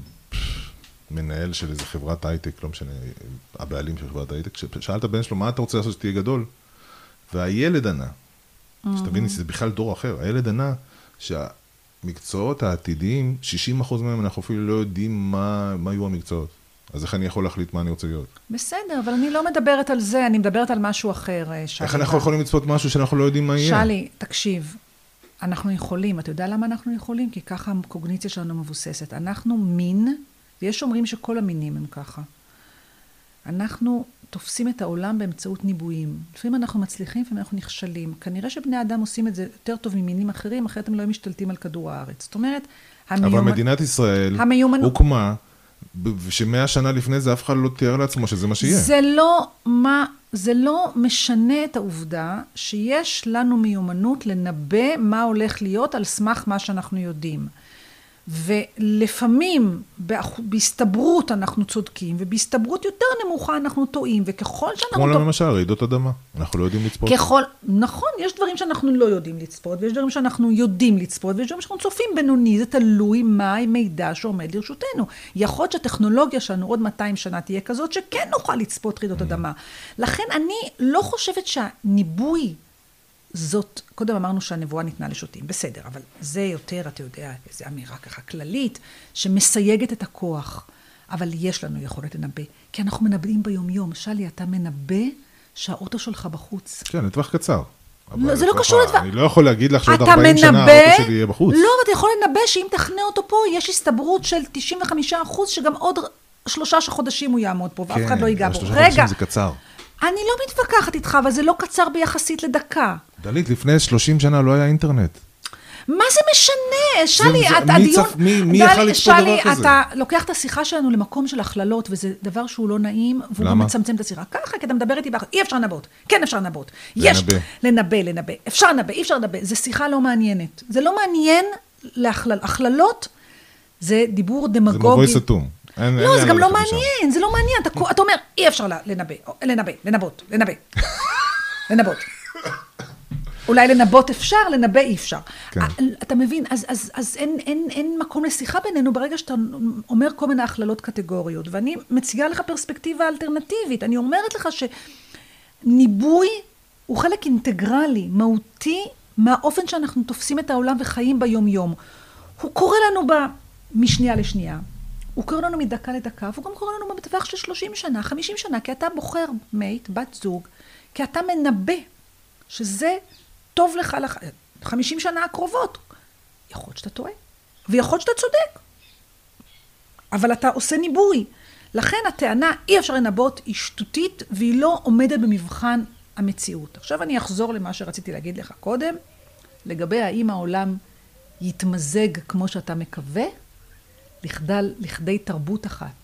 [SPEAKER 2] מנהל של איזה חברת הייטק, לא משנה, הבעלים של חברת הייטק, שאל את הבן שלו, מה אתה רוצה לעשות שתהיה גדול? והילד ענה, שתביני, זה בכלל דור אחר, הילד ענה שהמקצועות העתידיים, שישים אחוז מהם אנחנו אפילו לא יודעים מה, מה יהיו המקצועות. אז איך אני יכול להחליט מה אני רוצה להיות?
[SPEAKER 3] בסדר, אבל אני לא מדברת על זה, אני מדברת על משהו אחר, שלי.
[SPEAKER 2] איך אנחנו יכולים לצפות משהו שאנחנו לא יודעים מה יהיה?
[SPEAKER 3] שלי, תקשיב, אנחנו יכולים, אתה יודע למה אנחנו יכולים? כי ככה הקוגניציה שלנו מבוססת. אנחנו מין, ויש אומרים שכל המינים הם ככה. אנחנו תופסים את העולם באמצעות ניבויים. לפעמים אנחנו מצליחים, לפעמים אנחנו נכשלים. כנראה שבני אדם עושים את זה יותר טוב ממינים אחרים, אחרת הם לא משתלטים על כדור הארץ. זאת אומרת,
[SPEAKER 2] המיומנ... אבל מדינת ישראל המיומנ... הוקמה, ושמאה שנה לפני זה אף אחד לא תיאר לעצמו שזה מה שיהיה.
[SPEAKER 3] זה לא, מה, זה לא משנה את העובדה שיש לנו מיומנות לנבא מה הולך להיות על סמך מה שאנחנו יודעים. ולפעמים בהסתברות אנחנו צודקים, ובהסתברות יותר נמוכה אנחנו טועים, וככל שאנחנו...
[SPEAKER 2] כמו למשל, רעידות אדמה, אנחנו לא יודעים לצפות.
[SPEAKER 3] ככל, נכון, יש דברים שאנחנו לא יודעים לצפות, ויש דברים שאנחנו יודעים לצפות, ויש דברים שאנחנו צופים בינוני, זה תלוי מה המידע שעומד לרשותנו. יכול להיות שהטכנולוגיה שלנו עוד מאתיים שנה תהיה כזאת, שכן נוכל לצפות רעידות אדמה. לכן אני לא חושבת שהניבוי זאת, קודם אמרנו שהנבואה ניתנה לשוטים, בסדר, אבל זה יותר, אתה יודע, זו אמירה ככה כללית, שמסייגת את הכוח, אבל יש לנו יכולת לנבא, כי אנחנו מנבאים ביום-יום. שלי, אתה מנבא שהאוטו שלך בחוץ.
[SPEAKER 2] כן, לטווח קצר.
[SPEAKER 3] לא, זה לא קשור לטווח.
[SPEAKER 2] אני לא יכול להגיד לך שעוד ארבעים שנה האוטו שלי יהיה בחוץ.
[SPEAKER 3] לא, אתה יכול לנבא שאם תכנה אותו פה, יש הסתברות של תשעים וחמישה אחוז, שגם עוד שלושה חודשים הוא יעמוד פה, ואף אחד לא ייגע בו.
[SPEAKER 2] כן, שלושה חודשים זה קצר.
[SPEAKER 3] אני לא מתווכחת איתך, אבל זה לא קצר ביחסית לדקה.
[SPEAKER 2] דלית, לפני שלושים שנה לא היה אינטרנט.
[SPEAKER 3] מה זה משנה? שלי, הדיון...
[SPEAKER 2] מי יכל לצפות דבר כזה?
[SPEAKER 3] אתה לוקח את השיחה שלנו למקום של הכללות, וזה דבר שהוא לא נעים, והוא גם מצמצם את השיחה. ככה, כי אתה מדבר איתי באחר, אי אפשר לנבות. כן אפשר לנבות. יש לנבא, לנבא. אפשר לנבא, אי אפשר לנבא. זה שיחה לא מעניינת. זה לא מעניין להכללות, זה דיבור דמגוגי. זה
[SPEAKER 2] מבוי סתום.
[SPEAKER 3] לא, זה גם לא מעניין, זה לא מעניין. אתה אומר, אי אפשר לנבא, לנבא, לנבות, לנבא. לנבות. אולי לנבות אפשר, לנבא אי אפשר. אתה מבין, אז אין מקום לשיחה בינינו ברגע שאתה אומר כל מיני הכללות קטגוריות, ואני מציגה לך פרספקטיבה אלטרנטיבית. אני אומרת לך שניבוי הוא חלק אינטגרלי, מהותי, מהאופן שאנחנו תופסים את העולם וחיים ביום-יום. הוא קורא לנו משנייה לשנייה. הוא קורא לנו מדקה לדקה, והוא גם קורא לנו בטווח של שלושים שנה, חמישים שנה, כי אתה בוחר מייט, בת זוג, כי אתה מנבא שזה טוב לך ל-חמישים שנה הקרובות. יכול להיות שאתה טועה, ויכול להיות שאתה צודק. אבל אתה עושה ניבוי. לכן הטענה אי אפשר לנבות היא שטותית, והיא לא עומדת במבחן המציאות. עכשיו אני אחזור למה שרציתי להגיד לך קודם, לגבי האם העולם יתמזג כמו שאתה מקווה, לכדל, לכדי תרבות אחת.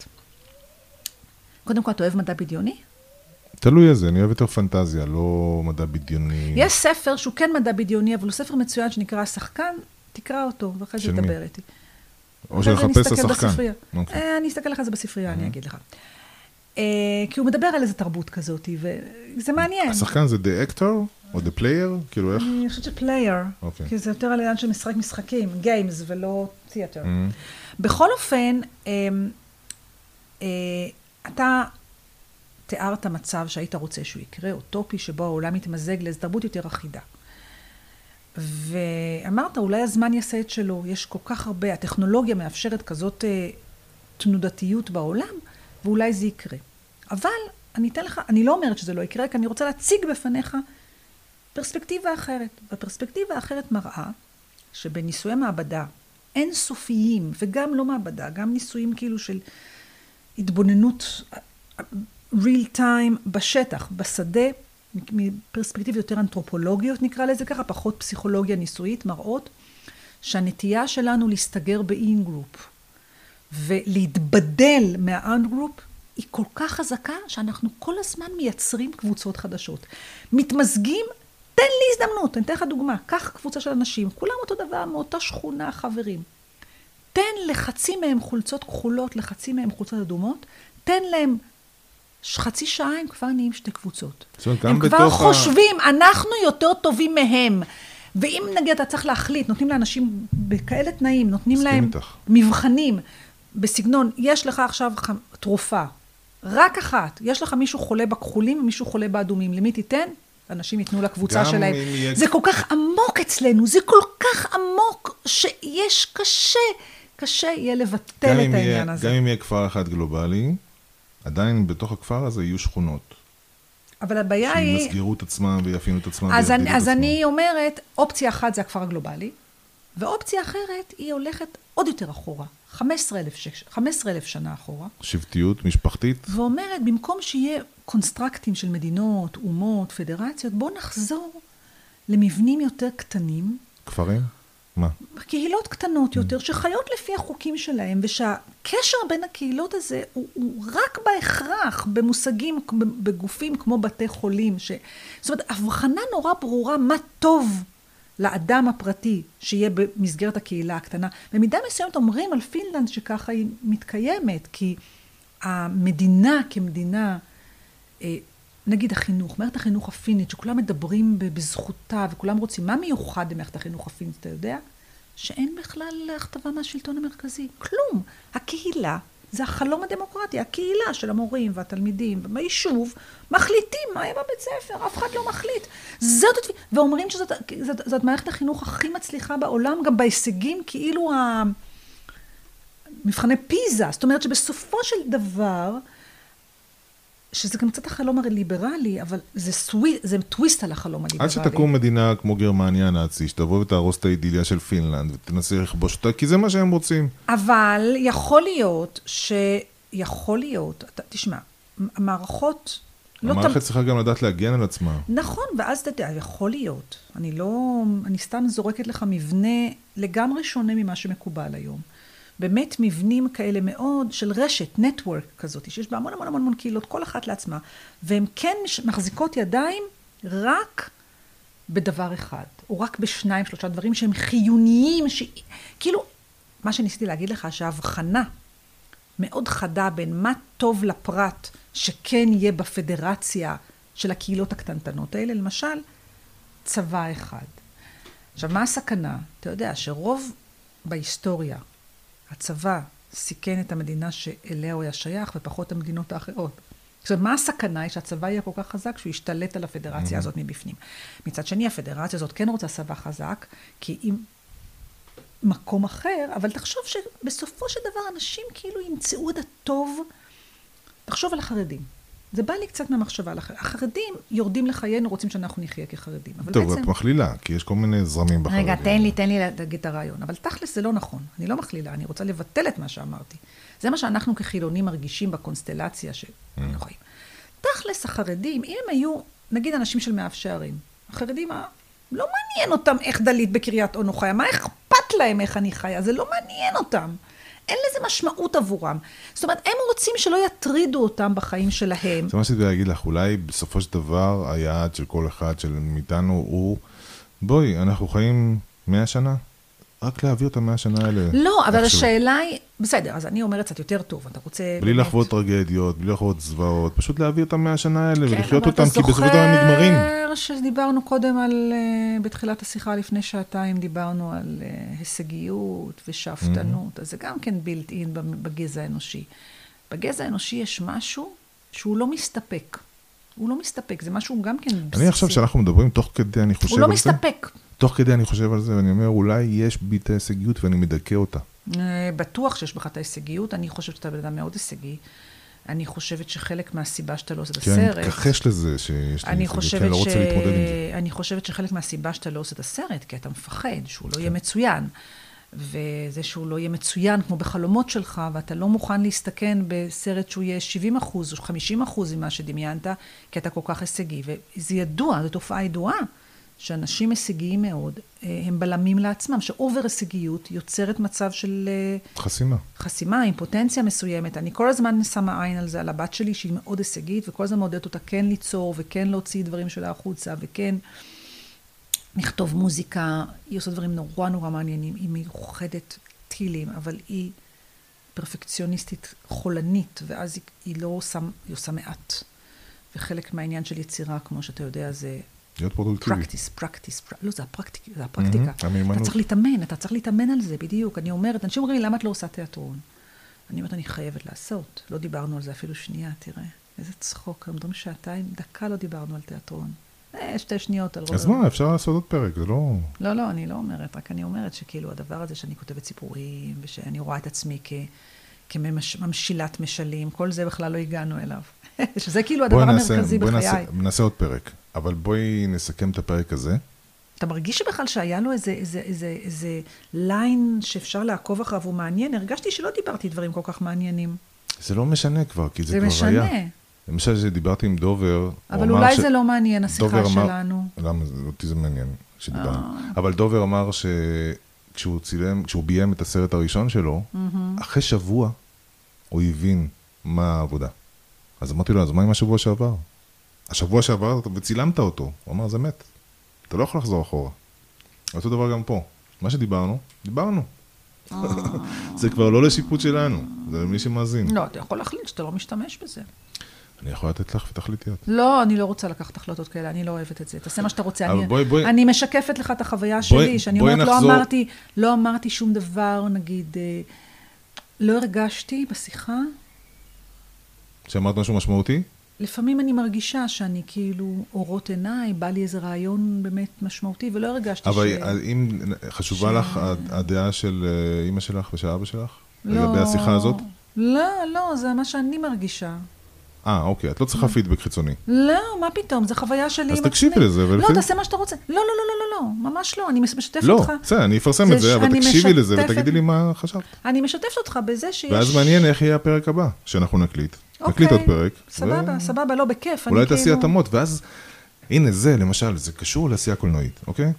[SPEAKER 3] קודם כל, אתה אוהב מדע בדיוני?
[SPEAKER 2] תלוי איזה, אני אוהב יותר פנטזיה, לא מדע בדיוני.
[SPEAKER 3] יש ספר שהוא כן מדע בדיוני, אבל הוא ספר מצוין שנקרא השחקן, תקרא אותו, ואחרי זה תדבר איתי.
[SPEAKER 2] או שנחפש השחקן.
[SPEAKER 3] אני אסתכל לך על זה בספרייה, אני אגיד לך. כי הוא מדבר על איזה תרבות כזאת, וזה מעניין.
[SPEAKER 2] השחקן זה the actor או the player? כאילו איך?
[SPEAKER 3] אני חושבת שפלייר, כי זה יותר על עניין של משחק משחקים, גיימס ולא תיאטר. בכל אופן, אתה תיארת מצב שהיית רוצה שהוא יקרה, אוטופי, שבו העולם מתמזג לאיזו תרבות יותר אחידה. ואמרת, אולי הזמן יעשה את שלו, יש כל כך הרבה, הטכנולוגיה מאפשרת כזאת תנודתיות בעולם, ואולי זה יקרה. אבל אני אתן לך, אני לא אומרת שזה לא יקרה, כי אני רוצה להציג בפניך פרספקטיבה אחרת. והפרספקטיבה האחרת מראה שבניסויי מעבדה אין סופיים, וגם לא מעבדה, גם ניסויים כאילו של התבוננות real time בשטח, בשדה, מפרספקטיבה יותר אנתרופולוגיות נקרא לזה ככה, פחות פסיכולוגיה ניסויית, מראות שהנטייה שלנו להסתגר באין גרופ ולהתבדל מהאן גרופ היא כל כך חזקה שאנחנו כל הזמן מייצרים קבוצות חדשות. מתמזגים, תן לי הזדמנות, אני אתן לך דוגמה, קח קבוצה של אנשים, כולם אותו דבר מאותה שכונה חברים. תן לחצי מהם חולצות כחולות, לחצי מהם חולצות אדומות, תן להם חצי שעה הם כבר נהיים שתי קבוצות. הם כבר חושבים, אנחנו יותר טובים מהם. ואם נגיד אתה צריך להחליט, נותנים לאנשים בכאלה תנאים, נותנים להם מבחנים בסגנון, יש לך עכשיו תרופה, רק אחת, יש לך מישהו חולה בכחולים ומישהו חולה באדומים, למי תיתן? אנשים ייתנו לקבוצה שלהם. זה כל כך עמוק אצלנו, זה כל כך עמוק שיש קשה, קשה יהיה לבטל את העניין הזה.
[SPEAKER 2] גם אם יהיה כפר אחד גלובלי, עדיין בתוך הכפר הזה יהיו שכונות.
[SPEAKER 3] אבל הבעיה היא...
[SPEAKER 2] שיסגרו את עצמם ויפינו את עצמם.
[SPEAKER 3] אז, אני, אז אני אומרת, אופציה אחת זה הכפר הגלובלי, ואופציה אחרת היא הולכת עוד יותר אחורה, חמישה עשר אלף שנה אחורה.
[SPEAKER 2] שבטיות, משפחתית.
[SPEAKER 3] ואומרת, במקום שיהיה קונסטרקטים של מדינות, אומות, פדרציות, בואו נחזור למבנים יותר קטנים.
[SPEAKER 2] כפרים? מה?
[SPEAKER 3] קהילות קטנות יותר, שחיות לפי החוקים שלהם, ושהקשר בין הקהילות הזה הוא, הוא רק בהכרח, במושגים, בגופים כמו בתי חולים, ש... זאת אומרת, הבחנה נורא ברורה מה טוב לאדם הפרטי שיהיה במסגרת הקהילה הקטנה. במידה מסוימת אומרים על פינלנד שככה היא מתקיימת, כי המדינה כמדינה, נגיד החינוך, מערכת החינוך הפינית, שכולם מדברים בזכותה וכולם רוצים, מה מיוחד במערכת החינוך הפינית, אתה יודע? שאין בכלל הכתבה מהשלטון המרכזי. כלום. הקהילה זה החלום הדמוקרטי, הקהילה של המורים והתלמידים וביישוב מחליטים מה יהיה בבית ספר, אף אחד לא מחליט. זאת, ואומרים שזאת זאת, זאת מערכת החינוך הכי מצליחה בעולם, גם בהישגים כאילו המבחני פיזה. זאת אומרת שבסופו של דבר, שזה גם קצת החלום הליברלי, אבל זה, סווי, זה טוויסט על החלום הליברלי.
[SPEAKER 2] עד שתקום מדינה כמו גרמניה הנאצי, שתבוא ותהרוס את האידיליה של פינלנד, ותנסה לכבוש אותה, כי זה מה שהם רוצים.
[SPEAKER 3] אבל יכול להיות ש... יכול להיות, אתה, תשמע, המערכות...
[SPEAKER 2] המערכת
[SPEAKER 3] לא
[SPEAKER 2] צריכה גם לדעת להגן על עצמה.
[SPEAKER 3] נכון, ואז אתה יודע, יכול להיות. אני לא... אני סתם זורקת לך מבנה לגמרי שונה ממה שמקובל היום. באמת מבנים כאלה מאוד של רשת, נטוורק כזאת, שיש בה המון המון המון קהילות, כל אחת לעצמה, והן כן מחזיקות ידיים רק בדבר אחד, או רק בשניים, שלושה דברים שהם חיוניים, ש... כאילו, מה שניסיתי להגיד לך, שההבחנה מאוד חדה בין מה טוב לפרט, שכן יהיה בפדרציה של הקהילות הקטנטנות האלה, למשל, צבא אחד. עכשיו, מה הסכנה? אתה יודע שרוב בהיסטוריה, הצבא סיכן את המדינה שאליה הוא היה שייך, ופחות המדינות האחרות. עכשיו, מה הסכנה היא שהצבא יהיה כל כך חזק, שהוא ישתלט על הפדרציה הזאת מבפנים? מצד שני, הפדרציה הזאת כן רוצה צבא חזק, כי אם מקום אחר, אבל תחשוב שבסופו של דבר אנשים כאילו ימצאו את הטוב, תחשוב על החרדים. זה בא לי קצת מהמחשבה על החרדים. החרדים יורדים לחיינו, רוצים שאנחנו נחיה כחרדים.
[SPEAKER 2] טוב, בעצם... את מכלילה, כי יש כל מיני זרמים בחרדים.
[SPEAKER 3] רגע, תן לי, תן לי להגיד את הרעיון. אבל תכלס זה לא נכון. אני לא מכלילה, אני רוצה לבטל את מה שאמרתי. זה מה שאנחנו כחילונים מרגישים בקונסטלציה שאנחנו חיים. תכלס החרדים, אם הם היו, נגיד אנשים של מאף שערים, החרדים, לא מעניין אותם איך דלית בקריית אונו חיה, מה אכפת להם איך אני חיה? זה לא מעניין אותם. אין לזה משמעות עבורם. זאת אומרת, הם רוצים שלא יטרידו אותם בחיים שלהם.
[SPEAKER 2] זה מה שרציתי להגיד לך, אולי בסופו של דבר, היעד של כל אחד של מאיתנו הוא, בואי, אנחנו חיים מאה שנה, רק להעביר את המאה שנה האלה.
[SPEAKER 3] לא, אבל השאלה היא, בסדר, אז אני אומרת קצת יותר טוב, אתה רוצה...
[SPEAKER 2] בלי לחוות טרגדיות, בלי לחוות זוועות, פשוט להעביר את המאה שנה האלה ולחיות אותם, כי בסופו של דבר הם נגמרים.
[SPEAKER 3] כן, אבל אתה זוכר שדיברנו קודם על, בתחילת השיחה לפני שעתיים, דיברנו על הישגיות ושאפתנות, אז זה גם כן בילט אין בגזע האנושי. בגזע האנושי יש משהו שהוא לא מסתפק. הוא לא מסתפק, זה משהו גם כן בסיסי.
[SPEAKER 2] אני עכשיו שאנחנו מדברים תוך כדי, אני חושב על זה.
[SPEAKER 3] הוא לא מסתפק.
[SPEAKER 2] תוך כדי אני חושב על זה, ואני אומר, אולי יש בי את ההישגיות ואני מדכא אותה.
[SPEAKER 3] בטוח שיש בך את ההישגיות, אני חושבת שאתה בן אדם מאוד הישגי. אני חושבת שחלק מהסיבה שאתה לא עושה את הסרט...
[SPEAKER 2] כי אני מתכחש לזה שיש לי הישגיות, כי אני לא רוצה להתמודד עם זה.
[SPEAKER 3] אני חושבת שחלק מהסיבה שאתה לא עושה את הסרט, כי אתה מפחד שהוא לא יהיה מצוין. וזה שהוא לא יהיה מצוין כמו בחלומות שלך, ואתה לא מוכן להסתכן בסרט שהוא יהיה שבעים אחוז או חמישים אחוז ממה שדמיינת, כי אתה כל כך הישגי. וזה ידוע, זו תופעה ידועה, שאנשים הישגיים מאוד, הם בלמים לעצמם, שאובר הישגיות יוצרת מצב של...
[SPEAKER 2] חסימה.
[SPEAKER 3] חסימה, עם פוטנציה מסוימת. אני כל הזמן שמה עין על זה, על הבת שלי, שהיא מאוד הישגית, וכל הזמן מעודדת אותה כן ליצור, וכן להוציא דברים שלה החוצה, וכן לכתוב מוזיקה. היא עושה דברים נורא נורא מעניינים, היא מיוחדת טילים, אבל היא פרפקציוניסטית חולנית, ואז היא, היא לא עושה, היא עושה מעט. וחלק מהעניין של יצירה, כמו שאתה יודע, זה...
[SPEAKER 2] להיות פרודוקטיבי.
[SPEAKER 3] פרקטיס, פרקטיס, לא, זה הפרקטיקה, זה הפרקטיקה. אתה צריך להתאמן, אתה צריך להתאמן על זה, בדיוק. אני אומרת, אנשים אומרים, למה את לא עושה תיאטרון? אני אומרת, אני חייבת לעשות. לא דיברנו על זה אפילו שנייה, תראה. איזה צחוק, עמדום שעתיים, דקה לא דיברנו על תיאטרון. אה, שתי שניות על רוב.
[SPEAKER 2] אז מה, אפשר לעשות עוד פרק, זה לא...
[SPEAKER 3] לא, לא, אני לא אומרת, רק אני אומרת שכאילו הדבר הזה שאני כותבת סיפורים, ושאני רואה את עצמי כממשילת משלים, כל זה בכלל לא הגענו אליו. שזה כאילו הדבר המרכזי בחיי.
[SPEAKER 2] בואי נעשה עוד פרק. אבל בואי נסכם את הפרק הזה.
[SPEAKER 3] אתה מרגיש שבכלל שהיה לו איזה, איזה, איזה, איזה ליין שאפשר לעקוב אחריו, הוא מעניין? הרגשתי שלא דיברתי דברים כל כך מעניינים.
[SPEAKER 2] זה לא משנה כבר, כי זה, זה כבר
[SPEAKER 3] משנה.
[SPEAKER 2] היה. למשל, שדיברתי עם דובר,
[SPEAKER 3] אבל אולי ש... זה לא מעניין, השיחה אמר... שלנו.
[SPEAKER 2] למה? אותי זה מעניין שדיברנו. אבל דובר אמר שכשהוא צילם, כשהוא ביים את הסרט הראשון שלו, mm-hmm. אחרי שבוע הוא הבין מה העבודה. אז אמרתי לו, אז מה עם השבוע שעבר? השבוע שעבר וצילמת אותו. הוא אמר, זה מת. אתה לא יכול לחזור אחורה. אותו דבר גם פה. מה שדיברנו, דיברנו. זה כבר לא לשיפוט שלנו, זה למי שמאזין.
[SPEAKER 3] לא, אתה יכול להחליט שאתה לא משתמש בזה.
[SPEAKER 2] אני יכול לתת לך ותחליטיות.
[SPEAKER 3] לא, אני לא רוצה לקחת החלטות כאלה, אני לא אוהבת את זה. תעשה מה שאתה רוצה.
[SPEAKER 2] אבל
[SPEAKER 3] אני,
[SPEAKER 2] בואי, בואי.
[SPEAKER 3] אני משקפת לך את החוויה שלי,
[SPEAKER 2] בואי,
[SPEAKER 3] שאני
[SPEAKER 2] בואי
[SPEAKER 3] אומרת,
[SPEAKER 2] נחזור.
[SPEAKER 3] לא אמרתי, לא אמרתי שום דבר, נגיד, אה, לא הרגשתי בשיחה.
[SPEAKER 2] שאמרת משהו משמעותי?
[SPEAKER 3] לפעמים אני מרגישה שאני כאילו אורות עיניי, בא לי איזה רעיון באמת משמעותי, ולא הרגשתי
[SPEAKER 2] אבל
[SPEAKER 3] ש...
[SPEAKER 2] אבל אם חשובה
[SPEAKER 3] ש-
[SPEAKER 2] לך הדעה של אה, אמא שלך ושל אבא שלך?
[SPEAKER 3] לא,
[SPEAKER 2] לגבי השיחה הזאת?
[SPEAKER 3] לא, לא, זה מה שאני מרגישה.
[SPEAKER 2] אה, אוקיי, את לא צריכה פידבק חיצוני.
[SPEAKER 3] לא, מה פתאום, זו חוויה שלי
[SPEAKER 2] אז
[SPEAKER 3] עם עצמי.
[SPEAKER 2] תקשיבי לזה,
[SPEAKER 3] לא,
[SPEAKER 2] ולפי-
[SPEAKER 3] תעשה מה שאתה רוצה. לא, לא, לא, לא, לא, לא, ממש לא, אני משתפת
[SPEAKER 2] לא,
[SPEAKER 3] אותך.
[SPEAKER 2] בסדר, אני אפרסם
[SPEAKER 3] זה
[SPEAKER 2] את זה, אבל
[SPEAKER 3] שאני
[SPEAKER 2] תקשיבי לזה
[SPEAKER 3] משתפת-
[SPEAKER 2] ותגידי לי מה חשבת.
[SPEAKER 3] אני משתפת אותך בזה שיש...
[SPEAKER 2] ואז מעניין איך יהיה הפרק הבא, שאנחנו נקליט.
[SPEAKER 3] אוקיי,
[SPEAKER 2] נקליט עוד פרק.
[SPEAKER 3] סבבה,
[SPEAKER 2] ו-
[SPEAKER 3] סבבה, לא בכיף.
[SPEAKER 2] אולי
[SPEAKER 3] אני
[SPEAKER 2] תעשי
[SPEAKER 3] כאילו-
[SPEAKER 2] התאמות, ואז, הנה זה, למשל, זה קשור לעשייה קולנועית, אוקיי?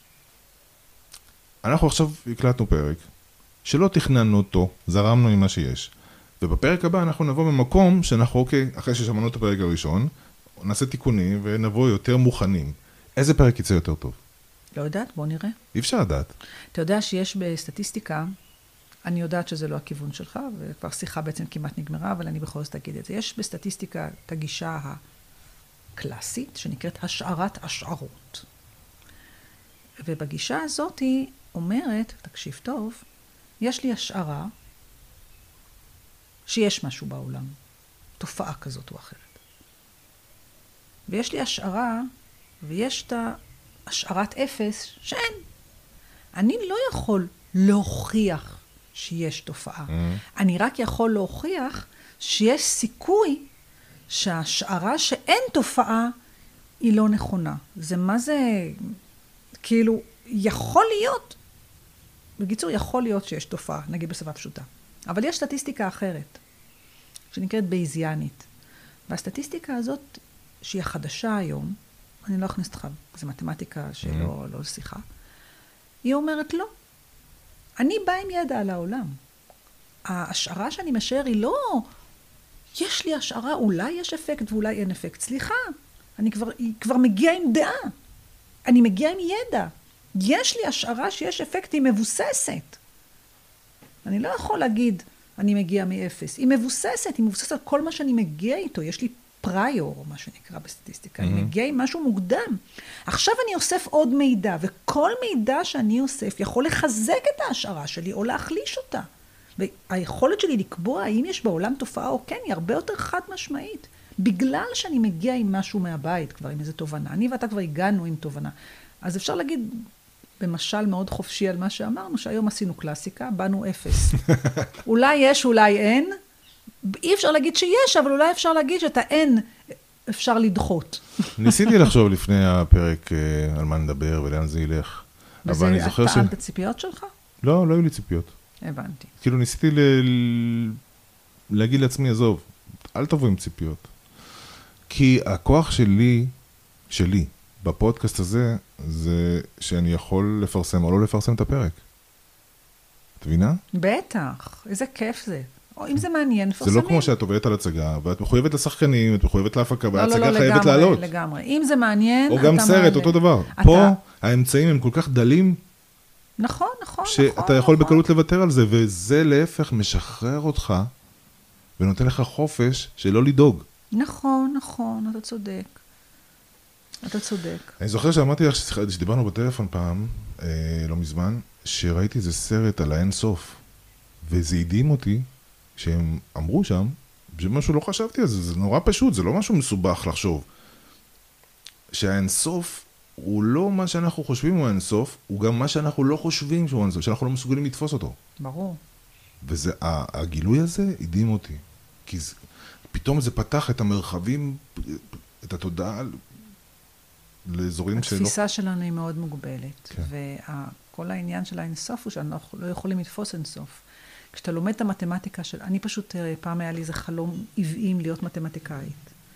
[SPEAKER 2] אנחנו עכשיו הקלטנו פרק, שלא תכננו אותו, זרמנו עם מה שיש. ובפרק הבא אנחנו נבוא במקום שאנחנו, אוקיי, אחרי ששמענו את הפרק הראשון, נעשה תיקונים ונבוא יותר מוכנים. איזה פרק יצא יותר טוב?
[SPEAKER 3] לא יודעת, בוא נראה.
[SPEAKER 2] אי אפשר לדעת.
[SPEAKER 3] אתה יודע שיש בסטטיסטיקה, אני יודעת שזה לא הכיוון שלך, וכבר שיחה בעצם כמעט נגמרה, אבל אני בכל זאת אגיד את זה. יש בסטטיסטיקה את הגישה הקלאסית, שנקראת השערת השערות. ובגישה הזאת היא אומרת, תקשיב טוב, יש לי השערה שיש משהו בעולם, תופעה כזאת או אחרת. ויש לי השערה, ויש את השערת אפס שאין. אני לא יכול להוכיח שיש תופעה. Mm-hmm. אני רק יכול להוכיח שיש סיכוי שההשערה שאין תופעה היא לא נכונה. זה מה זה, כאילו, יכול להיות, בקיצור, יכול להיות שיש תופעה, נגיד בשפה פשוטה. אבל יש סטטיסטיקה אחרת, שנקראת בייזיאנית. והסטטיסטיקה הזאת, שהיא החדשה היום, אני לא אכניס אותך, זו מתמטיקה שלא לא שיחה, היא אומרת לא. אני באה עם ידע על העולם. ההשערה שאני משער היא לא, יש לי השערה, אולי יש אפקט ואולי אין אפקט. סליחה, אני כבר, היא כבר מגיעה עם דעה. אני מגיעה עם ידע. יש לי השערה שיש אפקט, היא מבוססת. אני לא יכול להגיד, אני מגיע מאפס. היא מבוססת, היא מבוססת על כל מה שאני מגיע איתו. יש לי פריור, מה שנקרא בסטטיסטיקה. Mm-hmm. אני מגיע עם משהו מוקדם. עכשיו אני אוסף עוד מידע, וכל מידע שאני אוסף יכול לחזק את ההשערה שלי, או להחליש אותה. והיכולת שלי לקבוע האם יש בעולם תופעה או כן, היא הרבה יותר חד משמעית. בגלל שאני מגיע עם משהו מהבית, כבר עם איזו תובנה. אני ואתה כבר הגענו עם תובנה. אז אפשר להגיד, במשל מאוד חופשי על מה שאמרנו, שהיום עשינו קלאסיקה, באנו אפס. אולי יש, אולי אין. אי אפשר להגיד שיש, אבל אולי אפשר להגיד שאת האין אפשר לדחות.
[SPEAKER 2] ניסיתי לחשוב לפני הפרק על מה נדבר ולאן זה ילך. אבל אני זוכר ש...
[SPEAKER 3] וזה טענת הציפיות שלך?
[SPEAKER 2] לא, לא היו לי ציפיות.
[SPEAKER 3] הבנתי.
[SPEAKER 2] כאילו ניסיתי ל... להגיד לעצמי, עזוב, אל תבוא עם ציפיות. כי הכוח שלי, שלי, בפודקאסט הזה, זה שאני יכול לפרסם או לא לפרסם את הפרק. את מבינה?
[SPEAKER 3] בטח, איזה כיף זה. או אם זה מעניין, מפרסמים.
[SPEAKER 2] זה לא כמו שאת עובדת על הצגה, ואת מחויבת לשחקנים, את מחויבת להפקה,
[SPEAKER 3] לא,
[SPEAKER 2] וההצגה
[SPEAKER 3] לא, לא,
[SPEAKER 2] חייבת
[SPEAKER 3] לגמרי,
[SPEAKER 2] לעלות.
[SPEAKER 3] לגמרי. אם זה מעניין,
[SPEAKER 2] או
[SPEAKER 3] אתה
[SPEAKER 2] גם
[SPEAKER 3] מעלה.
[SPEAKER 2] סרט, אותו דבר.
[SPEAKER 3] אתה...
[SPEAKER 2] פה האמצעים הם כל כך דלים,
[SPEAKER 3] נכון, נכון,
[SPEAKER 2] שאתה
[SPEAKER 3] נכון,
[SPEAKER 2] יכול
[SPEAKER 3] נכון.
[SPEAKER 2] בקלות לוותר על זה, וזה להפך משחרר אותך, ונותן לך חופש שלא לדאוג.
[SPEAKER 3] נכון, נכון, אתה צודק. אתה צודק.
[SPEAKER 2] אני זוכר שאמרתי לך שדיברנו בטלפון פעם, אה, לא מזמן, שראיתי איזה סרט על האין סוף, וזה הדהים אותי, שהם אמרו שם, שמשהו לא חשבתי על זה, זה נורא פשוט, זה לא משהו מסובך לחשוב. שהאין סוף הוא לא מה שאנחנו חושבים הוא האין סוף, הוא גם מה שאנחנו לא חושבים שהוא האין סוף, שאנחנו לא מסוגלים לתפוס אותו.
[SPEAKER 3] ברור.
[SPEAKER 2] וזה, הגילוי הזה הדהים אותי, כי זה, פתאום זה פתח את המרחבים, את התודעה, לאזורים שלא...
[SPEAKER 3] התפיסה שלנו היא מאוד מוגבלת,
[SPEAKER 2] כן.
[SPEAKER 3] וכל העניין של האינסוף הוא שאנחנו לא יכולים לתפוס אינסוף. כשאתה לומד את המתמטיקה של... אני פשוט, פעם היה לי איזה חלום עוועים להיות מתמטיקאית.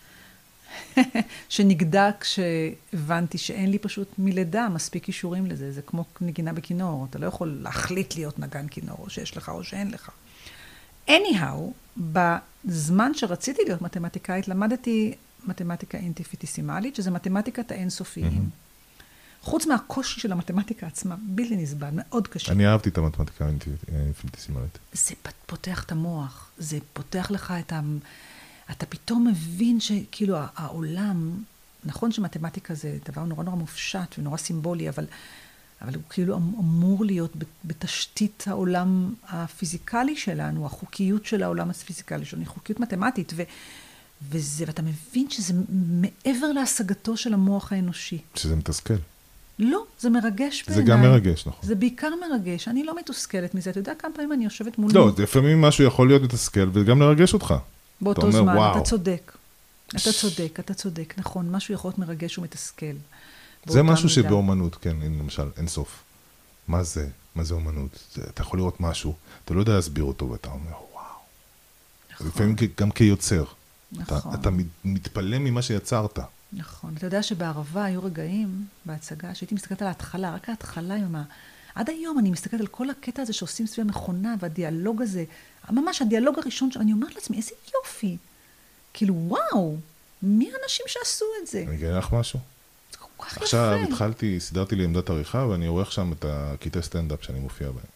[SPEAKER 3] שנגדע כשהבנתי שאין לי פשוט מלידה מספיק אישורים לזה. זה כמו נגינה בכינור. אתה לא יכול להחליט להיות נגן כינור, או שיש לך או שאין לך. anyhow, בזמן שרציתי להיות מתמטיקאית, למדתי מתמטיקה אינפיניטסימלית, שזה מתמטיקת האינסופיים. חוץ מהקושי של המתמטיקה עצמה, בלתי נסבל, מאוד קשה.
[SPEAKER 2] אני אהבתי את המתמטיקה האינפיניטסימלית.
[SPEAKER 3] זה פותח את המוח, זה פותח לך את ה... אתה פתאום מבין שכאילו העולם, נכון שמתמטיקה זה דבר נורא נורא מופשט ונורא סימבולי, אבל, אבל הוא כאילו אמור להיות בתשתית העולם הפיזיקלי שלנו, החוקיות של העולם הפיזיקלי שלנו, היא חוקיות מתמטית, ו... וזה, ואתה מבין שזה מעבר להשגתו של המוח האנושי.
[SPEAKER 2] שזה מתסכל.
[SPEAKER 3] לא, זה מרגש בעיניי.
[SPEAKER 2] זה גם מרגש, נכון.
[SPEAKER 3] זה בעיקר מרגש. אני לא מתוסכלת מזה. אתה יודע כמה פעמים אני יושבת מול...
[SPEAKER 2] לא, לפעמים משהו יכול להיות מתסכל וגם לרגש אותך.
[SPEAKER 3] באותו זמן, אתה צודק. אתה צודק, אתה צודק, נכון. משהו יכול להיות מרגש ומתסכל.
[SPEAKER 2] זה משהו שבאומנות, כן, למשל, אין סוף. מה זה? מה זה אומנות? אתה יכול לראות משהו, אתה לא יודע להסביר אותו, ואתה אומר, וואו. לפעמים גם כיוצר. נכון. אתה מתפלא ממה שיצרת.
[SPEAKER 3] נכון. אתה יודע שבערבה היו רגעים בהצגה, שהייתי מסתכלת על ההתחלה, רק ההתחלה עם ה... עד היום אני מסתכלת על כל הקטע הזה שעושים סביב המכונה, והדיאלוג הזה, ממש הדיאלוג הראשון, אני אומרת לעצמי, איזה יופי. כאילו, וואו, מי האנשים שעשו את זה?
[SPEAKER 2] אני אגיד לך משהו.
[SPEAKER 3] זה כל כך יפה.
[SPEAKER 2] עכשיו התחלתי, סידרתי לי עמדת עריכה, ואני עורך שם את הקטעי סטנדאפ שאני מופיע בהם.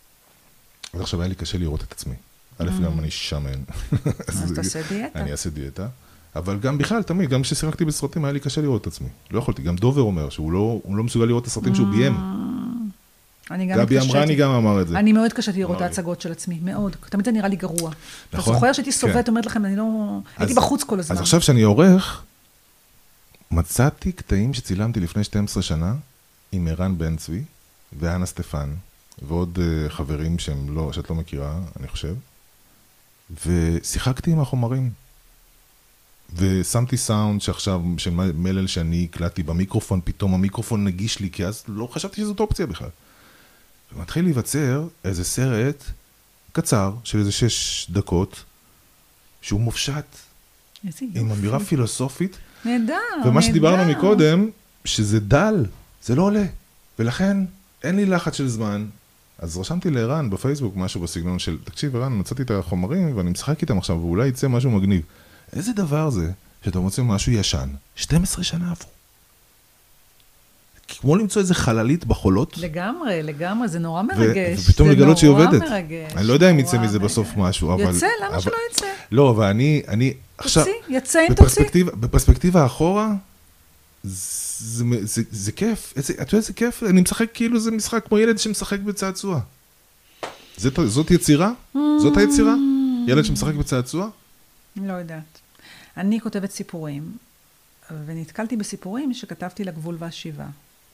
[SPEAKER 2] אז עכשיו היה לי קשה לראות את עצמי. א', גם אני שמן.
[SPEAKER 3] אז תעשה דיאטה.
[SPEAKER 2] אני אעשה דיאטה. אבל גם בכלל, תמיד, גם כששיחקתי בסרטים, היה לי קשה לראות את עצמי. לא יכולתי. גם דובר אומר שהוא לא, הוא לא מסוגל לראות את הסרטים שהוא ביים. גבי אמרני גם אמר את זה.
[SPEAKER 3] אני מאוד קשתי לראות את ההצגות של עצמי, מאוד. תמיד זה נראה לי גרוע. אתה זוכר שהייתי סובבת, אומרת לכם, אני לא... הייתי בחוץ כל הזמן.
[SPEAKER 2] אז עכשיו שאני עורך, מצאתי קטעים שצילמתי לפני שתים עשרה שנה, עם ערן בן צבי, ואנה סטפן, ועוד חברים שהם לא, שאת לא מכירה, אני חושב. ושיחקתי עם החומרים. ושמתי סאונד שעכשיו, של מלל שאני הקלטתי במיקרופון, פתאום המיקרופון נגיש לי, כי אז לא חשבתי שזאת אופציה בכלל. ומתחיל להיווצר איזה סרט קצר, של איזה שש דקות, שהוא מופשט, עם אמירה פילוסופית.
[SPEAKER 3] נהדר,
[SPEAKER 2] ומה שדיברנו מקודם, שזה דל, זה לא עולה. ולכן, אין לי לחץ של זמן. אז רשמתי לערן בפייסבוק משהו בסגנון של, תקשיב ערן, מצאתי את החומרים ואני משחק איתם עכשיו, ואולי יצא משהו מגניב. איזה דבר זה שאתה מוצא משהו ישן? שתים עשרה שנה עברו. כמו למצוא איזה חללית בחולות.
[SPEAKER 3] לגמרי, לגמרי, זה נורא מרגש.
[SPEAKER 2] ופתאום לגלות שהיא עובדת.
[SPEAKER 3] מרגש,
[SPEAKER 2] אני לא יודע אם יצא מזה בסוף משהו, אבל...
[SPEAKER 3] יצא, למה שלא יצא?
[SPEAKER 2] לא, אבל אני, אני עכשיו...
[SPEAKER 3] תוציא, יצא אם תוציא.
[SPEAKER 2] בפרספקטיבה האחורה, זה, זה, זה כיף. אתה יודע איזה כיף? אני משחק כאילו זה משחק כמו ילד שמשחק בצעצוע. זאת, זאת יצירה? זאת היצירה? ילד שמשחק בצעצוע?
[SPEAKER 3] לא יודעת. אני כותבת סיפורים, ונתקלתי בסיפורים שכתבתי לגבול והשיבה.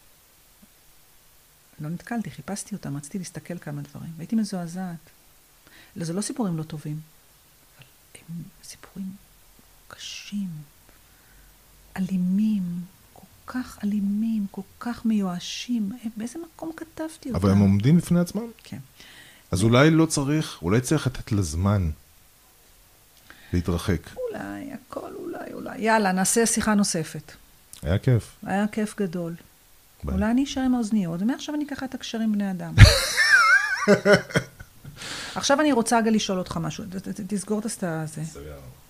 [SPEAKER 3] לא נתקלתי, חיפשתי אותם, רציתי להסתכל כמה דברים, והייתי מזועזעת. זה לא סיפורים לא טובים, אבל הם סיפורים קשים, אלימים, כל כך אלימים, כל כך מיואשים. באיזה מקום כתבתי אותם?
[SPEAKER 2] אבל הם עומדים בפני עצמם?
[SPEAKER 3] כן.
[SPEAKER 2] אז אולי לא צריך, אולי צריך לתת לזמן להתרחק.
[SPEAKER 3] אולי, הכל אולי, אולי. יאללה, נעשה שיחה נוספת.
[SPEAKER 2] היה כיף.
[SPEAKER 3] היה כיף גדול. ביי. אולי אני אשאר עם האוזניות, ומעכשיו אני אקח את הקשרים בני אדם. עכשיו אני רוצה רגע לשאול אותך משהו. תסגור את הסתה הזה.